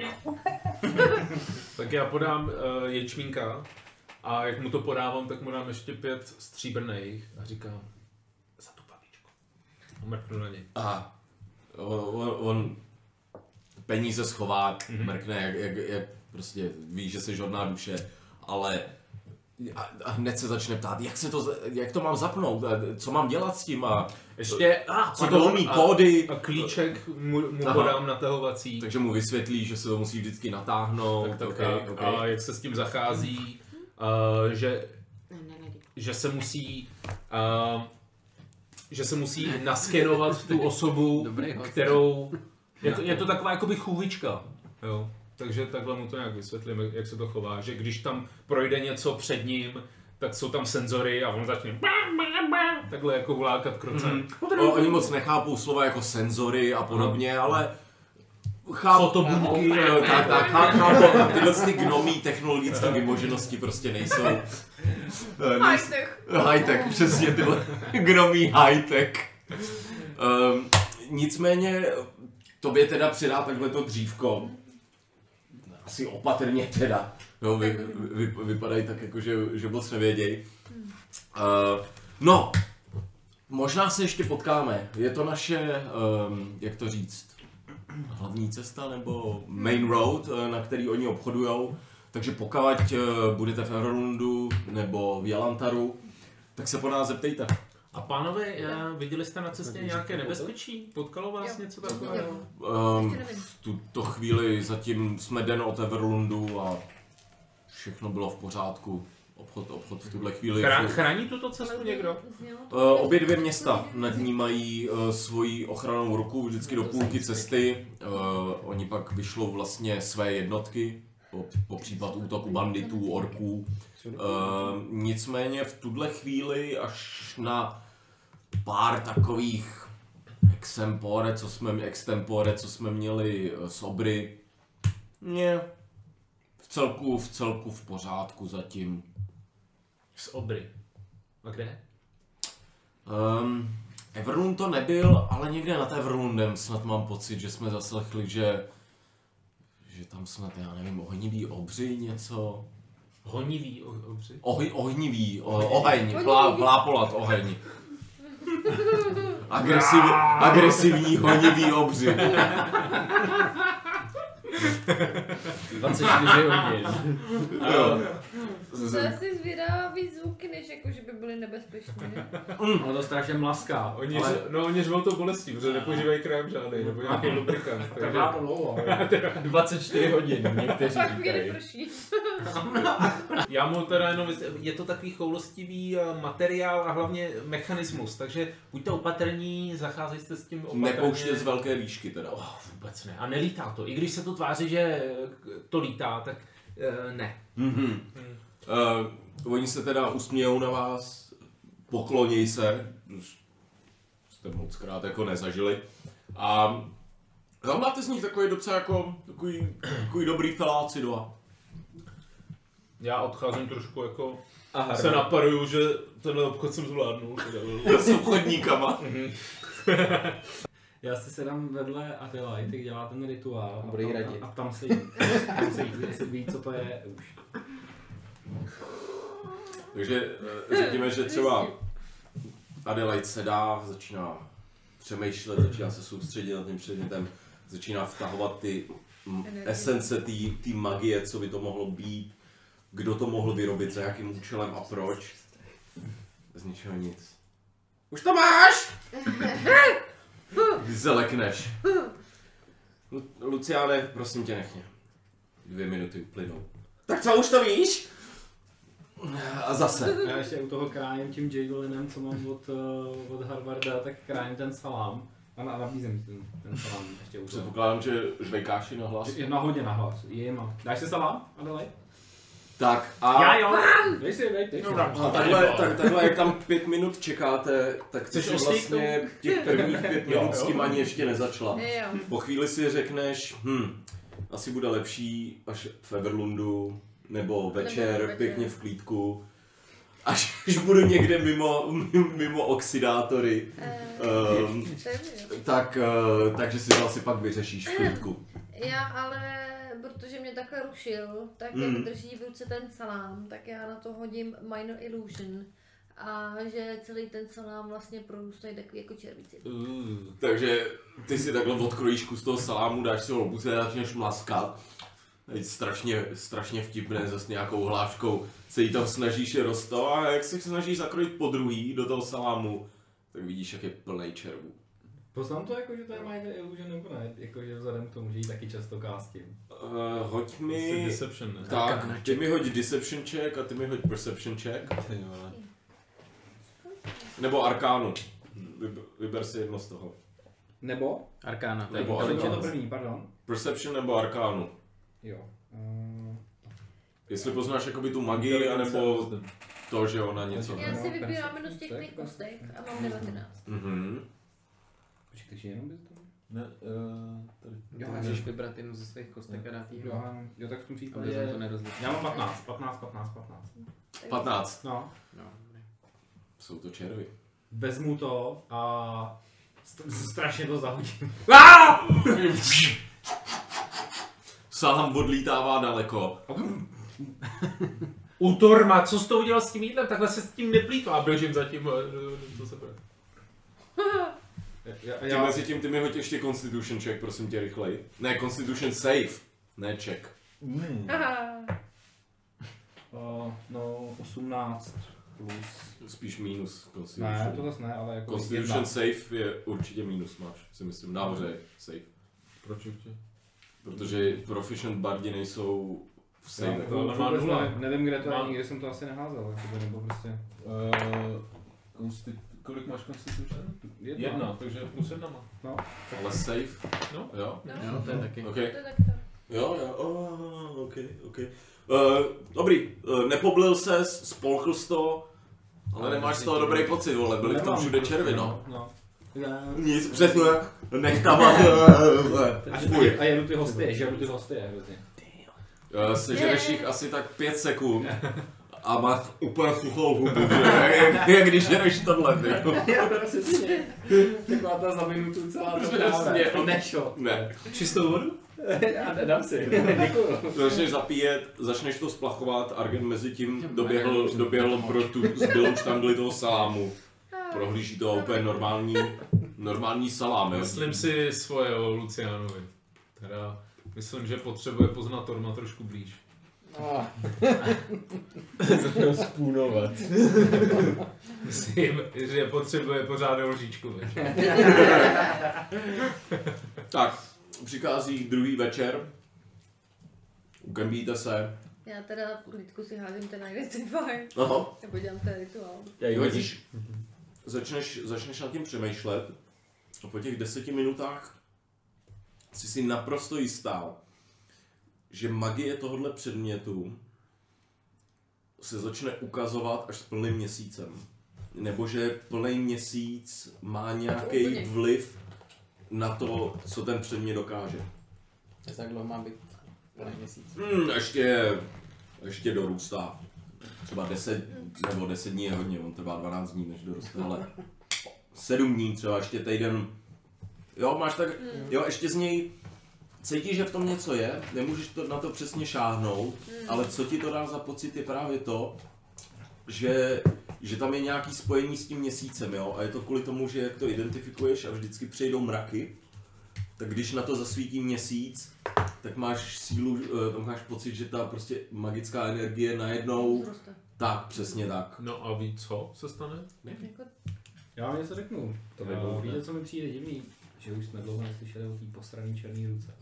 Tak já podám ječmínka a jak mu to podávám, tak mu dám ještě 5 stříbrných a říkám za tu babičku. A mrknu na něj. A on peníze schová, mrkne, jak prostě ví, že jsi žodná duše, ale a hned se začne ptát, jak to mám zapnout, co mám dělat s tím a ještě, co to umí, kódy. A klíček mu podám natahovací. Takže mu vysvětlí, že se to musí vždycky natáhnout. Tak. A jak se s tím zachází, že se musí naskenovat tu osobu, kterou... Je to taková jakoby chůvička, jo. Takže takhle mu to nějak vysvětlím, jak se to chová, že když tam projde něco před ním, tak jsou tam senzory a on začne takhle jako vlákat krocem. Oni moc nechápou slova jako senzory a podobně, ale chápu, fotobunky, chápu, tyhle ty gnomí technologické vymoženosti prostě nejsou. High-tech, přesně tyhle gnomí high-tech. Nicméně tobě teda přidá takhle to dřívko. Asi opatrně teda. No, vypadají tak jako, že moc nevědějí. No, možná se ještě potkáme. Je to naše, jak to říct, hlavní cesta nebo main road, na který oni obchodujou. Takže pokud budete v Everlundu nebo v Jalantaru, tak se po nás zeptejte. A pánové, viděli jste na cestě nějaké nebezpečí? Potkalo vás něco takového? V tuto chvíli zatím jsme den od Everlundu a všechno bylo v pořádku. Obchod v tuhle chvíli... Chrání tuto cestu někdo? Obě dvě města nad ní mají svoji ochrannou ruku vždycky do půlky cesty. Oni pak vyšlou vlastně své jednotky po případ útoku banditů, orků. Nicméně v tuhle chvíli až na pár takových extempore, co jsme měli z Obry, v celku v pořádku zatím. Z Obry. A kde? Everlund to nebyl, ale někde nad Everlundem snad mám pocit, že jsme zaslechli, že tam snad, já nevím, ohnivý obři něco. Honivý obři? Ohnivý, oheň, plápolat oheň. Agresivní honivý obři. 24 hodin. To asi zvědavý zvuky, než jako, že by byly nebezpečné. Ono to strašně mlaská. Oni řvou to bolestí, protože nepoužívají krém žádný, nebo nějaký lubrikant. Trvá to dlouho. 24 hodin, někteří Pak chvíli říkají. prší. Já mu teda jenom, je to takový choulostivý materiál a hlavně mechanismus, takže buďte opatrní, zacházejte s tím opatrně. Nepouštět z velké výšky teda. Vůbec ne. A nelítá to. I když se to tváří, že to lítá, tak ne. Oni se teda usmějou na vás, pokloněj se, jste mockrát jako nezažili. A máte z nich takový docela jako takový dobrý feláci dva. Já odcházím trošku jako se naparuju, že tenhle obchod jsem zvládnul. S obchodníkama. Já si sedám vedle Adelaide, ty dělá ten rituál a tam se jestli ví, co to je už. Takže řekněme, že třeba Adelaide sedá, začíná přemýšlet, začíná se soustředit na tím předmětem, začíná vtahovat ty esence té magie, co by to mohlo být, kdo to mohl vyrobit, za jakým účelem a proč. Z ničeho nic. Už to máš! Zelekneš. Luciáne, prosím tě, nech mě. 2 minuty uplynou. Tak co, už to víš? A zase. Já ještě u toho krájem tím Javelinem, co mám od Harvarda, tak krájem ten salám. A nabízím ten salám ještě u toho. Předpokládám, že žvejkáš na hlas. Jedna hodně na hlas. Dáš si salám, Adelaide? Tak a... Já jo! Dej si. Takhle, jak tam 5 minut čekáte, tak ty si vlastně těch prvních 5 minut s tím ani ještě nezačala. Po chvíli si řekneš, asi bude lepší až v Everlundu, nebo večer, pěkně v klídku. Až budu někde mimo oxidátory, takže si to asi pak vyřešíš v klídku. Já ale, protože mě takhle rušil, tak jak drží v ruce ten salám, tak já na to hodím Minor Illusion. A že celý ten salám vlastně prorůstají takový jako červíci. Takže ty si takhle odkrojíš kus toho salámu, dáš si ho do pusy a začneš mlaskat. Strašně vtipné, zase nějakou hláškou se jí tam snažíš rosto a jak se snažíš zakrojit po druhý do toho salámu, tak vidíš, jak je plnej červů. Poznám to jako, že to je Minor Illusion nebo ne? Jakože vzhledem k tomu, že ji taky často kástím. Hoď mi... Deception, ne? Tak, ty mi hoď Deception check a ty mi hoď Perception check. Nebo Arkánu. Vyber si jedno z toho. Nebo? Arkána. Nebo to je Arkánu. to první, pardon. Perception nebo Arkánu. Jo. Jestli poznáš jakoby tu magii, anebo to, že ona něco... Já si vybírám jenom z těch 5 kostek a mám 19. Počkej, takže jenom bys to? Ne, tady. Jo, můžeš vybrat jednu ze svých kostek a dát jí. Jo, tak v tom případě... Já mám 15. No. Jsou to červy. Vezmu to a strašně to zahodím. Salám odlítává daleko. U Torma, co jsi to udělal s tím jídlem? Takhle se s tím neplýtvá, běžím zatím, to se bude. Mezi tím ty mi hoď ještě Constitution check, prosím tě, rychlej. Ne, Constitution save, ne check. No, 18 plus... Spíš minus Constitution. Ne, to zase ne, ale jako... Constitution save je určitě minus, máš, si myslím, nahoře je save. Proč určitě? Protože proficient bardi nejsou v save. To má nula. Nevím, kde to je, nikdy jsem to asi neházel, nebo prostě... Kolik máš Constitution? 1, takže plus 1 má. No. Ale save? No. Jo? Jo, to je taky. Okay. Jo, ok. Dobrý, nepoblil ses, spolchl jsi to, ale nemáš z toho dobrý pocit, vole, byli v tom všude červy, no. Nic, přesně, nech tam a jedu ty hosty, hrozně. Sežereš jich asi tak 5 sekund a máš úplně suchou hubu, jak když žereš tohle, taková ta za minutu celá to právě. Nešlo. Ne. Čistou vodu? Dám si, děkuju. Začneš zapíjet, začneš to splachovat, Argen mezi tím doběhl pro tu zbylou štangli toho salámu. Prohlíží to úplně normální salám, jo. Myslím si svoje o Luciánovi. Teda myslím, že potřebuje poznat Torma trošku blíž. Začnou spůnovat. Myslím, že potřebuje pořádnou lžičku. Tak, přichází druhý večer, ukembíte se, Já teda v uličku si házím ten Identify. Aha. Nebo dělám ten rituál. Když začneš nad tím přemýšlet a po těch 10 minutách jsi si naprosto jistá, že magie tohohle předmětu se začne ukazovat až s plným měsícem. Nebo že plný měsíc má nějaký vliv na to, co ten předmět dokáže. Tak dlouho má být plný měsíc. Ještě dorůstá. Třeba 10 nebo 10 dní je hodně, on trvá 12 dní, než doroste, ale 7 dní třeba, ještě týden. Jo, máš tak, jo, ještě z něj cítíš, že v tom něco je, nemůžeš na to přesně šáhnout, ale co ti to dá za pocit je právě to, že tam je nějaký spojení s tím měsícem, jo, a je to kvůli tomu, že jak to identifikuješ a vždycky přejdou mraky, tak když na to zasvítí měsíc, tak máš sílu, máš pocit, že ta prostě magická energie najednou, tak, přesně tak. No a víš, co se stane? Já vám něco řeknu. To by bylo. Víte, co mi přijde divný? Že už jsme dlouho neslyšeli o té posraný černý ruce.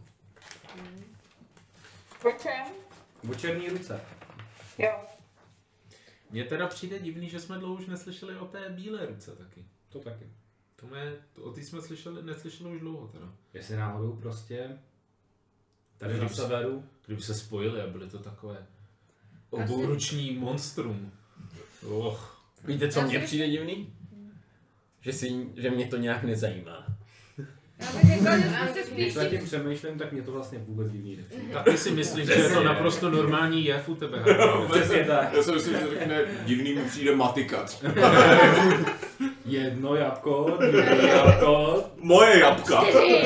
O čem? O černý ruce. Jo. Mně teda přijde divný, že jsme dlouho už neslyšeli o té bílé ruce taky. To taky. O ty jsme neslyšeli už dlouho teda. Jestli náhodou prostě tady na severu. Kdyby se spojili a byly to takové obouruční monstrum. Víte, co mně přijde divný? Že mě to nějak nezajímá. Já bych řekla, že jsme se Když spíš... nad tím přemýšlím, tak mě to vlastně vůbec divný nepřijde. Taky si myslíš, že je to naprosto normální jev u tebe. Přesně tak. Já si myslím, že řekne, divný mi přijde matikař. Jedno jabko, druhé jabko. Moje jabka!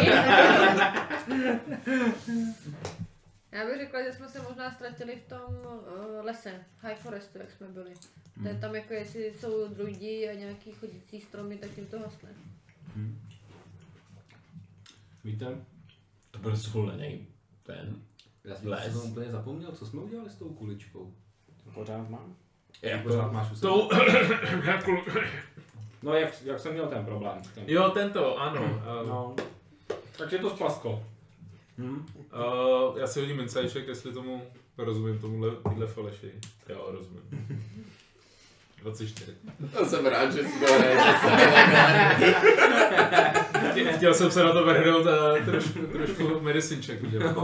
Já bych řekla, že jsme se možná ztratili v tom lese, High Forestu, jak jsme byli. To je tam jako, jestli jsou druidi a nějaký chodící stromy, tak jim to hasne. Víte? To byl zvolený ten Já jsem úplně zapomněl, co jsme udělali s tou kuličkou. Pořád mám. Pořád máš u sebe. No jak jsem měl ten problém. Jo, tento, ano. No. Takže to splasklo. Já si hodím insight, jestli tomu rozumím, týhle faleši. Jo, rozumím. 24. To jsem rád, že jsi to Chtěl jsem se na to vrhnout a trošku medicine check udělat.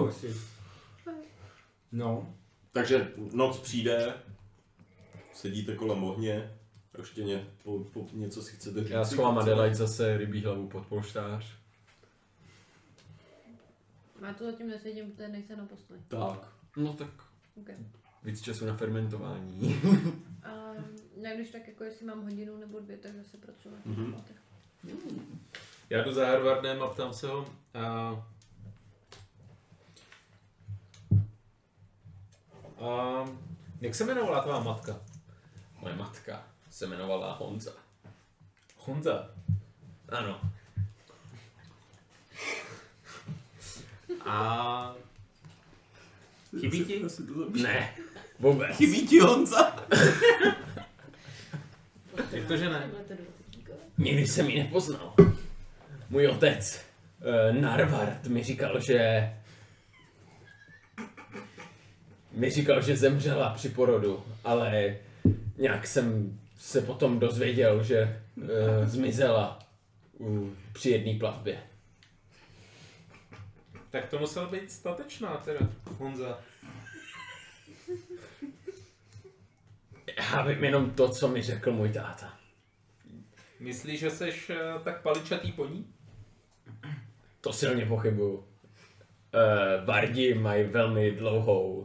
No. Takže noc přijde, sedíte kolem ohně, a ještě něco si chcete říct. Já schovám Adelaide zase rybí hlavu pod polštář. Já to zatím nesedím, protože nejsem na posteli. Tak. No tak Okay. víc času na fermentování. Já když tak jako jestli mám hodinu nebo 2, tak zase pracuji na těch tématech. Já jdu za Harvardem a ptám se ho. Jak se jmenovala tvá matka? Moje matka se jmenovala Honza. Honza? Ano. A chybí ti? Ne, vůbec. Chybí ti Honza? Jak to, že ne? Nikdy jsem ji nepoznal. Můj otec, Narvard, mi říkal, že zemřela při porodu, ale nějak jsem se potom dozvěděl, že zmizela při jedné plavbě. Tak to musela být statečná teda, Honza. Já vím jenom to, co mi řekl můj táta. Myslíš, že seš tak paličatý po ní? To silně pochybuju. Vardi mají velmi dlouhou...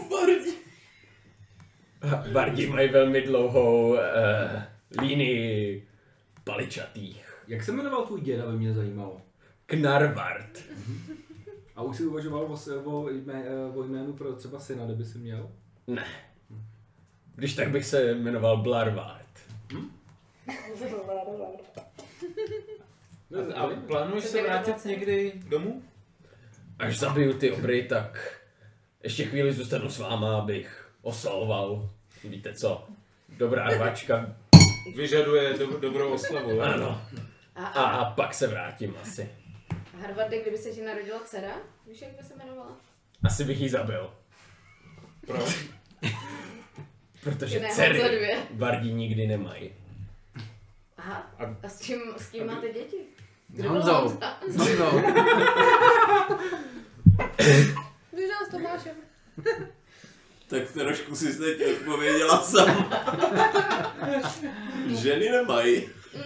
Vardi mají velmi dlouhou línii paličatých. Jak se jmenoval tvůj děda, by mě zajímalo. Knarvard. A už si uvažoval o jménu pro třeba syna, kdyby si měl? Ne. Když tak bych se jmenoval Blarvard. A plánuješ se vrátit někdy domů? Až zabiju ty obry, tak ještě chvíli zůstanu s váma, abych oslavoval. Víte co? Dobrá rvačka. Vyžaduje dobrou oslavu. Ano. A pak se vrátím asi. Harvarde, kdyby se ti narodila dcera, víš, jak by se jmenovala? Asi bych ji zabil. Proč? Protože Ne, dcery Honzo 2. bardí nikdy nemají. Aha, a s kým máte děti? Kdo byl Honzou. Honza? S Honzou. Vyžal s Tomášem. Tak trošku si teď odpověděla sama. Ženy nemají.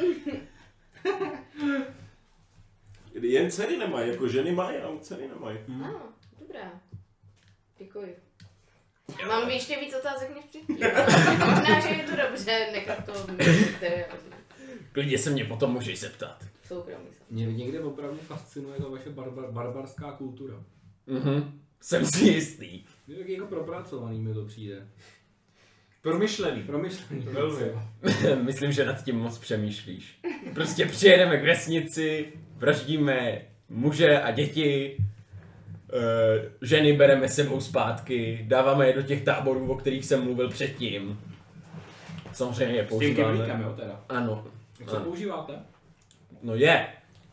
Jen dcery nemají, jako ženy mají, ale dcery nemají. Ano, dobrá. Děkuji. Mám ještě víc otázek než předtím. Možná, že je to dobře, nechat to Klidně se mě potom můžeš zeptat. soukromí. Mě někde opravdu fascinuje ta vaše barbarská kultura. Jsem si jistý. Je tak jako propracovaný mi to přijde. Promyšlený. Velmi. Myslím, že nad tím moc přemýšlíš. Prostě přijedeme k vesnici, vraždíme muže a děti, ženy bereme sebou zpátky, dáváme je do těch táborů, o kterých jsem mluvil předtím. Samozřejmě je S tím používáme. kyblíkem, jo teda. Ano. Co používáte? No je.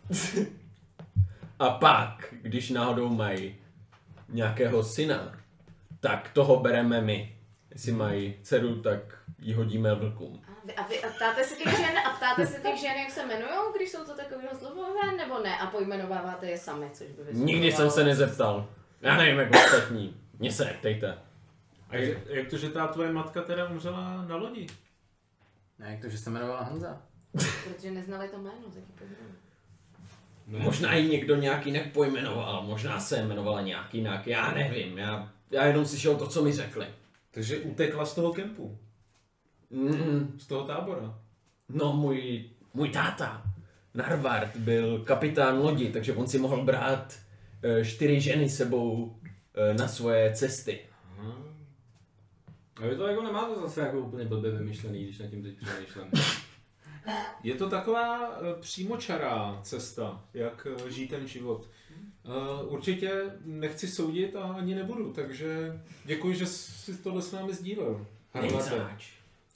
A pak, když náhodou mají nějakého syna, tak toho bereme my. Jestli mají dceru, tak ji hodíme vlkům. A ptáte se těch žen, jak se jmenujou, když jsou to takovýho slované, nebo ne? A pojmenováváte je sami, což by vysvětlovalo. Nikdy jsem se nezeptal. Já nevím, jak ostatní. Mně se neptejte. A jak to, že ta tvoje matka teda umřela na lodi? Ne, jak to, že se jmenovala Honza? Protože neznali to jméno, tak ji pojmenovali. Možná ji někdo nějak jinak pojmenoval, možná se jmenovala nějak jinak, já nevím, já jenom slyšel to, co mi řekli. Takže utekla z toho kempu. Z toho tábora. No, můj táta, Narvard, byl kapitán lodi, takže on si mohl brát 4 ženy sebou na svoje cesty. A vy to jako nemáte zase jako úplně blbě vymyšlený, když nad tím teď přemýšlím. Je to taková přímočará cesta, jak žít ten život. Určitě nechci soudit a ani nebudu, takže děkuji, že jsi tohle s námi sdílel. Nejzač.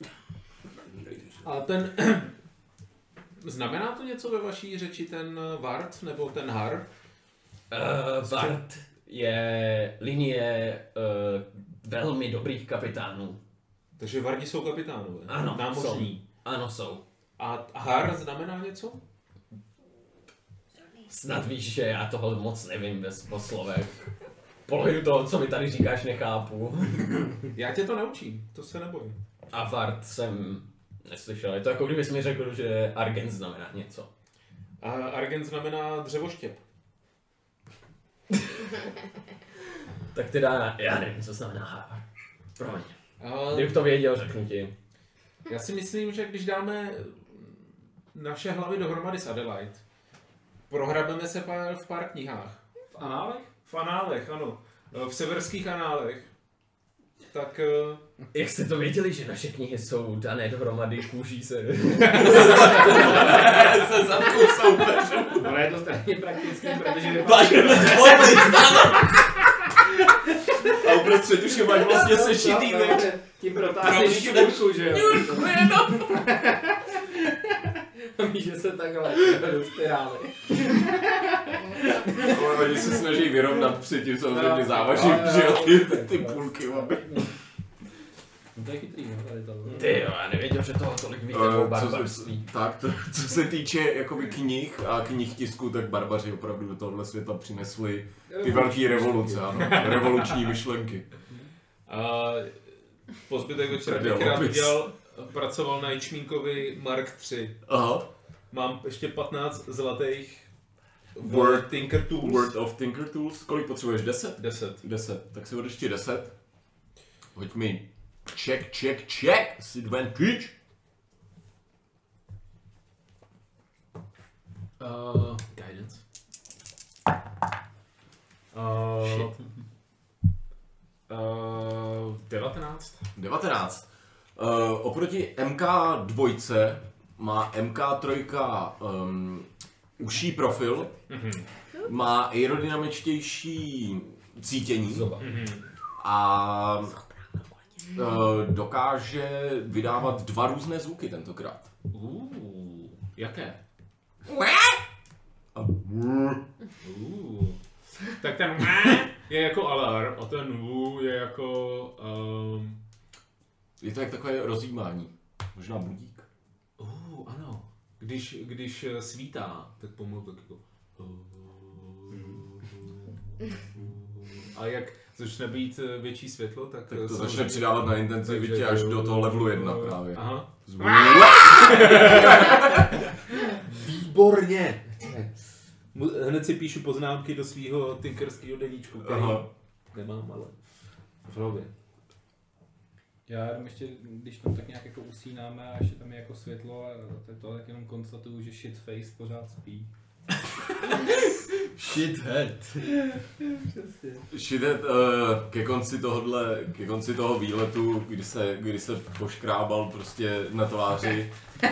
A ten... Znamená to něco ve vaší řeči, ten Vart nebo ten Har? Vart je linie velmi dobrých kapitánů. Takže Vardi jsou kapitánové? Ano, námořní. jsou. Ano, jsou. A Har znamená něco? Snad víš, že já tohle moc nevím po slovech. Polohu toho, co mi tady říkáš, nechápu. Já tě to naučím, to se nebojím. A Vart jsem neslyšel. Je to jako kdybys mi řekl, že Argent znamená něco. A Argent znamená dřevoštěp. Tak teda, já nevím, co znamená Har. Promiň. Kdybych to věděl, řeknu ti. Já si myslím, že když dáme naše hlavy dohromady s Adelaide, prohrabeme se v pár knihách. V análech? V análech, ano. V severských análech. Tak... Jak jste to věděli, že naše knihy jsou dané dohromady, kůží se? Se zamkou soupeřem. Ale je to strašně praktický, protože... A uprostřed už je máš vlastně sešitý, veď. Tím protáhneš šňůrku, že jo? Víš, že se takhle do spirály. Oni se snaží vyrovnat při tím samozřejmě závažím, že jo, ty půlky máme. No to je chytrý, no, tady to. Ty jo, já nevěděl, že toho tolik víte o barbarství. Tak, co se týče jakoby knih a knih tisku, tak barbaři opravdu do tohohle světa přinesli ty velké revoluce, ano, revoluční myšlenky. A po zbytek večera bych rád pracoval na Ječmínkovi Mark 3. Aha. Mám ještě 15 zlatých Word Tinker Tools. Word of Tinker Tools. Kolik potřebuješ? 10? 10. 10. Tak si odečti 10. Hoď mi check s advantage. Guidance. 19. 19. Oproti MK2 má MK3 užší profil, má aerodynamičtější cítění a dokáže vydávat 2 různé zvuky tentokrát. Jaké? A Tak ten je jako alarm a ten vů je jako... Je to jak takové rozjímání. Možná budík. Ano. Když svítá, tak pomalu tak jako... A jak začne být větší světlo, tak to začne přidávat na intenzivitě až do toho levelu 1 právě. Aha. Výborně! Hned si píšu poznámky do svého tinkerského deníčku, který nemám, ale v hlavě. Já jenom ještě, když tam tak nějak jako usínáme a ještě tam je jako světlo a to tak jenom konstatuju, že shitface pořád spí. Shithead. Shithead ke konci toho výletu, kdy se poškrábal prostě na tváři,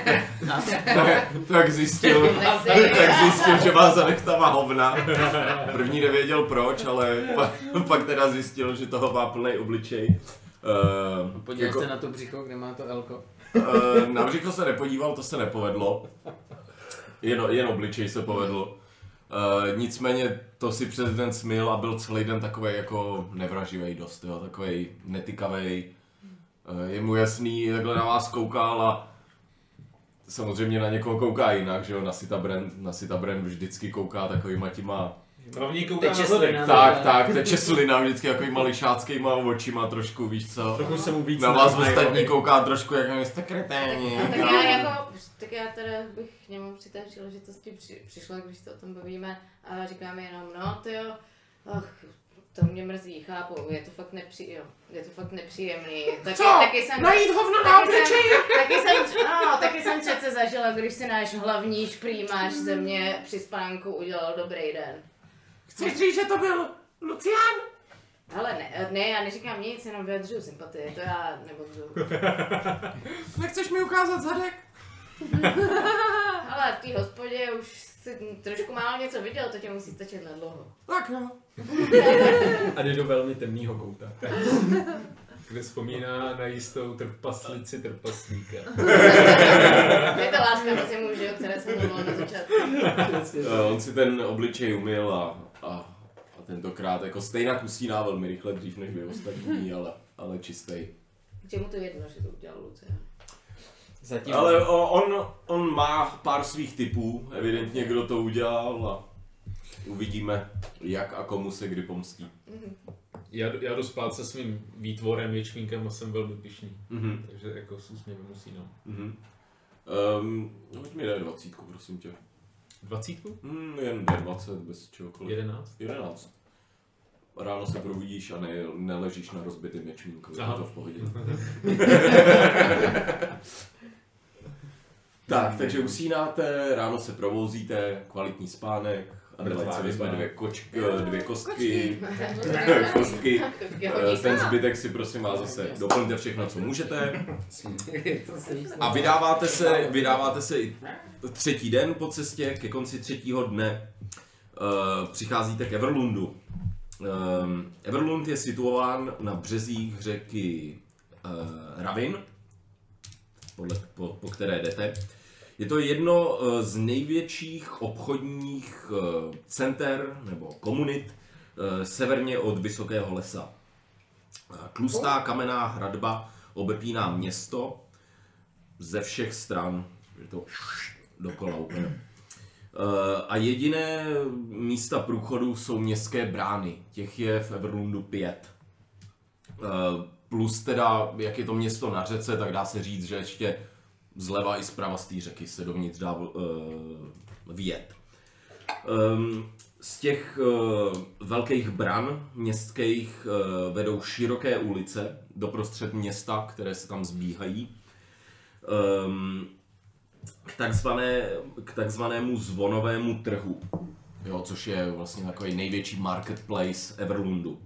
tak zjistil, že má zanechtavá hovna. První nevěděl proč, ale pak teda zjistil, že toho má plný obličej. Podíval jste na to břicho, kde má to elko? Na břicho se nepodíval, to se nepovedlo. Jen obličej se povedl. Nicméně to si přes den smil a byl celý den takovej jako nevraživej dost, jo, takovej netykavej. Je mu jasný, takhle na vás koukal a samozřejmě na někoho kouká jinak, že jo, na Sita Brand vždycky kouká takovýma těma... Hlavně kouká na zadek. Tak, teče slina vždycky takovýma lišáckýma očima trošku, víš co. Trochu se mu víc na vás ostatní kouká trošku jak jste kreténi. Tak já teda bych k němu při té příležitosti přišla, když se o tom bavíme a říkáme jenom, no to jo, to mě mrzí, chápu, je to fakt nepříjemný. Taky jsem, najít hovno na obličeji? Taky jsem přece zažila, když si náš hlavní šprýmář ze mě při spánku udělal dobrý den. Chceš říct, že to byl Lucián? Ale ne, já neříkám nic, jenom vyjadřuju sympatii, to já nebudu. Nechceš mi ukázat zadek? Ale v té hospodě už si trošku málo něco viděl, to tě musí stačit na dlouho. Tak jo. A jde do velmi temného kouta. Kde vzpomíná na jistou trpaslici trpaslíka. Je to láska mezi muži, o které jsem mluvil na začátku. On si ten obličej umyl a tentokrát jako stejně usíná velmi rychle dřív než vy ostatní, ale čistej. Čemu to jedno, že to udělal Lucián? Zatím. Ale on má pár svých typů, evidentně kdo to udělal a uvidíme jak a komu se kdy pomstí. Já jdu spát se svým výtvorem, ječmínkem a jsem velmi pyšný, takže jako s úsměvem usínám. Hoď mi daj 20, prosím tě. 20? Jen 20, bez čehokoliv. 11? 11. Ráno se probudíš a neležíš na rozbitém ječmínku, je to v pohodě. Tak, takže usínáte, ráno se provouzíte, kvalitní spánek, Adelaide si vezme dvě kostky, ten zbytek si prosím vás zase doplňte všechno, co můžete. A vydáváte se i třetí den po cestě, ke konci třetího dne přicházíte k Everlundu. Everlund je situován na březích řeky Ravin, po které jdete. Je to jedno z největších obchodních center nebo komunit severně od Vysokého lesa. Tlustá kamenná hradba obepíná město ze všech stran, je to dokola úplně. A jediné místa průchodu jsou městské brány, těch je v Everlundu 5. Plus teda, jak je to město na řece, tak dá se říct, že ještě zleva i zprava z té řeky se dovnitř dá vyjet. Z těch velkých bran městských vedou široké ulice doprostřed města, které se tam zbíhají. K takzvanému zvonovému trhu, jo, což je vlastně takový největší marketplace Everlundu.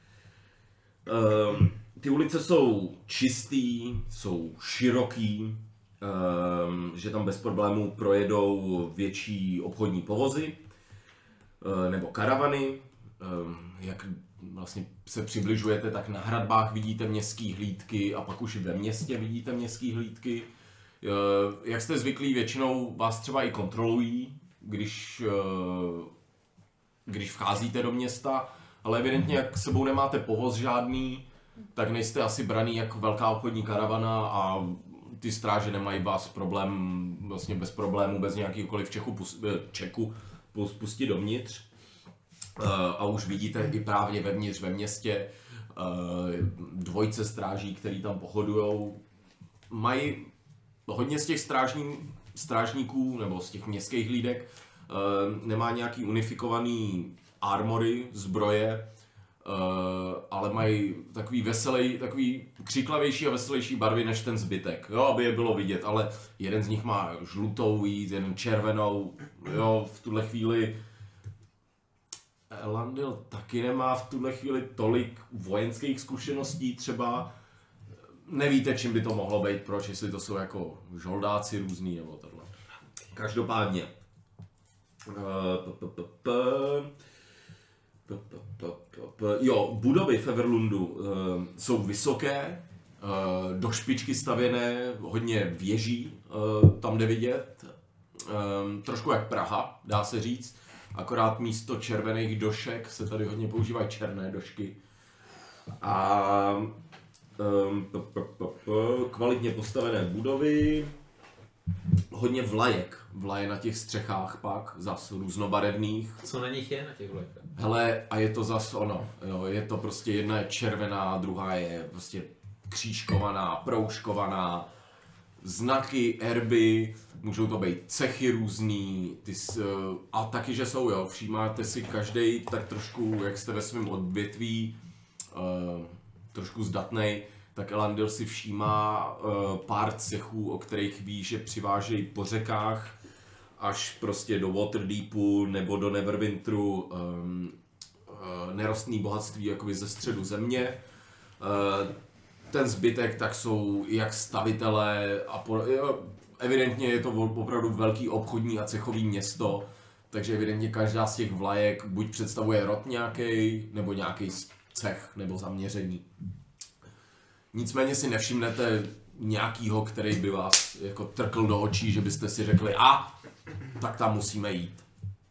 Ty ulice jsou čistý, jsou široký, že tam bez problémů projedou větší obchodní povozy nebo karavany. Jak vlastně se přibližujete, tak na hradbách vidíte městské hlídky a pak už ve městě vidíte městské hlídky. Jak jste zvyklí, většinou vás třeba i kontrolují, když vcházíte do města, ale evidentně jak s sebou nemáte povoz žádný, tak nejste asi braný jako velká obchodní karavana a ty stráže nemají vás problém, vlastně bez problému, bez nějakýkoliv čeku pustit dovnitř. A už vidíte i právě vevnitř ve městě dvojce stráží, který tam pochodujou. Mají hodně z těch strážníků nebo z těch městských hlídek nemá nějaký unifikovaný armory, zbroje, ale mají takový křiklavější a veselější barvy než ten zbytek, jo, aby je bylo vidět, ale jeden z nich má žlutou víc, jeden červenou, jo, v tuhle chvíli Elandil taky nemá v tuhle chvíli tolik vojenských zkušeností třeba, nevíte, čím by to mohlo být, proč, jestli to jsou jako žoldáci různý nebo tohle. Každopádně jo, budovy v Everlundu jsou vysoké, do špičky stavěné, hodně věží, tam jde vidět, trošku jak Praha, dá se říct, akorát místo červených došek se tady hodně používají černé došky. A kvalitně postavené budovy, hodně vlaje na těch střechách pak, zas různobarevných. Co na nich je na těch vlajkách? Hele, a je to zas ono, jo, je to prostě jedna je červená, druhá je prostě křížkovaná, proužkovaná, znaky, erby, můžou to být cechy různý, a taky, že jsou, jo, všímáte si každej tak trošku, jak jste ve svém odvětví, trošku zdatnej, tak Elandil si všímá pár cechů, o kterých ví, že přivážejí po řekách až prostě do Waterdeepu nebo do Neverwinteru nerostný bohatství jakoby ze středu země. Ten zbytek tak jsou jak stavitelé a evidentně je to opravdu velký obchodní a cechový město, takže evidentně každá z těch vlajek buď představuje rod nějaký, nebo nějaký cech nebo zaměření. Nicméně si nevšimnete nějakýho, který by vás jako trkl do očí, že byste si řekli, tak tam musíme jít.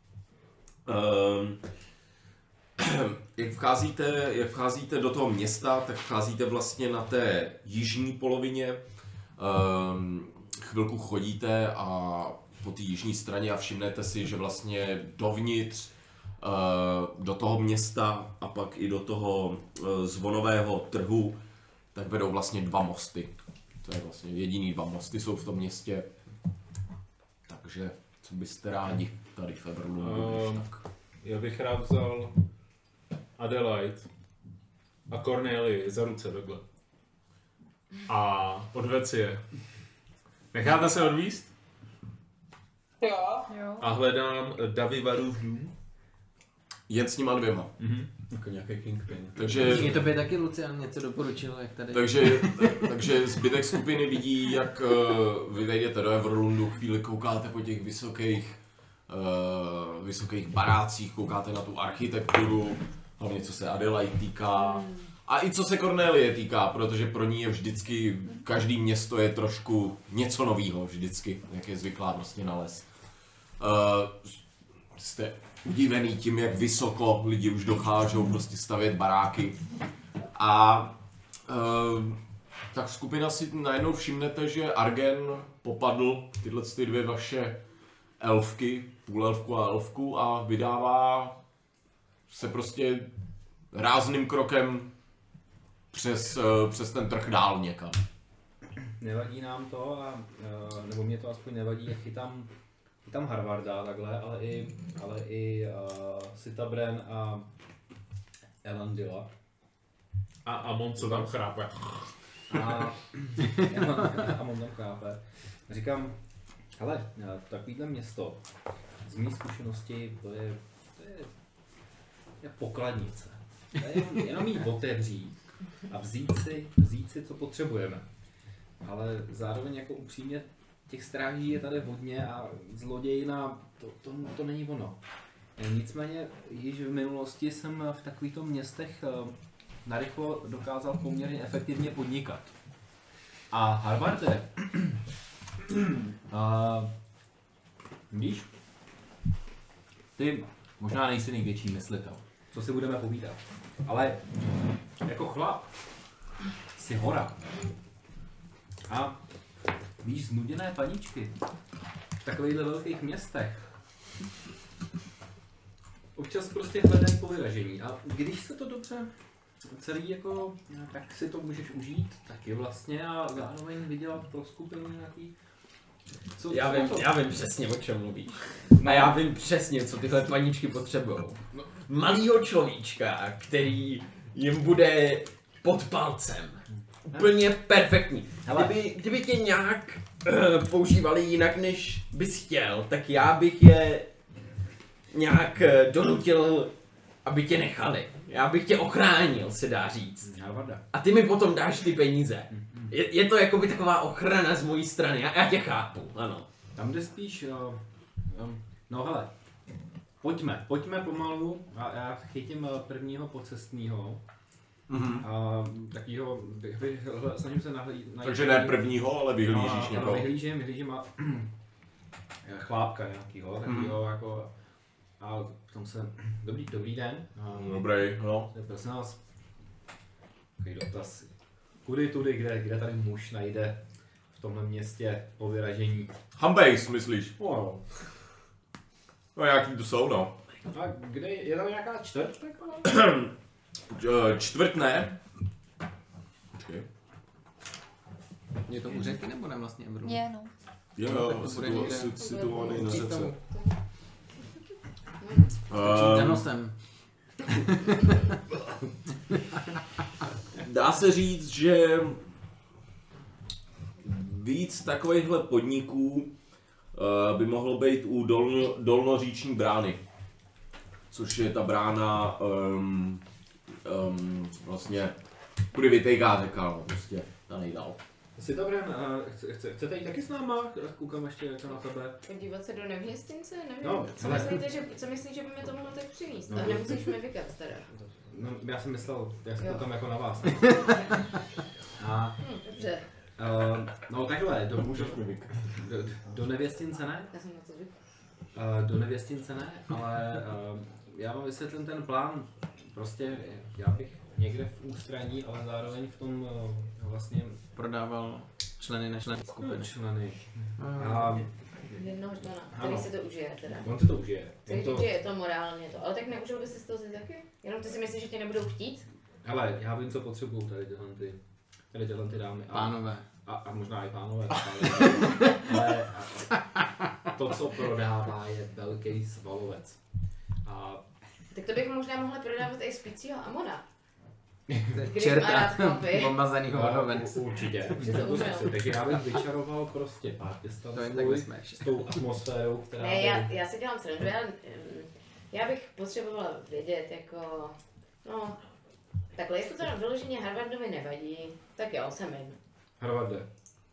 Jak vcházíte do toho města, tak vcházíte vlastně na té jižní polovině. Chvilku chodíte a po té jižní straně a všimnete si, že vlastně dovnitř do toho města a pak i do toho zvonového trhu tak vedou vlastně dva mosty. To je vlastně jediný dva mosty jsou v tom městě. Takže co byste rádi tady v Everlundu? Já bych rád vzal Adelaide a Cornélie za ruce takhle. A odved si je. Necháte se odvízt? Jo. A hledám Davivarův dům. Jen s nima dvěma. Jako nějaký kingpin. Takže Mě to by taky Lucian něco doporučil, jak tady. Takže zbytek skupiny vidí, jak vy vejdete do Everlundu, chvíli koukáte po těch vysokých barácích, koukáte na tu architekturu, hlavně co se Adelaide týká. A i co se Cornélie týká, protože pro ní je vždycky, každý město je trošku něco novýho vždycky, jak je zvyklá prostě nalézt. Jste udivený tím, jak vysoko lidi už dokážou prostě stavět baráky. A tak skupina si najednou všimnete, že Argen popadl tyhle ty dvě vaše elfky, půlelfku a elfku a vydává se prostě rázným krokem přes ten trh dál někam. Nevadí nám to, nebo mě to aspoň nevadí, jak chytám Harvarda takhle, ale i Sitabren a Elandila. A Amon, co tam chrápe. A Amon tam chrápe. Říkám, hele, takovýhle město, z mý zkušenosti, to je pokladnice. To je jenom jí otevřít a vzít si, co potřebujeme. Ale zároveň jako upřímně těch stráží je tady hodně a zlodějina, to není ono. Nicméně již v minulosti jsem v takovýchto městech narychlo dokázal poměrně efektivně podnikat. A Harvarde, víš, ty možná nejsi největší myslitel, co si budeme povídat. Ale jako chlap si hora. A víš, znuděné paničky v takovýchhle velkých městech občas prostě hledají po vyražení. A když se to dobře celý jako, tak si to můžeš užít taky vlastně a zároveň vydělat pro skupinu nějaký. Já vím přesně, o čem mluvíš. A já vím přesně, co tyhle paničky potřebují. Malýho človíčka, který jim bude pod palcem. Úplně perfektní. Kdyby tě nějak používali jinak, než bys chtěl, tak já bych je nějak donutil, aby tě nechali. Já bych tě ochránil, se dá říct. A ty mi potom dáš ty peníze. Je to jakoby taková ochrana z mojí strany, já tě chápu, ano. Tam jde spíš, no hele, pojďme pomalu a já chytím prvního pocestního. A takýho, snažím se najít. Takže ne prvního, ale vyhlížíš někoho. Vyhlížím a chlápka nějakýho, takýho jako, a v tom se, dobrý den. Dobrý, no. Prosím vás, takový dotaz. Kudy tudy, kde tady muž najde v tomhle městě po vyražení? Humbase, myslíš? No. No jaký to jsou, no. A kde je tam nějaká čtvrt? Čtvrt ne. Počkej. Je to u řeky nebo ne vlastně Ebru? Je, no. Jo, situovaný na řece. Za nosem. Dá se říct, že víc takovýchhle podniků by mohlo být u dolnoříční brány. Což je ta brána vlastně, kudy vytejká řeka, no, prostě ta nejdál. Jsi dobrý, chcete jít taky s náma? Koukám ještě jako na tebe. Podívat se do Nevěstince? Nevím, No, co myslíš, že by mě to mohlo tak přivést? No, a nemusíš mi vykat teda. No, já jsem koukám jako na vás. Dobře. No takhle, do Nevěstince ne? Já jsem na to zvyklá. Do Nevěstince ne, ale já vám vysvětlím ten plán. Prostě já bych někde v ústraní, ale zároveň v tom vlastně prodával členy nečleny skupiny. Členy. Jednoho člena, který si to užije teda. On si to užije. Takže je to morálně to, ale tak neužil by si z toho taky? Jenom ty si myslíš, že tě nebudou chtít? Hele, já vím, co potřebují tady tyhle ty dámy. Pánové. A možná i pánové. Ale to, co prodává, je velký svalovec. Tak to bych možná mohla prodávat i spícího Amona. Čerta, pomazanýho vodovence. Určitě. Takže já bych vyčaroval prostě Partistan s tou atmosférou, která... Ne, já si dělám srandu, já bych potřebovala vědět jako, no, takhle, jestli to vyloženě Harvardovi nevadí, tak jo, jsem jim. Harvarde.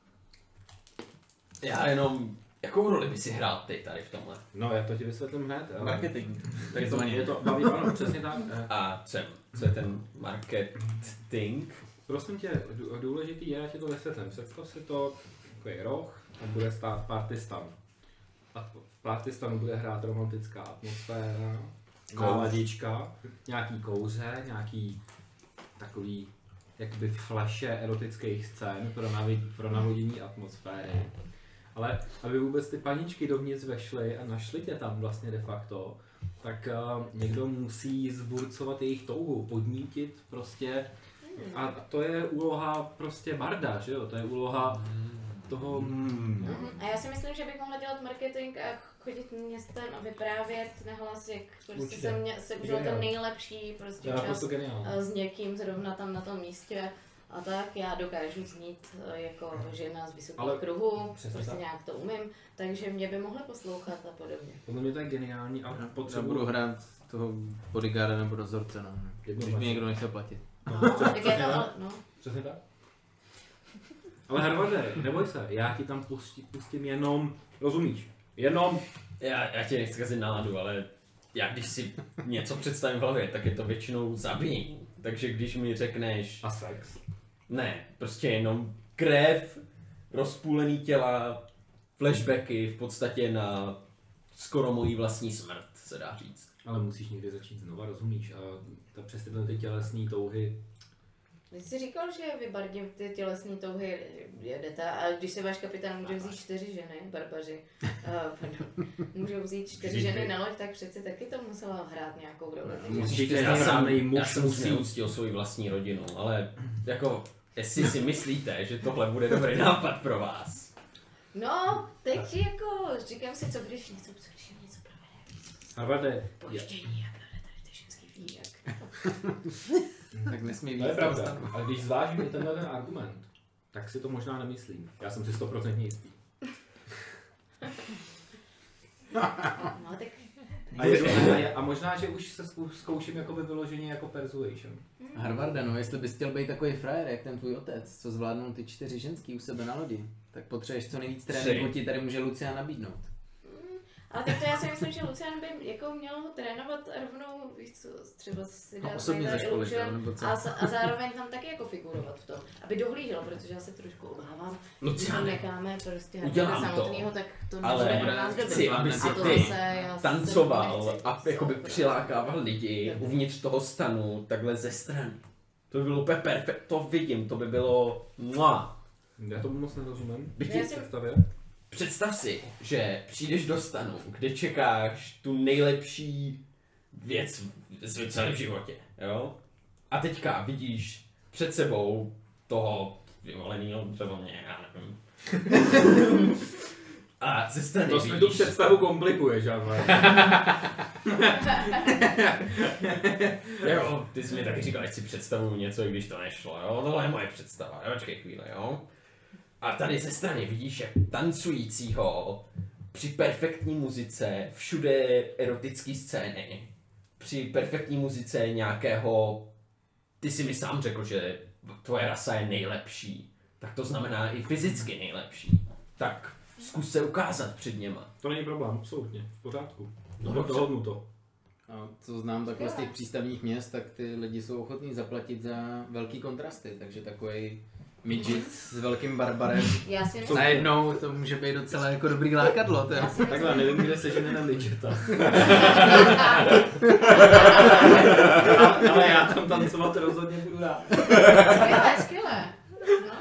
Já jenom, jakou roli by si hrál ty tady v tomhle? No, já to ti vysvětlím hned. Marketing. Je to baví, ano, přesně tak. A co je ten marketing? Prosím tě, důležitý je, já ti to vysvětlím. Představ si to, takový roh, tam bude stát Partistan. A v Partistanu bude hrát romantická atmosféra, náladička, nějaký kouře, nějaký takový jakoby flaše erotických scén pro navodění atmosféry. Ale aby vůbec ty paničky dovnitř vešly a našli tě tam vlastně de facto, tak někdo musí zburcovat jejich touhu, podnítit prostě. A to je úloha prostě barda, že jo? To je úloha toho... A já si myslím, že bych mohla dělat marketing a chodit městem a vyprávět na hlas, jak prostě jsem užil ten nejlepší prostě čas s někým zrovna tam na tom místě. A tak já dokážu znít jako žena z vysokých kruhů, prostě nějak to umím, takže mě by mohla poslouchat a podobně. Podle mě to je geniální a já budu hrát toho bodyguarda nebo dozorce, no. Když mi někdo nechce platit. Tak je to, ale, no. Přesně tak. Ale Harvarde, neboj se, já ti tam pustím jenom, rozumíš? Jenom. Já ti nechci kazit náladu, ale já když si něco představím v hlavě, tak je to většinou zabíjení. Takže když mi řekneš... A sex? Ne, prostě jenom krev, rozpůlený těla, flashbacky v podstatě na skoro mojí vlastní smrt. se dá říct. Ale musíš někdy začít znova, rozumíš? A přes tyhle ty tělesné touhy. Ty jsi říkal, že vy Bardi ty tělesné touhy jedete a když se váš kapitán může vzít 4 ženy, barbaři, můžou vzít 4 ženy na loď, tak přeci taky to musela hrát nějakou roli. Musíte já jsem musí. neúctil svou vlastní rodinu, ale jako, jestli si myslíte, že tohle bude dobrý nápad pro vás. No, teď jako říkám si, co když něco provede. Harvarde, Poštění, jak tady ty ženský ví, jak. Tak nesmí víc. to je pravda. Ale když zvážím i tenhle ten argument, tak si to možná nemyslím. Já jsem si 100% jistý. No, tak... A možná, že už se zkouším jakoby vyloženě jako persuasion. Harvarde, no jestli bys chtěl být takový frajer, jak ten tvůj otec, co zvládnul ty 4 ženský u sebe na lodi, tak potřebuješ co nejvíc tréninku, ti tady může Lucia nabídnout. Ale tak to já si myslím, že Lucian by jako měl ho trénovat a rovnou, víš co, třeba si dát osobně zaškolit, nebo co? a zároveň tam taky jako figurovat v tom, aby dohlížel, protože já se trošku obávám, když tam necháme prostě Harvarda samotného, tak to nebude pro nás chci, dobrý. aby si A to ty zase já tancoval nechci. a jakoby přilákával lidi uvnitř toho stanu takhle ze strany. To by bylo úplně perfekt, to vidím, to by bylo mua. Já tomu moc nerozumím. Bych Já ti si- Představě. Představ si, že přijdeš do stanu, kde čekáš tu nejlepší věc v celém životě, jo? A teďka vidíš před sebou toho vyvolenýho třeba mě, já nevím. A ze strany To mi tu vidíš... představu komplikuje, že ano? Jo, ty jsi mi taky říkal, ať si představuju něco, i když to nešlo, jo? Tohle je moje představa, jo? Počkej chvíli, jo? A tady ze strany vidíš jak tancujícího při perfektní muzice, všude erotické scény, při perfektní muzice nějakého, ty si mi sám řekl, že tvoje rasa je nejlepší, tak to znamená i fyzicky nejlepší. Tak zkus se ukázat před něma. To není problém, absolutně, v pořádku. No, No, dohodnu to. A co znám takhle z těch přístavních měst, tak ty lidi jsou ochotní zaplatit za velký kontrasty, takže takový midget s velkým barbarem. Já si myslím, Najednou to může být docela jako dobrý lákadlo. já si myslím, Takhle, nevím, kde se žene na midgeta. Ale já tam tancovat rozhodně budu rád. skvělé. No.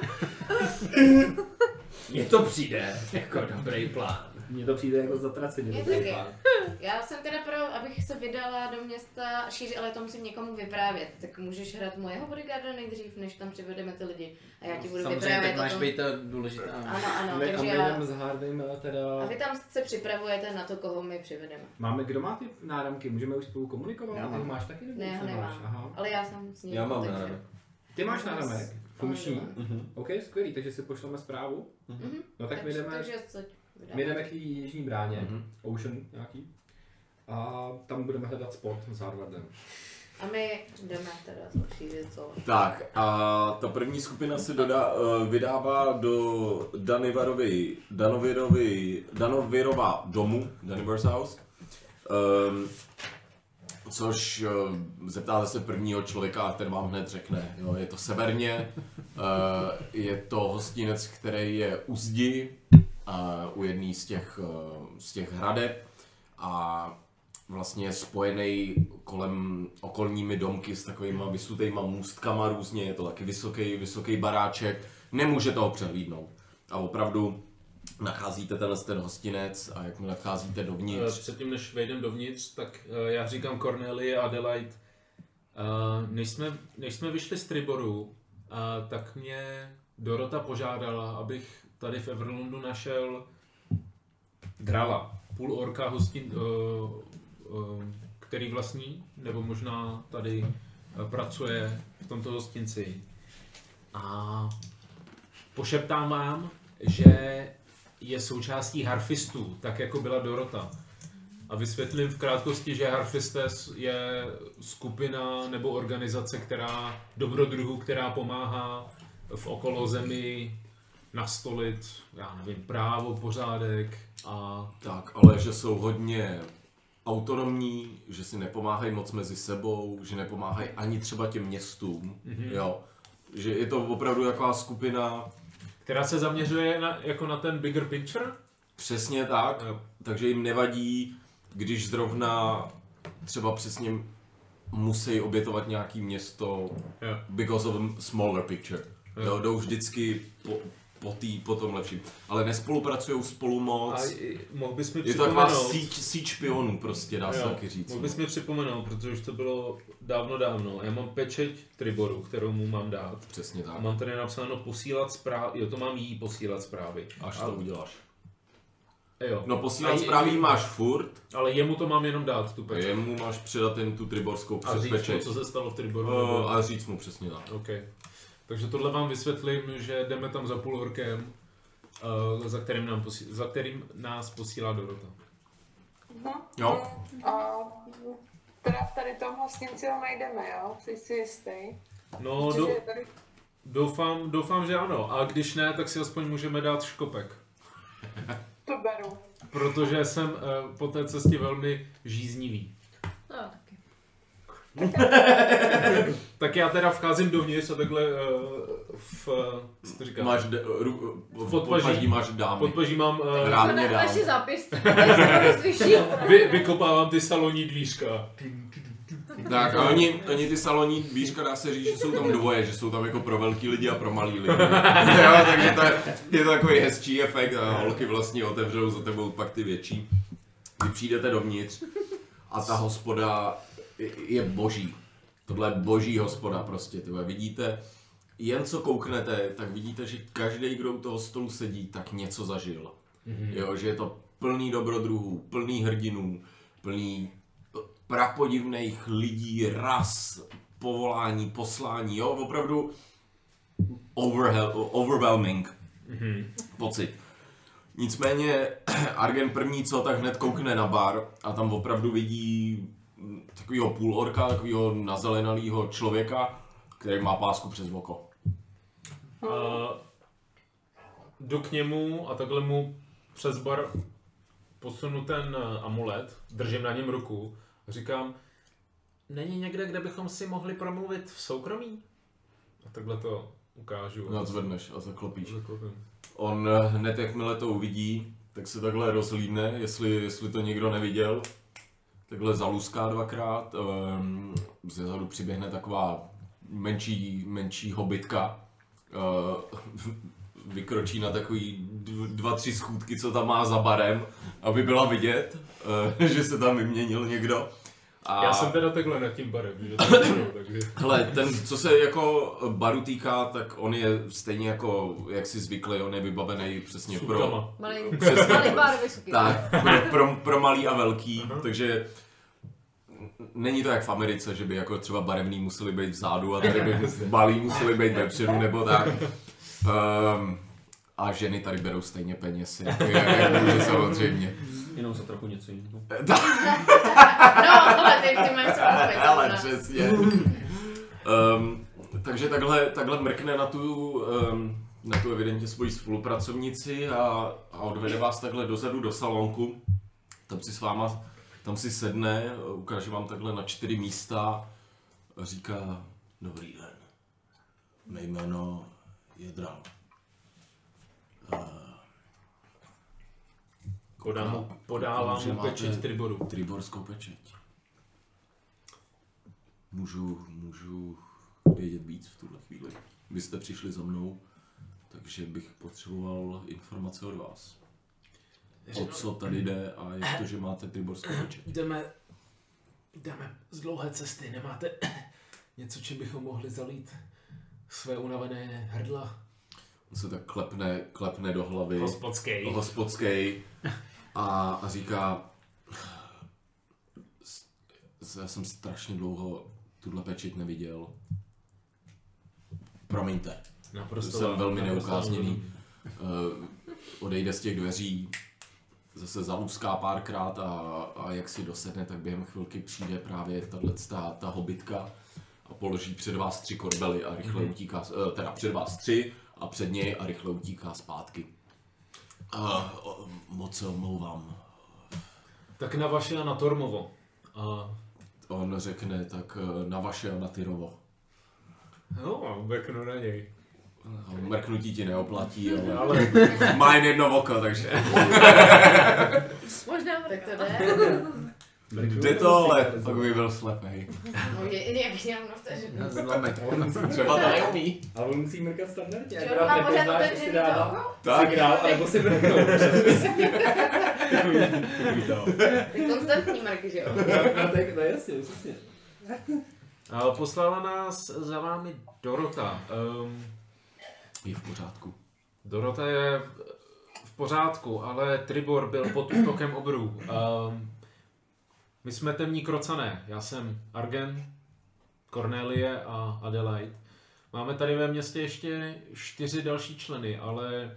Mně to přijde jako dobrý plán. Mně to přijde jako zatraceně. Je dobrý taky. plán. Já jsem teda pro, abych se vydala do města šířit, ale to musím někomu vyprávět. Tak můžeš hrát mojeho bodyguarda nejdřív, než tam přivedeme ty lidi. A já ti budu Samozřejmě, vyprávět tak máš o tom. být ta důležitá. Ano, A takže my já... jdeme s Hardym A teda... vy tam se připravujete na to, koho my přivedeme. Máme, kdo má ty náramky? Můžeme už spolu komunikovat? Já Ty mám. ho máš taky? Nebo Ne, už ho nemáš? nemám. Aha. Ale já jsem s ním. Já mám takže... náramek. Ty máš náramek? Funkční? Mhm. OK, skvělý, takže si pošleme zprávu. Mhm. No tak my jdeme, Takže co vydáme? my jdeme k té jižní bráně, Mhm. Ocean nějaký. A tam budeme hledat spot s Harvardem. A my jdeme teda šířit co? Tak a ta první skupina se vydává do Danovirova domu, Daniver's House. Což zeptáte se prvního člověka, ten vám hned řekne, jo, je to severně, je to hostinec, který je u zdi, u jedné z těch hradeb a vlastně je spojený kolem okolními domky s takovýma vysutýma můstkama různě, je to taky vysoký baráček, nemůžete ho přehlídnout. A opravdu nacházíte ten hostinec a jakmile vcházíte dovnitř. Předtím, než vejdem dovnitř, tak já říkám Cornelie a Adelaide, než jsme vyšli z Triboru, tak mě Dorota požádala, abych tady v Everlundu našel Grala, půl orka který vlastní, nebo možná tady pracuje v tomto hostinci. A pošeptám vám, že je součástí harfistů, tak jako byla Dorota. A vysvětlím v krátkosti, že Harfistes je skupina nebo organizace, dobrodruhů, která pomáhá v okolozemi nastolit, já nevím, právo, pořádek a... Tak, ale že jsou hodně autonomní, že si nepomáhají moc mezi sebou, že nepomáhají ani třeba těm městům, jo. Že je to opravdu jaká skupina... Která se zaměřuje jako na ten bigger picture? Přesně tak, takže jim nevadí když zrovna třeba přesně musí obětovat nějaký město because of a smaller picture. Jdou vždycky po tom lepším. Ale nespolupracují spolu moc. Mohl bys mi je to taková síť špionů prostě, dá se taky říct. Mohl bys mi připomenout, protože už to bylo dávno. Já mám pečeť Triboru, kterou mu mám dát. Přesně tak. A mám tady napsáno posílat zprávy. Jo, to mám jí posílat zprávy. Až to uděláš. Jo. No posílat zprávy máš furt. Ale jemu to mám jenom dát, tu pečeť. Jemu máš předat jen tu triborskou přes pečeť. A říct mu, co se stalo v Triboru. A říct mu přesně tak. Okay. Takže tohle vám vysvětlím, že jdeme tam za půlorkem, za kterým nás posílá Dorota. Jo. A teda v tady tom hostinci ho najdeme, jo? Jsi si jistý? No, doufám, že ano. A když ne, tak si aspoň můžeme dát škopek. To beru. Protože jsem po té cestě velmi žíznivý. No, taky. Tak já teda vcházím dovnitř a takhle máš podpaží máš dámy. Podpaží mám Rámě dám. Vykopávám ty salonní dvířka. Tak a oni ty salonní dvířka, dá se říct, že jsou tam dvoje, že jsou tam jako pro velký lidi a pro malý lidi. Jo, takže je to takový hezčí efekt a holky vlastně otevřou za tebou pak ty větší. Vy přijdete dovnitř a ta hospoda je boží. Tohle je boží hospoda prostě, tyhle. Vidíte, jen co kouknete, tak vidíte, že každý, kdo u toho stolu sedí, tak něco zažil. Jo, že je to plný dobrodruhů, plný hrdinů, plný prapodivných lidí, ras, povolání, poslání, jo, opravdu overwhelming pocit. Nicméně Argen první co, tak hned koukne na bar a tam opravdu vidí takovýho půlorka, takovýho nazelenalýho člověka, který má pásku přes oko. Jdu k němu a takhle mu přes bar posunu ten amulet, držím na něm ruku a říkám, není někde, kde bychom si mohli promluvit v soukromí? A takhle to ukážu. Nadzvedneš a zaklopíš. On hned jakmile to uvidí, tak se takhle rozhlídne, jestli to někdo neviděl. Takhle zaluská dvakrát, zezadu přiběhne taková menší hobitka, vykročí na takový 2-3 schůdky, co tam má za barem, aby byla vidět, že se tam vyměnil někdo. A... Já jsem teda takhle nad tím barem, že to takže... Hele, ten, co se jako baru týká, tak on je stejně jako, jak si zvyklý, on je vybavený přesně pro... Malý bar vysoký. Tak, pro malý a velký, takže... Není to jak v Americe, že by jako třeba barevný museli být vzadu a tady by malý museli být vepředu nebo tak. A ženy tady berou stejně peněz, jako je samozřejmě. Jenom za trochu něco jiného. No, ale ty máš co mluvit. Ale přesně. Takže takhle mrkne na tu evidentně svoji spolupracovnici a odvede vás takhle dozadu do salonku. Tam si sedne, ukáže vám takhle na 4 místa a říká: Dobrý den, mé jméno je Dran. Podávám mu pečeť Triboru. Triborskou pečeť. Můžu vědět víc v tuhle chvíli. Vy jste přišli za mnou, takže bych potřeboval informace od vás. O co tady jde a jak to, že máte Triborskou pečeť? Jdeme z dlouhé cesty, nemáte něco, čím bychom mohli zalít své unavené hrdla? On se tak klepne do hlavy. Hospodskej. A říká: Já jsem strašně dlouho tuhle pečeť neviděl. Promiňte. Jsem velmi neukázněný. Odejde z těch dveří, zase zaluská párkrát a jak si dosedne, tak během chvilky přijde právě ta hobitka a položí před vás 3 korbely a rychle utíká, teda před vás 3 a před něj a rychle utíká zpátky. Moc se omlouvám. Tak na vaše a na Tormovo. On řekne, tak na vaše a na Tyrovo. No, beknu na něj. Mrknutí ti neoplatí, ale má jen jedno oko, takže... Možná Tak to jde. Jde to, ale pak by byl slepej. No jak já mám vteřinu. Zlomek. Třeba to neumí. Ale on musí mrkat standardně. Že on má pořád otevřený to oko? Tak. Si král, anebo si mrknout. Ty konstantní mrky, že jo? No jasně, přesně. Poslala nás za vámi Dorota. Je v pořádku. Dorota je v pořádku, ale Tribor byl pod útokem obrů. My jsme temní krocané. Já jsem Argen, Cornelie a Adelaide. Máme tady ve městě ještě 4 další členy, ale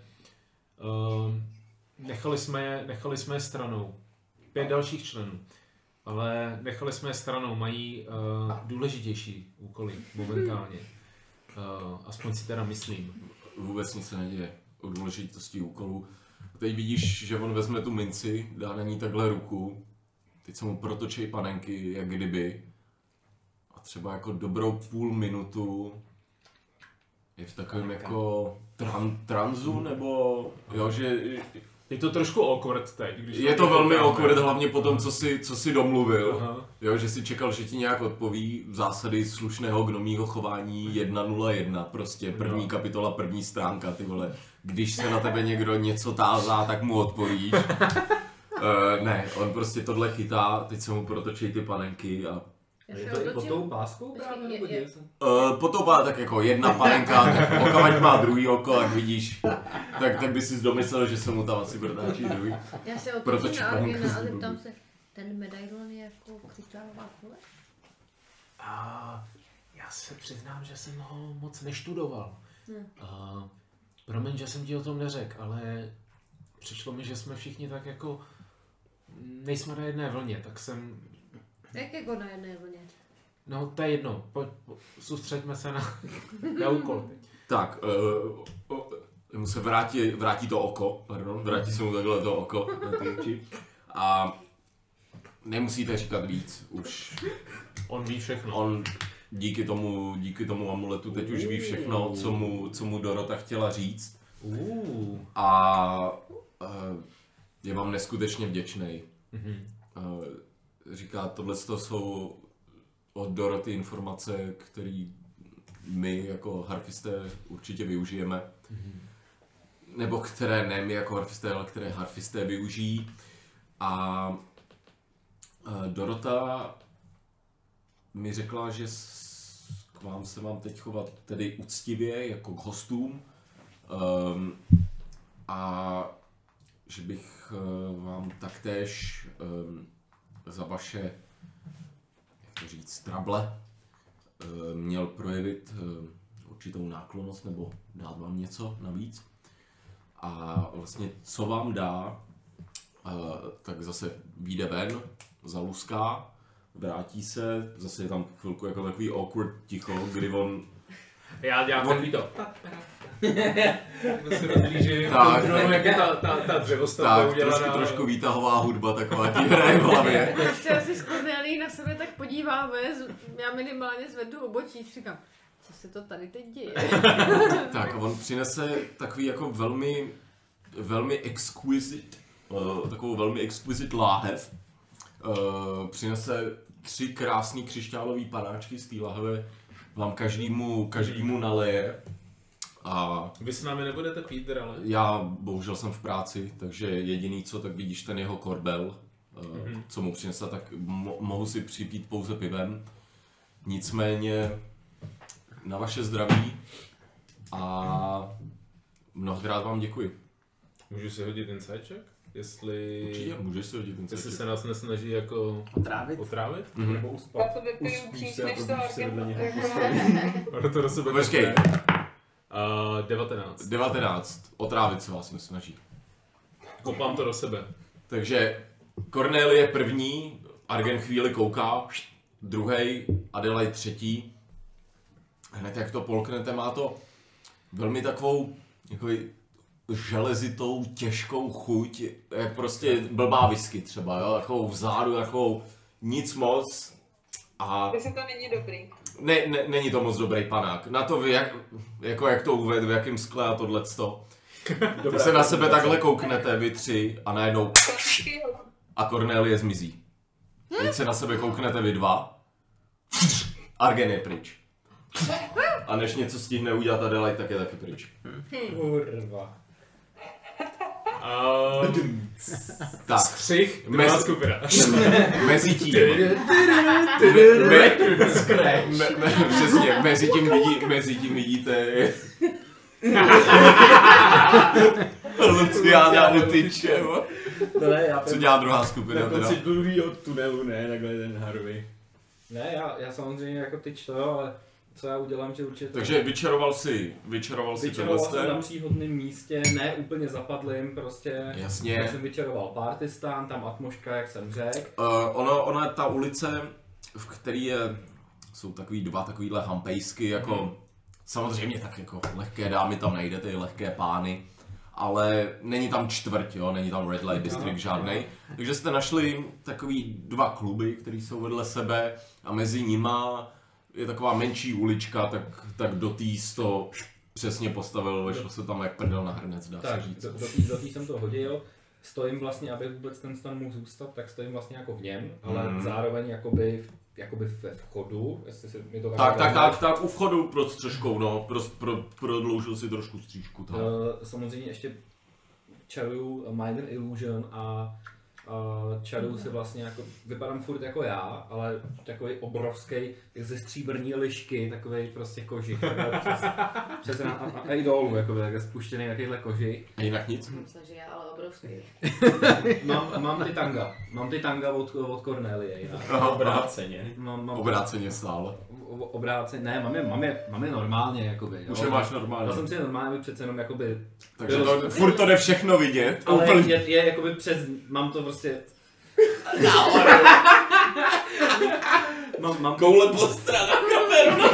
nechali jsme je stranou. 5 dalších členů. Ale nechali jsme je stranou. Mají důležitější úkoly momentálně. Aspoň si teda myslím. Vůbec nic se neděje o důležitosti úkolů. Teď vidíš, že on vezme tu minci, dá na ní takhle ruku, teď se mu protočí panenky, jak kdyby. A třeba jako dobrou půl minutu je v takovém jako tranzu, nebo jo, že... Je to trošku awkward teď, když... Je to velmi awkward, hlavně po tom, co jsi domluvil. Aha. Jo, že si čekal, že ti nějak odpoví zásady slušného gnomího chování 1.01, prostě první kapitola, první stránka, ty vole. Když se na tebe někdo něco tázá, tak mu odpovíš. Ne, on prostě tohle chytá, teď se mu protočí ty panenky a... Je to i pod tou páskou právě, nebo děje se? Pod tou tak jako jedna panenka, tak pokud má druhý oko, jak vidíš, tak by si domyslel, že se mu tam asi protáčí druhý. Já se Proto otočím na čekám, Argena a jestli zeptám budu. se, ten medailon je jako křičálová kule? Já se přiznám, že jsem ho moc neštudoval. Promiň, že jsem ti o tom neřekl, ale přišlo mi, že jsme všichni tak jako... Nejsme na jedné vlně, tak jsem... Jak jako na jedné vlně? No, to je jedno, soustřeďme se na úkol. Tak, mu se vrátí to oko, pardon, vrátí se mu takhle to oko na ty oči. A nemusíte říkat víc, už On ví všechno. on díky tomu amuletu teď už ví všechno, co mu Dorota chtěla říct. A je vám neskutečně vděčný. Říká, tohle jsou od Doroty informace, které my jako harfisté určitě využijeme. Nebo které ne my jako harfisté, ale které harfisté využijí. A Dorota mi řekla, že k vám se mám teď chovat tedy úctivě, jako k hostům. A že bych vám taktéž za vaše, jak to říct, trable měl projevit určitou náklonnost nebo dát vám něco navíc. A vlastně co vám dá, tak zase vyjde ven, zaluská, vrátí se, zase je tam chvilku jako takový awkward ticho, kdy on... Já dělám takový to. Se rozlíží, Tak. jak je ta dřevostavba Tak, udělaná. trošku výtahová hudba taková ti hraje v hlavě. Když se asi s Cornelí na sebe tak podíváme, já minimálně zvednu obočí, říkám, co se to tady teď děje? Tak a on přinese takový jako velmi exquisite, takovou velmi exquisite láhev. Přinese 3 krásný křišťálový panáčky z té lahve, vám každému naleje. A Vy s námi nebudete pít, ale... já bohužel jsem v práci, takže jediný co, tak vidíš ten jeho korbel, co mu přinese, tak mohu si připít pouze pivem. Nicméně na vaše zdraví a mnohokrát vám děkuji. Můžu si hodit insight check? Jestli... Určitě, můžeš si hodit ten Jestli ceček. se nás nesnaží jako... Otrávit? Nebo Já uspat. to vypiju Uspíš dřív, se a než to probudíš se Argen vedle něho. jako... Ono to do sebe Počkej. kopne. 19. 19. Otrávit se vás nesnaží. Kopám to do sebe. Takže Cornelie první, Argen chvíli kouká, druhý, Adelaide třetí. Hned jak to polknete, má to velmi takovou jakoby železitou, těžkou chuť, jak prostě blbá whisky třeba, jo? Takovou vzadu, takovou nic moc, A Jestli to není dobrý. není to moc dobrý panák. Na to vy, jak to uvedl, v jakém skle a tohleto. Vy se na sebe takhle kouknete, vy tři, a najednou a Cornélie zmizí. Teď se na sebe kouknete vy dva. Argen je pryč. A než něco stihne udělat Adelaide, tak je taky pryč. Kurva. Tak. Střih, skupina. Mezi tím. Přesně, mezi tím vidíte Luciana utyče. Co dělá druhá skupina? Na konci dlouhýho tunelu, ne, takhle ten Harvey. Ne, já samozřejmě jako tyč to, ale co já udělám, že určitě... Takže vyčaroval si Vyčaroval jsem na příhodném místě, ne úplně zapadlým, prostě. Jasně. Já jsem vyčaroval Partistán, tam atmoška, jak jsem řekl. Ona ta ulice, v který jsou takovýhle hampejsky, jako samozřejmě tak jako lehké dámy tam najdete, i lehké pány, ale není tam čtvrť, jo, není tam Red Light District žádnej. Takže jste našli takový 2 kluby, které jsou vedle sebe a mezi nima je taková menší ulička, tak do tý to přesně postavil, vešlo se tam jak prdel na hrnec, dá se říct. Do tý jsem to hodil, stojím vlastně, aby vůbec ten stan mohl zůstat, tak stojím vlastně jako v něm, ale zároveň jakoby ve vchodu, jestli si mi to tak u vchodu pro střežkou, no, prodloužil si trošku střížku tam. Samozřejmě ještě čaruju Minor Illusion a čaruju si vlastně jako, vypadám furt jako já, ale takový obrovský, ze stříbrní lišky, takový prostě kožich, přes a i dolů, jakoby, tak spuštěný takovýhle kožich. A jinak nic? Myslím, že já, ale obrovský. Mám ty tanga od Cornélie. Obráceně. Obráceně stále. Obráceně, ne, mám je normálně, jakoby. Už je máš normálně. Já jsem si normálně přece jenom jakoby... Takže furt to jde všechno vidět. Ale je jakoby přes, mám to prostě... mám koule postrana kameru.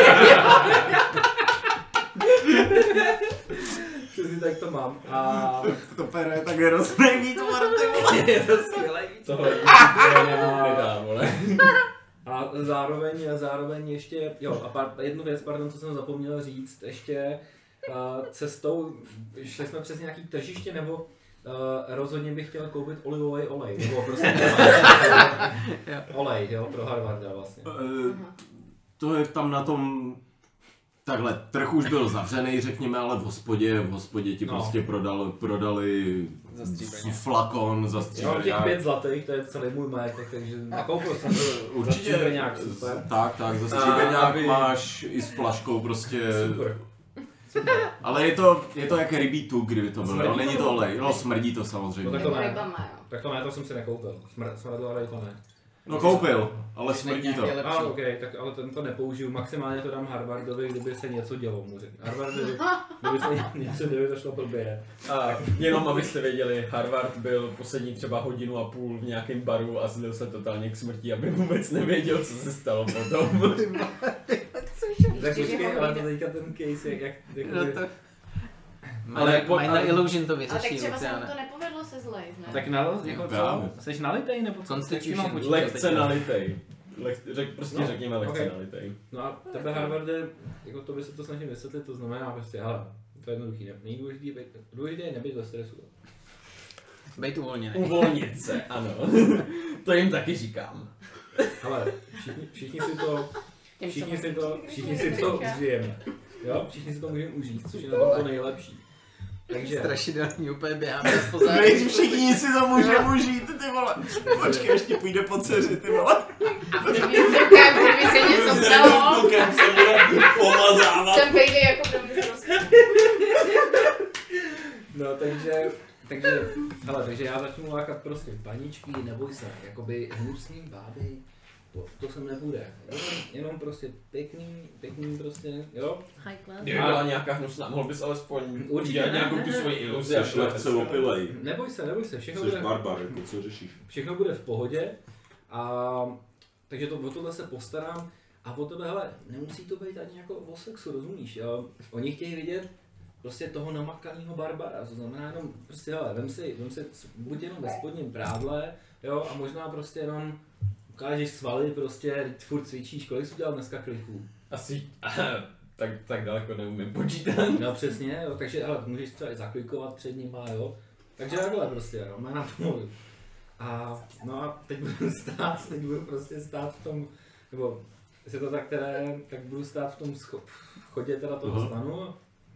Přesně tak to mám. A to pere je tak hrozný výtvor, ty vole. Je to skvělej. Tohle nedám, vole. A zároveň ještě, jo, a jednu věc, co jsem zapomněl říct, ještě cestou, šli jsme přes nějaký tržiště, nebo rozhodně bych chtěl koupit olivový olej, nebo prostě olej, jo, pro Harvarda vlastně. To je tam na tom, takhle, trh už byl zavřený, řekněme, ale v hospodě ti prostě prodali flakon za stříbrňák. Jo, těch 5 zlatých, to je celý můj majetek, takže nakoupil jsem určitě, za stříbrňák, super. Tak, za stříbrňák máš i s flaškou prostě. Super. Ale je to jak rybí tuk, kdyby to bylo, není to olej, no smrdí to samozřejmě. No, tak to ne, to jsem si nekoupil, smrdlo olej to ne. No koupil, ale smrdí to. Ok, tak ale ten to nepoužiju, maximálně to dám Harvardovi, kdyby se něco dělo, mu řekl. Harvardovi, kdyby se něco dělo, to šlo blbě. A jenom abyste věděli, Harvard byl poslední třeba 1,5 hodiny v nějakém baru a zlil se totálně k smrti, aby vůbec nevěděl, co se stalo potom. Tak počkej, ale to teďka ten case, jak ale Minor Illusion to vyřeší. Ale tak třeba se mu to nepovedlo se zlejt, ne? Tak jako co? Jseš nalitej nebo co? Lehce nalitej. Řekněme lehce nalitej. No a tebe, Harvarde, jako to by se to snažím vysvětlit, to znamená prostě, hele, to je jednoduchý, důležité je nebejt ve stresu. Bejt uvolněný. Uvolnit se, ano. To jim taky říkám. Ale všichni si to užijeme. Jo, všichni si to můžeme užít, což je na tom to nejlepší. Takže strašidelný, úplně běháme spoza. Všichni si to můžeme užít, ty vole. Počkej, ještě půjde po dceři, ty vole. Kdyby se něco stalo. Tukem se bude pomazávat. Ten vejde jako do mistrovství. No, takže já začnu lákat prostě paníčky, neboj se, jakoby hnusný báby. To sem nebude. Jenom prostě pěkný prostě, jo? High class. Kdyby byla nějaká hnusná, mohl bys alespoň udělat nějakou tu svoji iluzi. Jsi lehce opilej. Neboj se, všechno Jsi bude... barbar, jako co řešíš? Všechno bude v pohodě a takže o tohle se postarám a po tebe, hele, nemusí to být ani jako o sexu, rozumíš? Oni chtějí vidět prostě toho namakaného barbara, to znamená jenom prostě, hele, vem si buď jenom ve spodním prádle, jo, a možná prostě jenom ukážeš svaly, prostě furt cvičíš, kolik jsi udělal dneska kliků? Asi tak daleko neumím počítat. No přesně, jo, takže ale můžeš třeba i zaklikovat před nima, jo. Takže takhle prostě, jo, má na to mluvit. A no a teď budu prostě stát v tom, nebo jestli to tak které, tak budu stát v tom chodě teda toho stanu.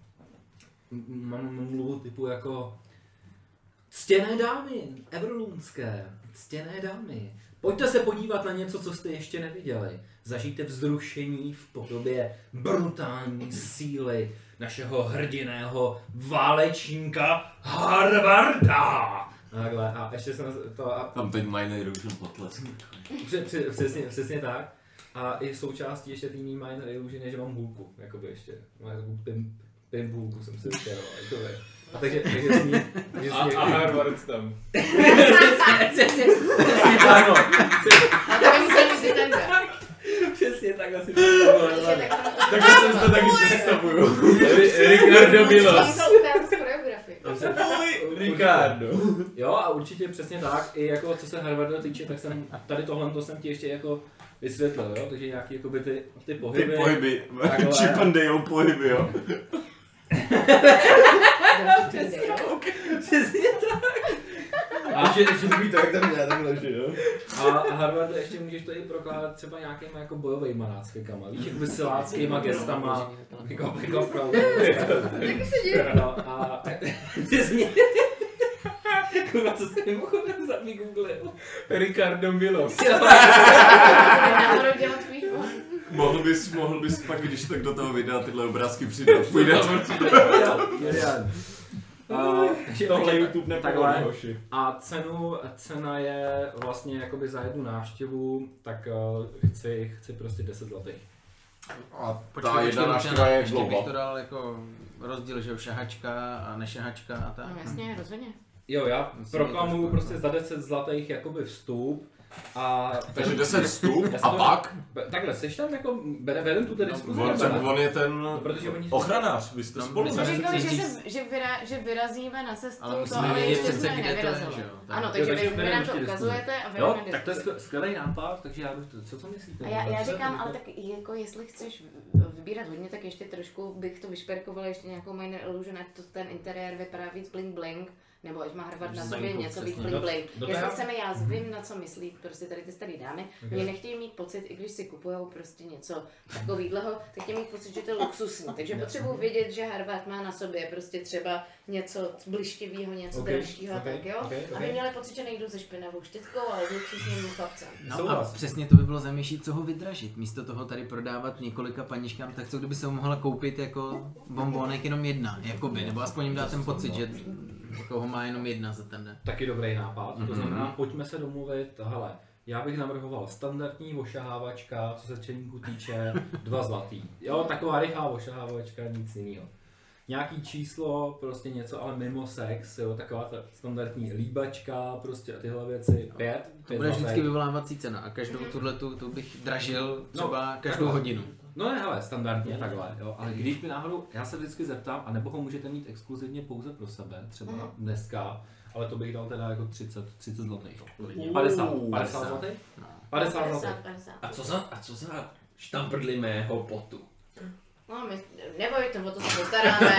Mám mluvu typu jako ctěné dámy, everlunské, ctěné dámy. Pojďte se podívat na něco, co jste ještě neviděli. Zažijte vzrušení v podobě brutální síly našeho hrdiného válečníka Harvarda. Takhle, a ještě jsem to... Tam teď Minor Illusion potlesk. Přesně tak. A i součástí ještě tý Minor Illusion je, že mám hůlku, jakoby ještě. Mám takovou pimp hůlku jsem si vytěroval, jakoby. A takže sní... A Harvard tam. Přesně tak, no. A to nemusel mít Zitanga. Přesně tak asi představuju. Takhle jsem to taky představuju. Ricardo Milos. Ricardo. Jo a určitě přesně tak, i jako co se Harvarda týče, tak jsem tady tohle jsem ti ještě jako vysvětlil, jo, takže nějaký jakoby ty pohyby. Ty pohyby, Chip and Dale pohyby, jo. Přesně tak. A ještě to být tak tam já takhle, že jo. A Harvarda ještě můžeš to i prokládat třeba nějakýma jako bojovejma nácvikama, víš, jakoby siláckýma gestama, jako Taky se děje. no, a přesně. Kurva, co jste mimochodem za mě googlil? Ricardo Milos. Náhodou dělat vývoj. Mohl bys pak, když tak do toho videa tyhle obrázky přidat. Půjde to určitě. Tohle YouTube nepovolí, hoši. A cena je vlastně jakoby za jednu návštěvu, tak chci prostě 10 zlatých. A ta jedna návštěva je ještě bych to globa. dal jako rozdíl, že jo, šahačka a nešahačka a tak. No jasně, rozhodně. Jo, já proklamuju prostě za 10 zlatých jakoby vstup. A Takže 10 vstup Já a to- pak? Takhle, seš tam jako, vedem tu tedy diskuzi. On je ten protože oni- ochranář, vy jste No, spolu. my My jsme ne? říkali, Nejdřív- že vyrazíme na cestu, Ale to musíme ale vědět ještě přece, jsme kde to je, nevyrazili. že jo? Tak. Ano, Jo, takže takže vy vedeme nám to ještě diskuzi. ukazujete a Jo, vedeme tak to je diskuzi. skvělý nápad, takže já bych to, co myslíte? A já Dobře, říkám, tak ale to- tak jako jestli chceš vybírat hodně, tak ještě trošku bych to vyšperkovala ještě nějakou Minor Illusion, ať to ten interiér vypadá víc bling bling, nebo ať má Harvard na sobě Zajímavou, něco víc přesně. bling bling. Do Jestli toho- chceme, já vím, na co myslí prostě tady ty starý dámy, oni nechtějí mít pocit, i když si kupujou prostě něco takovýhleho, tak chtějí mít pocit, že to je luxusní. Takže potřebuji vědět, že Harvard má na sobě prostě třeba něco blištivého, něco Ok, dražšího, ok, tak jo. ok, ok. Aby měli pocit, že nejdu se špinavou štětkou, ale s luxusním chlapcem. No a Souhlas. přesně to by bylo zajímavější, co ho vydražit. Místo toho tady prodávat několika paníčkám, tak co kdyby se ho mohla koupit jako bombónek jenom jedna, jakoby, nebo aspoň jim dá ten pocit, že jako ho má jenom jedna za ten den. Taky dobrý nápad, to znamená, pojďme se domluvit, hele, já bych navrhoval standardní ošahávačka, co se čelníku týče, 2 zlatý. Jo, taková rychlá ošahávačka, nic jiného. Nějaký číslo, prostě něco, ale mimo sex, jo, taková ta standardní líbačka, prostě a tyhle věci, 5 To bude vždycky vyvolávací cena a každou tu bych dražil třeba každou hodinu. No ne, hele, standardně takhle, jo, ale když by náhodou, já se vždycky zeptám, a nebo ho můžete mít exkluzivně pouze pro sebe, třeba dneska, ale to bych dal teda jako 30 zlatých. 50 zlatých? 50 zlatých. 50. A co za štamprdly mého potu? No, nebojte, o to se postaráme.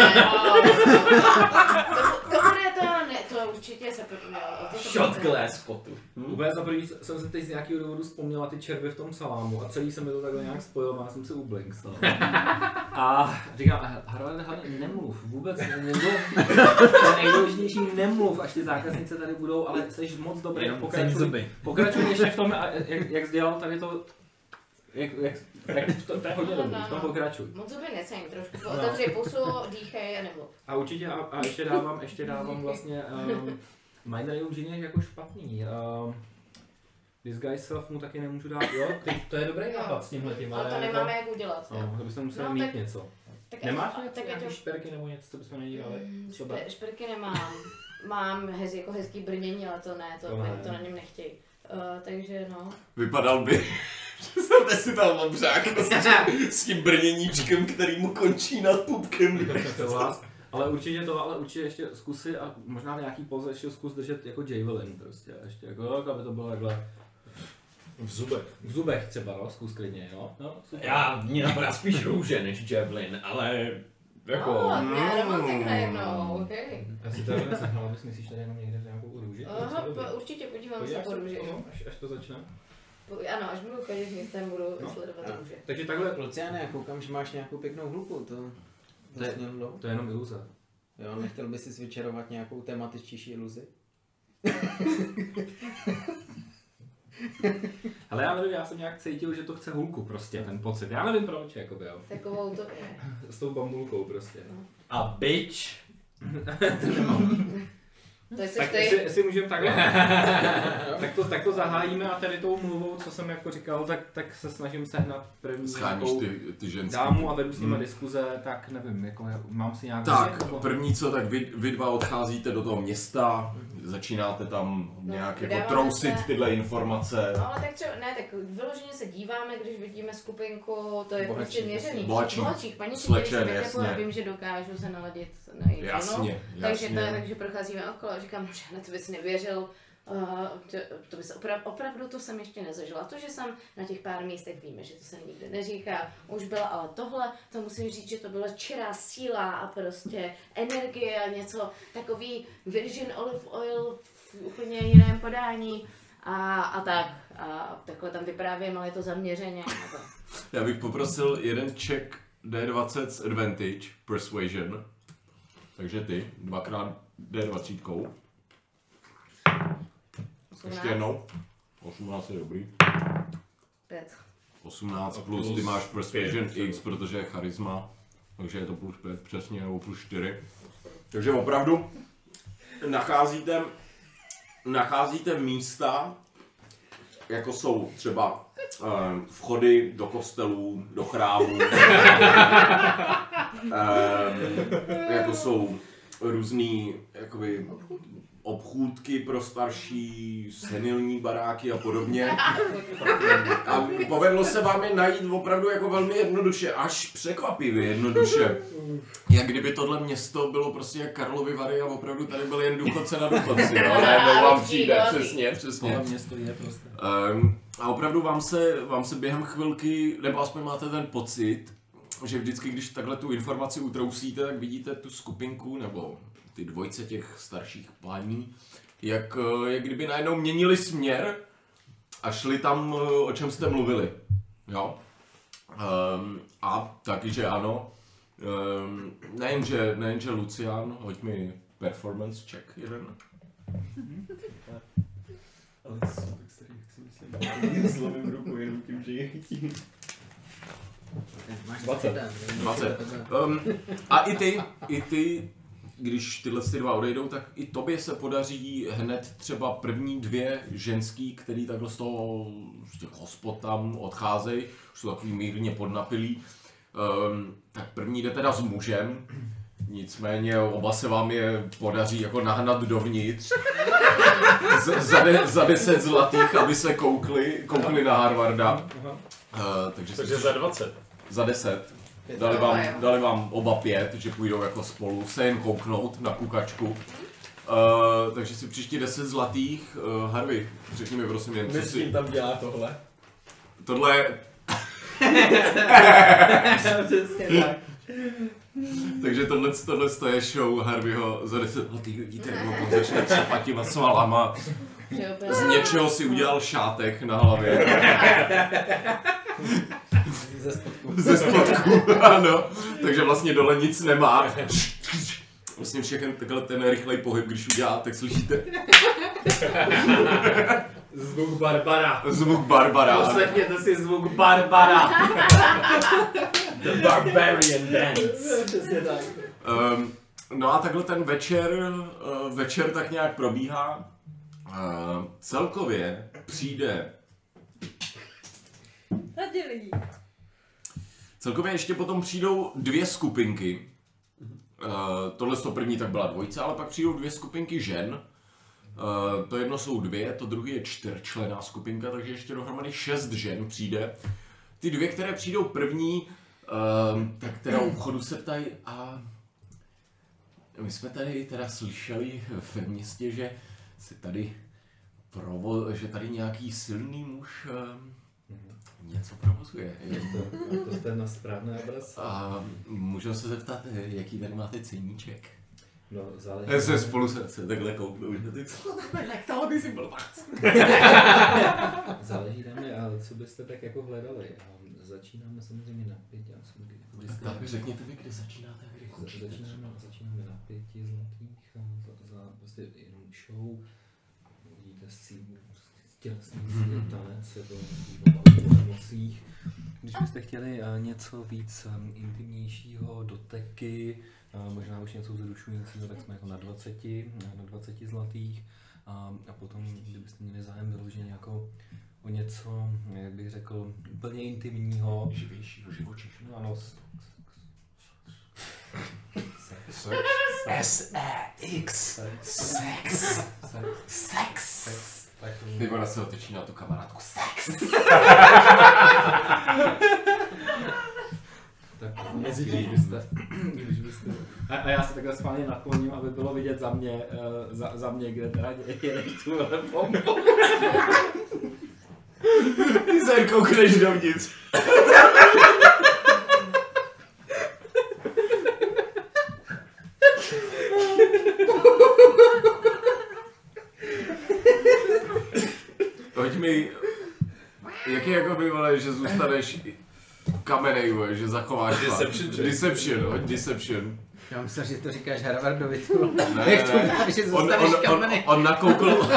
To bude to, ne, to určitě se Shot glass potu. Úplně za první jsem se teď z nějakého důvodu vzpomněla ty červy v tom salámu a celý se mi to takhle nějak spojilo, já jsem se ublinksl. A říkám, Harvard, hlavně nemluv, vůbec nemluv. To nejdůležitější nemluv, až ty zákaznice tady budou, ale jsi moc dobrý. Jenom cení zuby. Pokračuj ještě v tom, a jak jsi dělal tady to, to je hodně dobrý, v tom pokračuj. Moc zuby necení, trošku otevři pusu, dýchej a nebo. A určitě, a ještě dávám vlastně Minor Illusion je jako špatný. Disguise self mu taky nemůžu dát, jo? To je dobrý nápad s tímhletím, ale to nemáme jak udělat. No, to bychom museli No, mít tak- něco. Tak Nemáš tak je nějaký to... šperky nebo něco, co bychom nedělali? Třeba? Šperky nemám. Mám jako hezký brnění, ale to ne, to na něm nechtějí. Takže no. Vypadal by, představte si tam obřák s tím brněníčkem, který mu končí nad pupkem. Ale určitě ještě zkusy a možná v nějaký poze ještě zkus držet jako javelin prostě, ještě jako, aby to bylo takhle. V zubech. V zubech třeba, no, zkus klidně, jo. No, Mě napadá spíš růže než javelin, ale jako... romantik najednou, okej. Já si to nesehnal, abys myslíš tady jenom někde nějakou růži? Aha, určitě podívám se po růži. Až to začne. Ano, až budu chodit místem, budu sledovat růže. Takže takhle... Luciane, já koukám, že máš nějakou pěknou hluku, To je jenom iluze. Jo, nechtěl bys si vyčarovat nějakou tematičtější iluzi? Ale já nevím, já jsem nějak cítil, že to chce hulku prostě, ten pocit. Já nevím proč, jakoby, jo. Takovou to je. S tou bambulkou prostě. A bitch. To jsi Tak ty. jestli můžeme takhle. tak to zahájíme a tady tou mluvou, co jsem jako říkal, tak se snažím sehnat první Scháníš ty ženský. dámu a vedu s nimi diskuze, tak nevím, jako mám si nějak... Tak, první co, tak vy dva odcházíte do toho města, začínáte tam nějak jako vydáváme trousit se. tyhle informace. No ale tak třeba, ne, tak vyloženě se díváme, když vidíme skupinku, to je prostě měřený. Bohatčík, paní slečen, jasně. vím, že dokážu se naladit na její Jasně, takže procházíme okolo a říkám, že na to bys nevěřil. To bys opravdu to jsem ještě nezažila. To, že jsem na těch pár místech víme, že to se nikdy neříká, už byla, ale tohle, to musím říct, že to byla čirá síla a prostě energie a něco takový virgin olive oil v úplně jiném podání a tak. A takhle tam vyprávím, ale je to zaměřeně. Já bych poprosil jeden check D20 s advantage, persuasion. Takže ty, 2x D20. Ještě jednou. 18 je dobrý. 5. 18 plus ty máš persuasion X, protože je charisma. Takže je to plus 5 přesně, nebo plus 4. Takže opravdu nacházíte místa, jako jsou třeba vchody do kostelů, do chrámů, jako jsou různý jakoby obchůdky pro starší, senilní baráky a podobně. A povedlo se vám je najít opravdu jako velmi jednoduše, až překvapivě jednoduše. Jak kdyby tohle město bylo prostě jak Karlovy Vary a opravdu tady byl jen důchodce na důchodci, no, najednou vám přijde, přesně. Tohle město je prostě. A opravdu vám se během chvilky, nebo aspoň máte ten pocit, že vždycky, když takhle tu informaci utrousíte, tak vidíte tu skupinku, nebo ty dvojce těch starších paní, jak kdyby najednou měnili směr a šli tam, o čem jste mluvili. Jo? A taky, že ano. Nejenže Lucian, hoď mi performance check jeden. Ale tak starý, jak si myslím, zlomím ruku jenom tím, že je chytím. Máš 20. 20. A i ty, když tyhle dva odejdou, tak i tobě se podaří hned třeba první dvě ženský, který takhle z těch hospod tam odcházejí, už jsou takový mírně podnapilí, tak první jde teda s mužem, nicméně oba se vám je podaří jako nahnat dovnitř za 10 zlatých, aby se koukli na Harvarda. Takže za 20. Za 10. Dali vám oba 5, že půjdou jako spolu se jen kouknout na kukačku. Takže si příště 10 zlatých. Harvey, řekni mi prosím jen, co si... Myslím, tam dělá tohle. Tohle je... Přesně tak. Takže tohle je show Harveyho za 10 zlatých. Vidíte, jak on začne třepat těma svalama. Z něčeho si udělal šátek na hlavě. Ze spodku, ano. Takže vlastně dole nic nemá. Vlastně všechny takhle ten rychlej pohyb, když udělá, tak slyšíte. Zvuk Barbara. Zvuk Barbara. Poslechněte si zvuk Barbara. The Barbarian Dance. Přesně tak. No a takhle ten večer tak nějak probíhá. Celkově přijde... Celkově ještě potom přijdou dvě skupinky. Tohle to první tak byla dvojce, ale pak přijdou dvě skupinky žen. To jedno jsou dvě, to druhé je 4členná skupinka, takže ještě dohromady 6 žen přijde. Ty dvě, které přijdou první, tak teda u vchodu se ptají a my jsme tady teda slyšeli ve městě, že se tady že tady nějaký silný muž něco provozuje. To jste na správné adrese. A můžu se zeptat, jaký tady máte ceníček? No, záleží. Já se spolu se takhle kouknu, že ty co ty jsi byl Záleží na mě, ale co byste tak jako hledali? Začínáme samozřejmě na 5, já jsem Tak řekněte mi, kdy začínáte hry. Začínáme na 5 zlatých za prostě jenom show. Vidíte tělesný tanec, je to o emocích. Když byste chtěli něco víc intimnějšího, doteky, možná už něco vzrušujícího, tak jsme jako na 20 zlatých. A potom, kdybyste měli zájem vyloženě jako o něco, jak bych řekl, úplně intimního. Živějšího, živočišného. Ano, S-E-X. Sex. Ty ona se otočí na tu kamarádku. Sex. Tak když byste... A já se takhle schválně nakloním, aby bylo vidět za mě, kde teda jedeš tuhle bombu. Ty se koukneš dovnitř. Hoď mi, jak je jako by, vole, že zůstaneš kamenej, že zachováš Deception, hoď Deception. Já myslím, že to říkáš Harvardovi, tu. Ne, Jak to dáš, že zůstaneš kamenej. On nakoukl.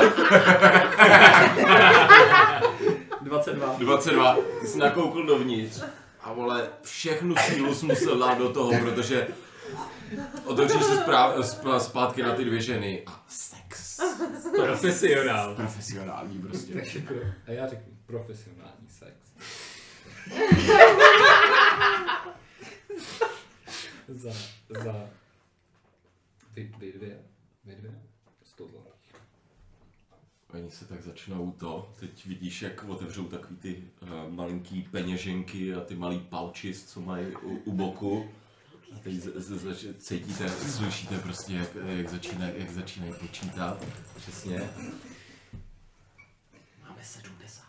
22. Ty jsi nakoukl dovnitř. A vole, všechnu sílu jsi musel dát do toho, protože otočíš se zpátky na ty dvě ženy a sex. Profesionální prostě. A já řeknu profesionální sex. za vy dvě 100 zlatých. Oni se tak začnou teď vidíš, jak otevřou takový ty malinký peněženky a ty malý pouches, co mají u boku. A teď cítíte, slyšíte prostě, jak začínají počítat. Přesně. Máme 70.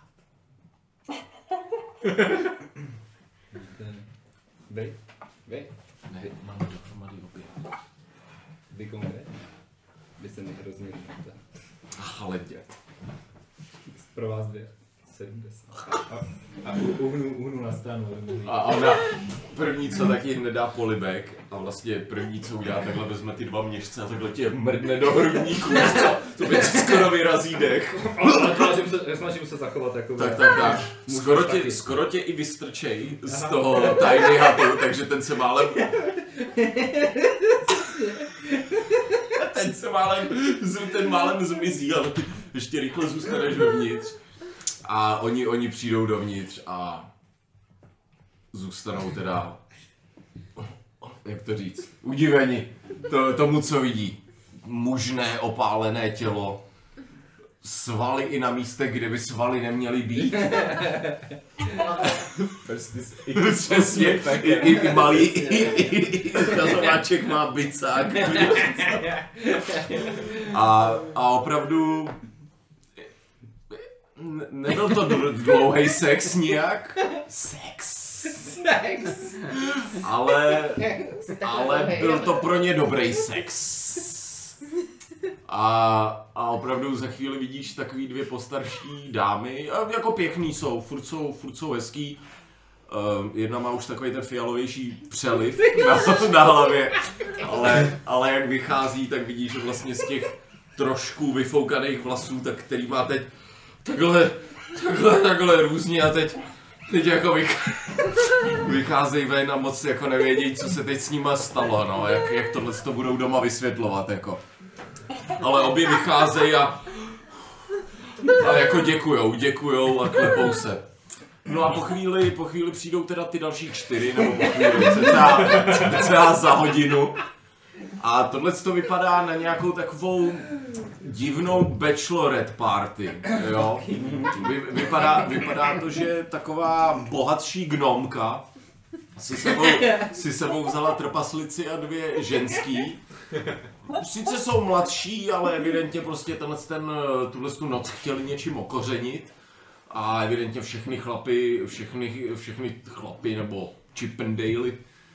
Vy? Ne, máme dohromady obě. Vy konkrétně? Vy se mi hrozně líbíte. Ale Pro vás dvě. 70. A uhnu na stranu. A ona první, co taky hned dá polibek a vlastně první, co udělá, takhle vezme ty dva měšce a takhle tě mrdne do hrudníku, to by ti skoro vyrazí dech. Snažím se zachovat jako... Tak. Skoro tě i vystrčej z toho tiny hatu, takže ten se málem zmizí, ale ty ještě rychle zůstaneš dovnitř. A oni přijdou dovnitř a zůstanou teda, jak to říct, udiveni tomu, co vidí. Mužné opálené tělo, svaly i na místech, kde by svaly neměly být. Přesně, i malý ukazováček má bicák. A opravdu nebyl to dlouhý sex nijak. Sex. Ale byl to pro ně dobrý sex. A opravdu za chvíli vidíš takový dvě postarší dámy, jako pěkný jsou, furt jsou hezký. Jedna má už takový ten fialovější přeliv na hlavě, ale jak vychází, tak vidíš, že vlastně z těch trošku vyfoukaných vlasů, tak který má teď takhle různě a teď jako vycházejí ven a moc jako nevědějí, co se teď s nima stalo, no, jak tohle to budou doma vysvětlovat, jako. Ale obě vycházejí a jako děkujou a klepou se. No a po chvíli přijdou teda ty další 4, nebo po chvíli celá za hodinu. A tohle to vypadá na nějakou takovou divnou bachelorette party, jo. Vypadá to, že taková bohatší gnomka si sebou vzala trpaslici a 2 ženský. Sice jsou mladší, ale evidentně prostě tuhle noc chtěli něčím okořenit. A evidentně všechny chlapy nebo Chippendale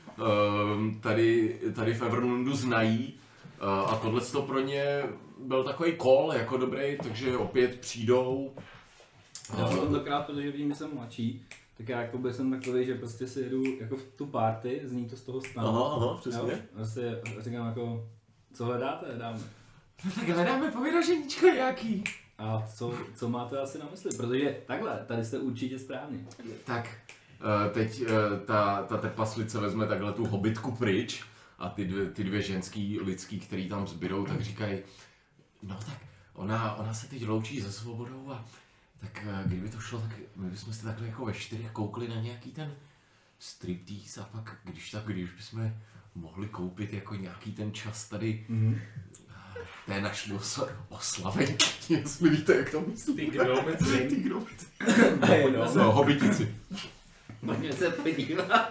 tady v Evernundu znají. A tohle pro ně byl takový call jako dobrý, takže opět přijdou. Já jsem tentokrát, protože vím, že jsem mladší, tak já jakoby jsem takový, že prostě si jedu jako v tu party, zní to z toho stanu. Aha, přesně. Vlastně říkám jako, co hledáte, dáme. No tak hledáme pověraženíčko nějaký. A co máte asi na mysli? Protože takhle, tady jste určitě správně. Tak, teď ta trpaslice vezme takhle tu hobitku pryč a ty 2 ženský lidský, který tam zbydou, tak říkají, no tak ona se teď loučí se svobodou a tak kdyby to šlo, tak my bychom si takhle jako ve 4 koukli na nějaký ten striptease a pak když bychom mohli koupit jako nějaký ten čas tady té naší oslavenky, jestli víte, jak to myslím. Ty gnomici. No, hobitici. Pojďme se podívat.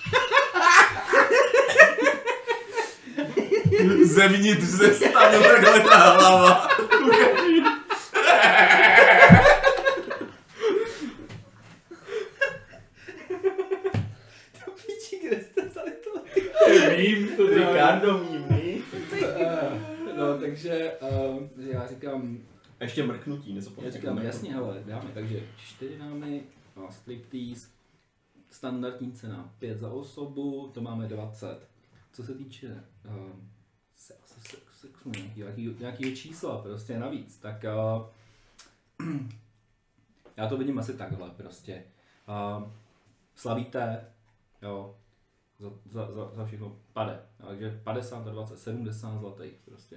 Zevnitř ze stanu takhle ta hlava. Vím, to Ricardo mými. No, takže já říkám, Ještě mrknutí, nezapomeň. já říkám, jasně, hele, dáme, takže 4 dámy, striptease, standardní cena 5 za osobu, to máme 20. Co se týče sexu, nějakého čísla prostě navíc, tak já to vidím asi takhle prostě. Slavíte, jo, za všechno pade, takže 50 a 20, 70 zlatých prostě.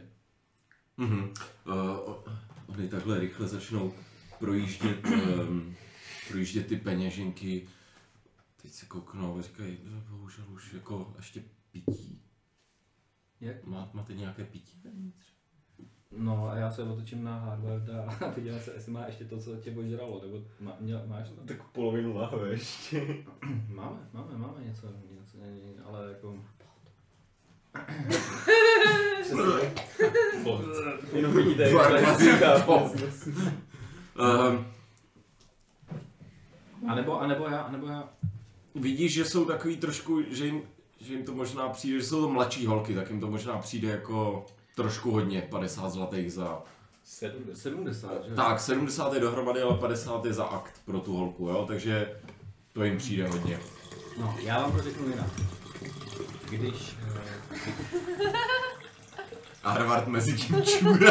Oni takhle rychle začnou projíždět ty peněženky. Teď se kouknou a říkají, bohužel už jako ještě pití. Jak? Máte nějaké pití vevnitř? No a já se otočím na Harvarda a podívám se, jestli má ještě to, co tě ožralo, nebo máš to? Tak polovinu láhve ještě. Máme něco, ale jako... Jenom vidíte, A nebo já... Vidíš, že jsou takový trošku, že jim to možná přijde, že jsou to mladší holky, tak jim to možná přijde jako trošku hodně, 50 zlatých za... 70, že? Tak, 70 je dohromady, ale 50 je za akt pro tu holku, jo, takže to jim přijde hodně. No, já vám to řeknu jinak. Když... A Harvard mezi tím čůra.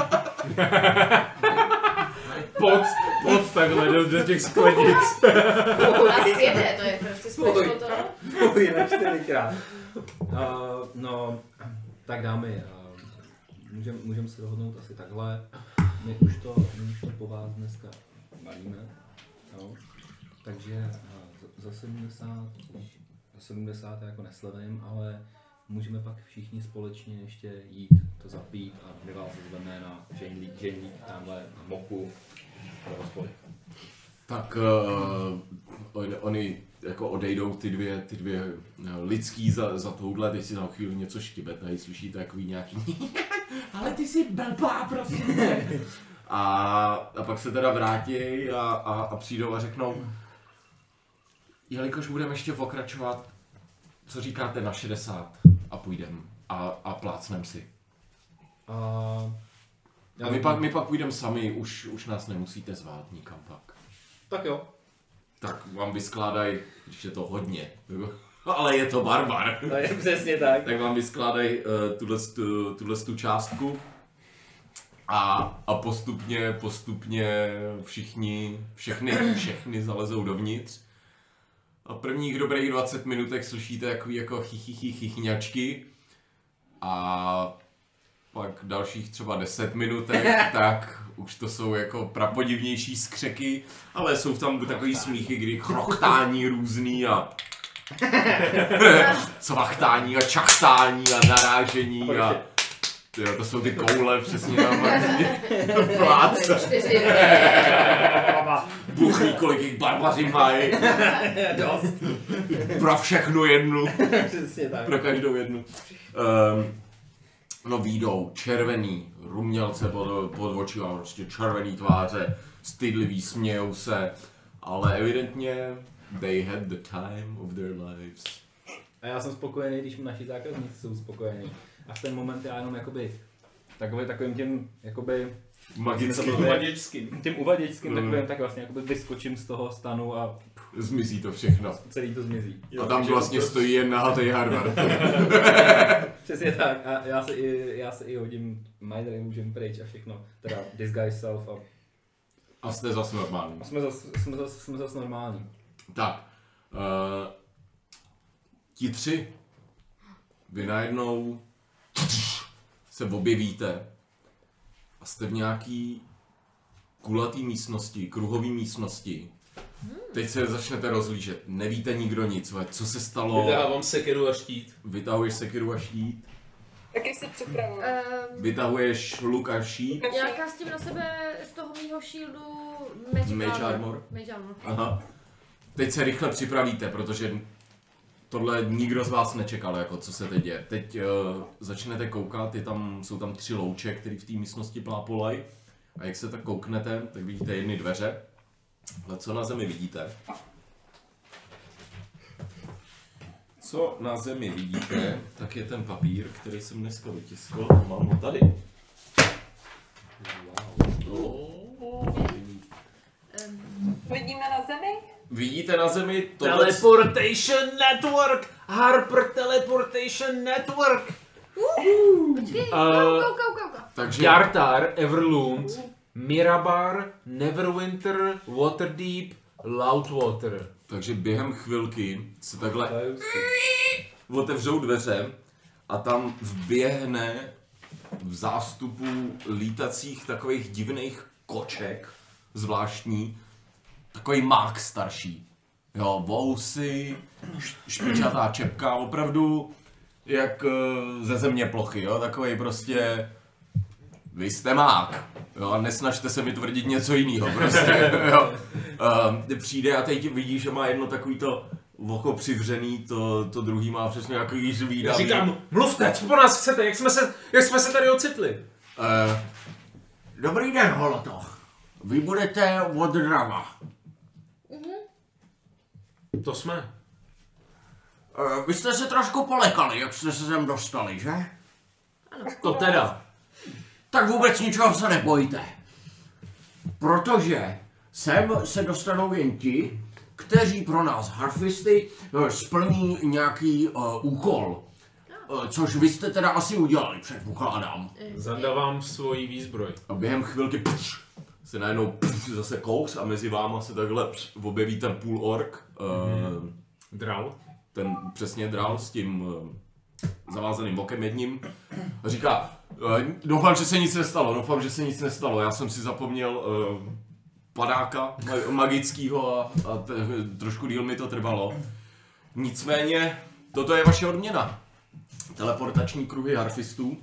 Pod takhle do těch sklenic. A sjede, to je prostě special to. Jinak 4krát. No, tak dámy, můžeme se dohodnout asi takhle. My už to po vás dneska balíme. No. Takže za 70 jako neslevím, ale můžeme pak všichni společně ještě jít to zapít a my vás zveme na ženík tamhle na moku do hospody. Tak oni jako odejdou ty dvě lidský za touhle, teď si za chvíli něco štibetají, slyšíte takový nějaký ale ty jsi blbá, prosím. A pak se teda vrátí a přijdou a řeknou, jelikož budeme ještě pokračovat, co říkáte na 60 a půjdem a plácnem si. My pak půjdeme sami, už nás nemusíte zvát nikam pak. Tak jo. Tak vám vyskládají, když je to hodně, ale je to barbar. To je přesně tak. Tak vám vyskládají tuhle částku a postupně všechny zalezou dovnitř. A prvních dobrých 20 minutek slyšíte takový jako chichyňačky a pak dalších třeba 10 minutek, tak už to jsou jako prapodivnější skřeky, ale jsou tam takový smíchy, kdy chrochtání různý a cvachtání a čachtání a narážení a Jo, to jsou ty koule přesně na pláce. 4. Buchlí, kolik jich barbaři mají. Dost. Pro všechnu jednu. Přesně tak. Pro každou jednu. No výjdou červený, rumělce pod očima, prostě červený tváře, stydlivý, smějou se, ale evidentně they had the time of their lives. A já jsem spokojený, když naši zákazníci jsou spokojení. A v ten moment já jenom jakoby takovým tím jakoby tím uvaděčským takovým tak vlastně jakoby vyskočím z toho stanu a zmizí to všechno. Celý to zmizí. A tam vlastně stojí jen nahatej Harvard. Přesně tak. A já se i hodím Minor Illusion pryč a všechno. Teda disguise self a jste zas normální. Jsme zas normální. Tak. Ti tři. Vy najednou se objevíte a jste v nějaký kulatý místnosti, kruhový místnosti. Teď se začnete rozlížet, nevíte nikdo nic, co se stalo. Vydávám sekiru a štít. Vytahuješ sekiru a štít. Taky se připravuju. Vytahuješ luk a štít. Já kastím na sebe z toho mýho shieldu Mage Armor. Mage Armor. Aha. Teď se rychle připravíte, protože tohle nikdo z vás nečekal, jako co se teď děje. Teď začnete koukat, jsou tam 3 louče, které v té místnosti plápolají. A jak se tak kouknete, tak vidíte jedny dveře. A co na zemi vidíte? Co na zemi vidíte, tak je ten papír, který jsem dneska vytiskl. Mám ho tady. Vidíme na zemi? Vidíte na zemi Teleportation Network! Harper Teleportation Network! Počkej, kouka. Takže Yartar, Everlund, Mirabar, Neverwinter, Waterdeep, Loudwater. Takže během chvilky se takhle otevřou dveře a tam vběhne v zástupu lítacích takových divných koček, zvláštní, takový mák starší. Jo, vousy, špičatá čepka, opravdu jak ze země plochy, jo, takovej prostě, vy jste mák, jo, a nesnažte se mi tvrdit něco jiného, prostě, jo. Přijde a teď vidíš, že má jedno takový to oko přivřený, to druhý má přesně takový zvídavý. Já říkám, mluvte, co po nás chcete, jak jsme se tady ocitli? Dobrý den, holoto. Vy budete od Drama. To jsme. Vy jste se trošku polekali, jak jste se sem dostali, že? Ano. To teda. Tak vůbec ničeho se nebojte. Protože sem se dostanou jen ti, kteří pro nás harfisty splní nějaký úkol. Což vy jste teda asi udělali, předpokládám. Zadávám svoji výzbroj. A během chvilky se najednou zase kous a mezi váma se takhle objeví ten půl ork. Dral. Ten přesně Dral s tím zavázaným okem jedním. A říká, doufám, že se nic nestalo, já jsem si zapomněl padáka magického a trošku díl mi to trvalo. Nicméně, toto je vaše odměna. Teleportační kruhy harfistů.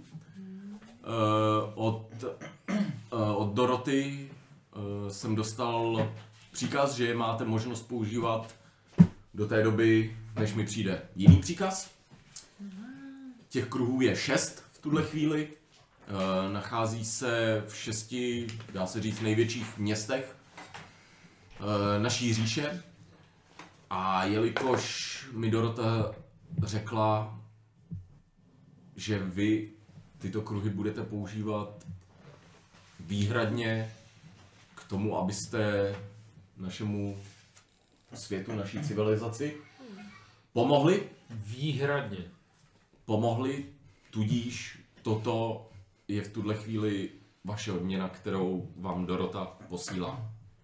Od Doroty jsem dostal příkaz, že je máte možnost používat do té doby, než mi přijde jiný příkaz. Těch kruhů je 6 v tuhle chvíli. Nachází se v 6, dá se říct, největších městech naší říše. A jelikož mi Dorota řekla, že vy tyto kruhy budete používat výhradně k tomu, abyste našemu světu, naší civilizaci pomohli. Výhradně. Pomohli, tudíž toto je v tuhle chvíli vaše odměna, kterou vám Dorota posílá.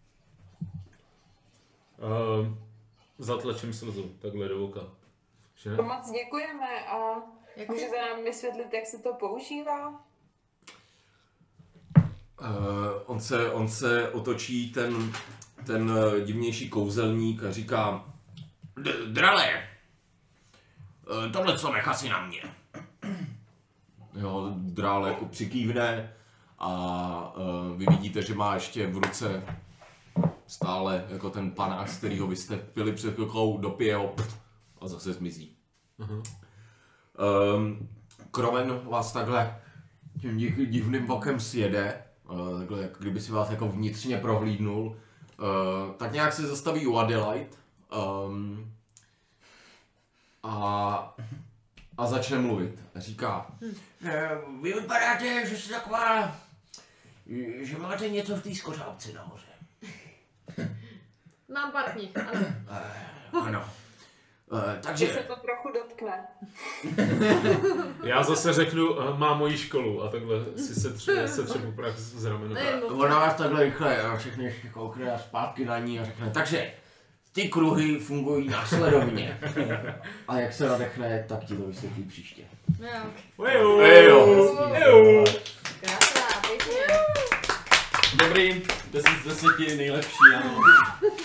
Zatlačím slzu, takhle do oka. Že ne? To moc děkujeme a můžete nám vysvětlit, jak se to používá? On se otočí ten divnější kouzelník a říká: Drale, tohle co nechá si na mě. Jo, drál jako přikývne a vy vidíte, že má ještě v ruce stále jako ten panáč, z kterýho vy jste pili před chvilkou, dopije ho a zase zmizí. Kroven vás takhle tím divným okem sjede, takhle, jak kdyby si vás jako vnitřně prohlídnul, tak nějak se zastaví u Adelaide a začne mluvit. Říká, vy vypadáte, že jste taková, že máte něco v té skořápce nahoře. Mám pár knih, ano. Ano. Takže... Že se to trochu dotkne. Já zase řeknu, má moji školu a takhle si se třebu prach z ramenu. Ona vás takhle rychle všechny ještě koukne a zpátky na ní a řekne, takže ty kruhy fungují následovně. A jak se nadechne, tak ti to vysvětlí příště. Krásná, pěkně. Dobrý, 10 z 10, nejlepší, ano.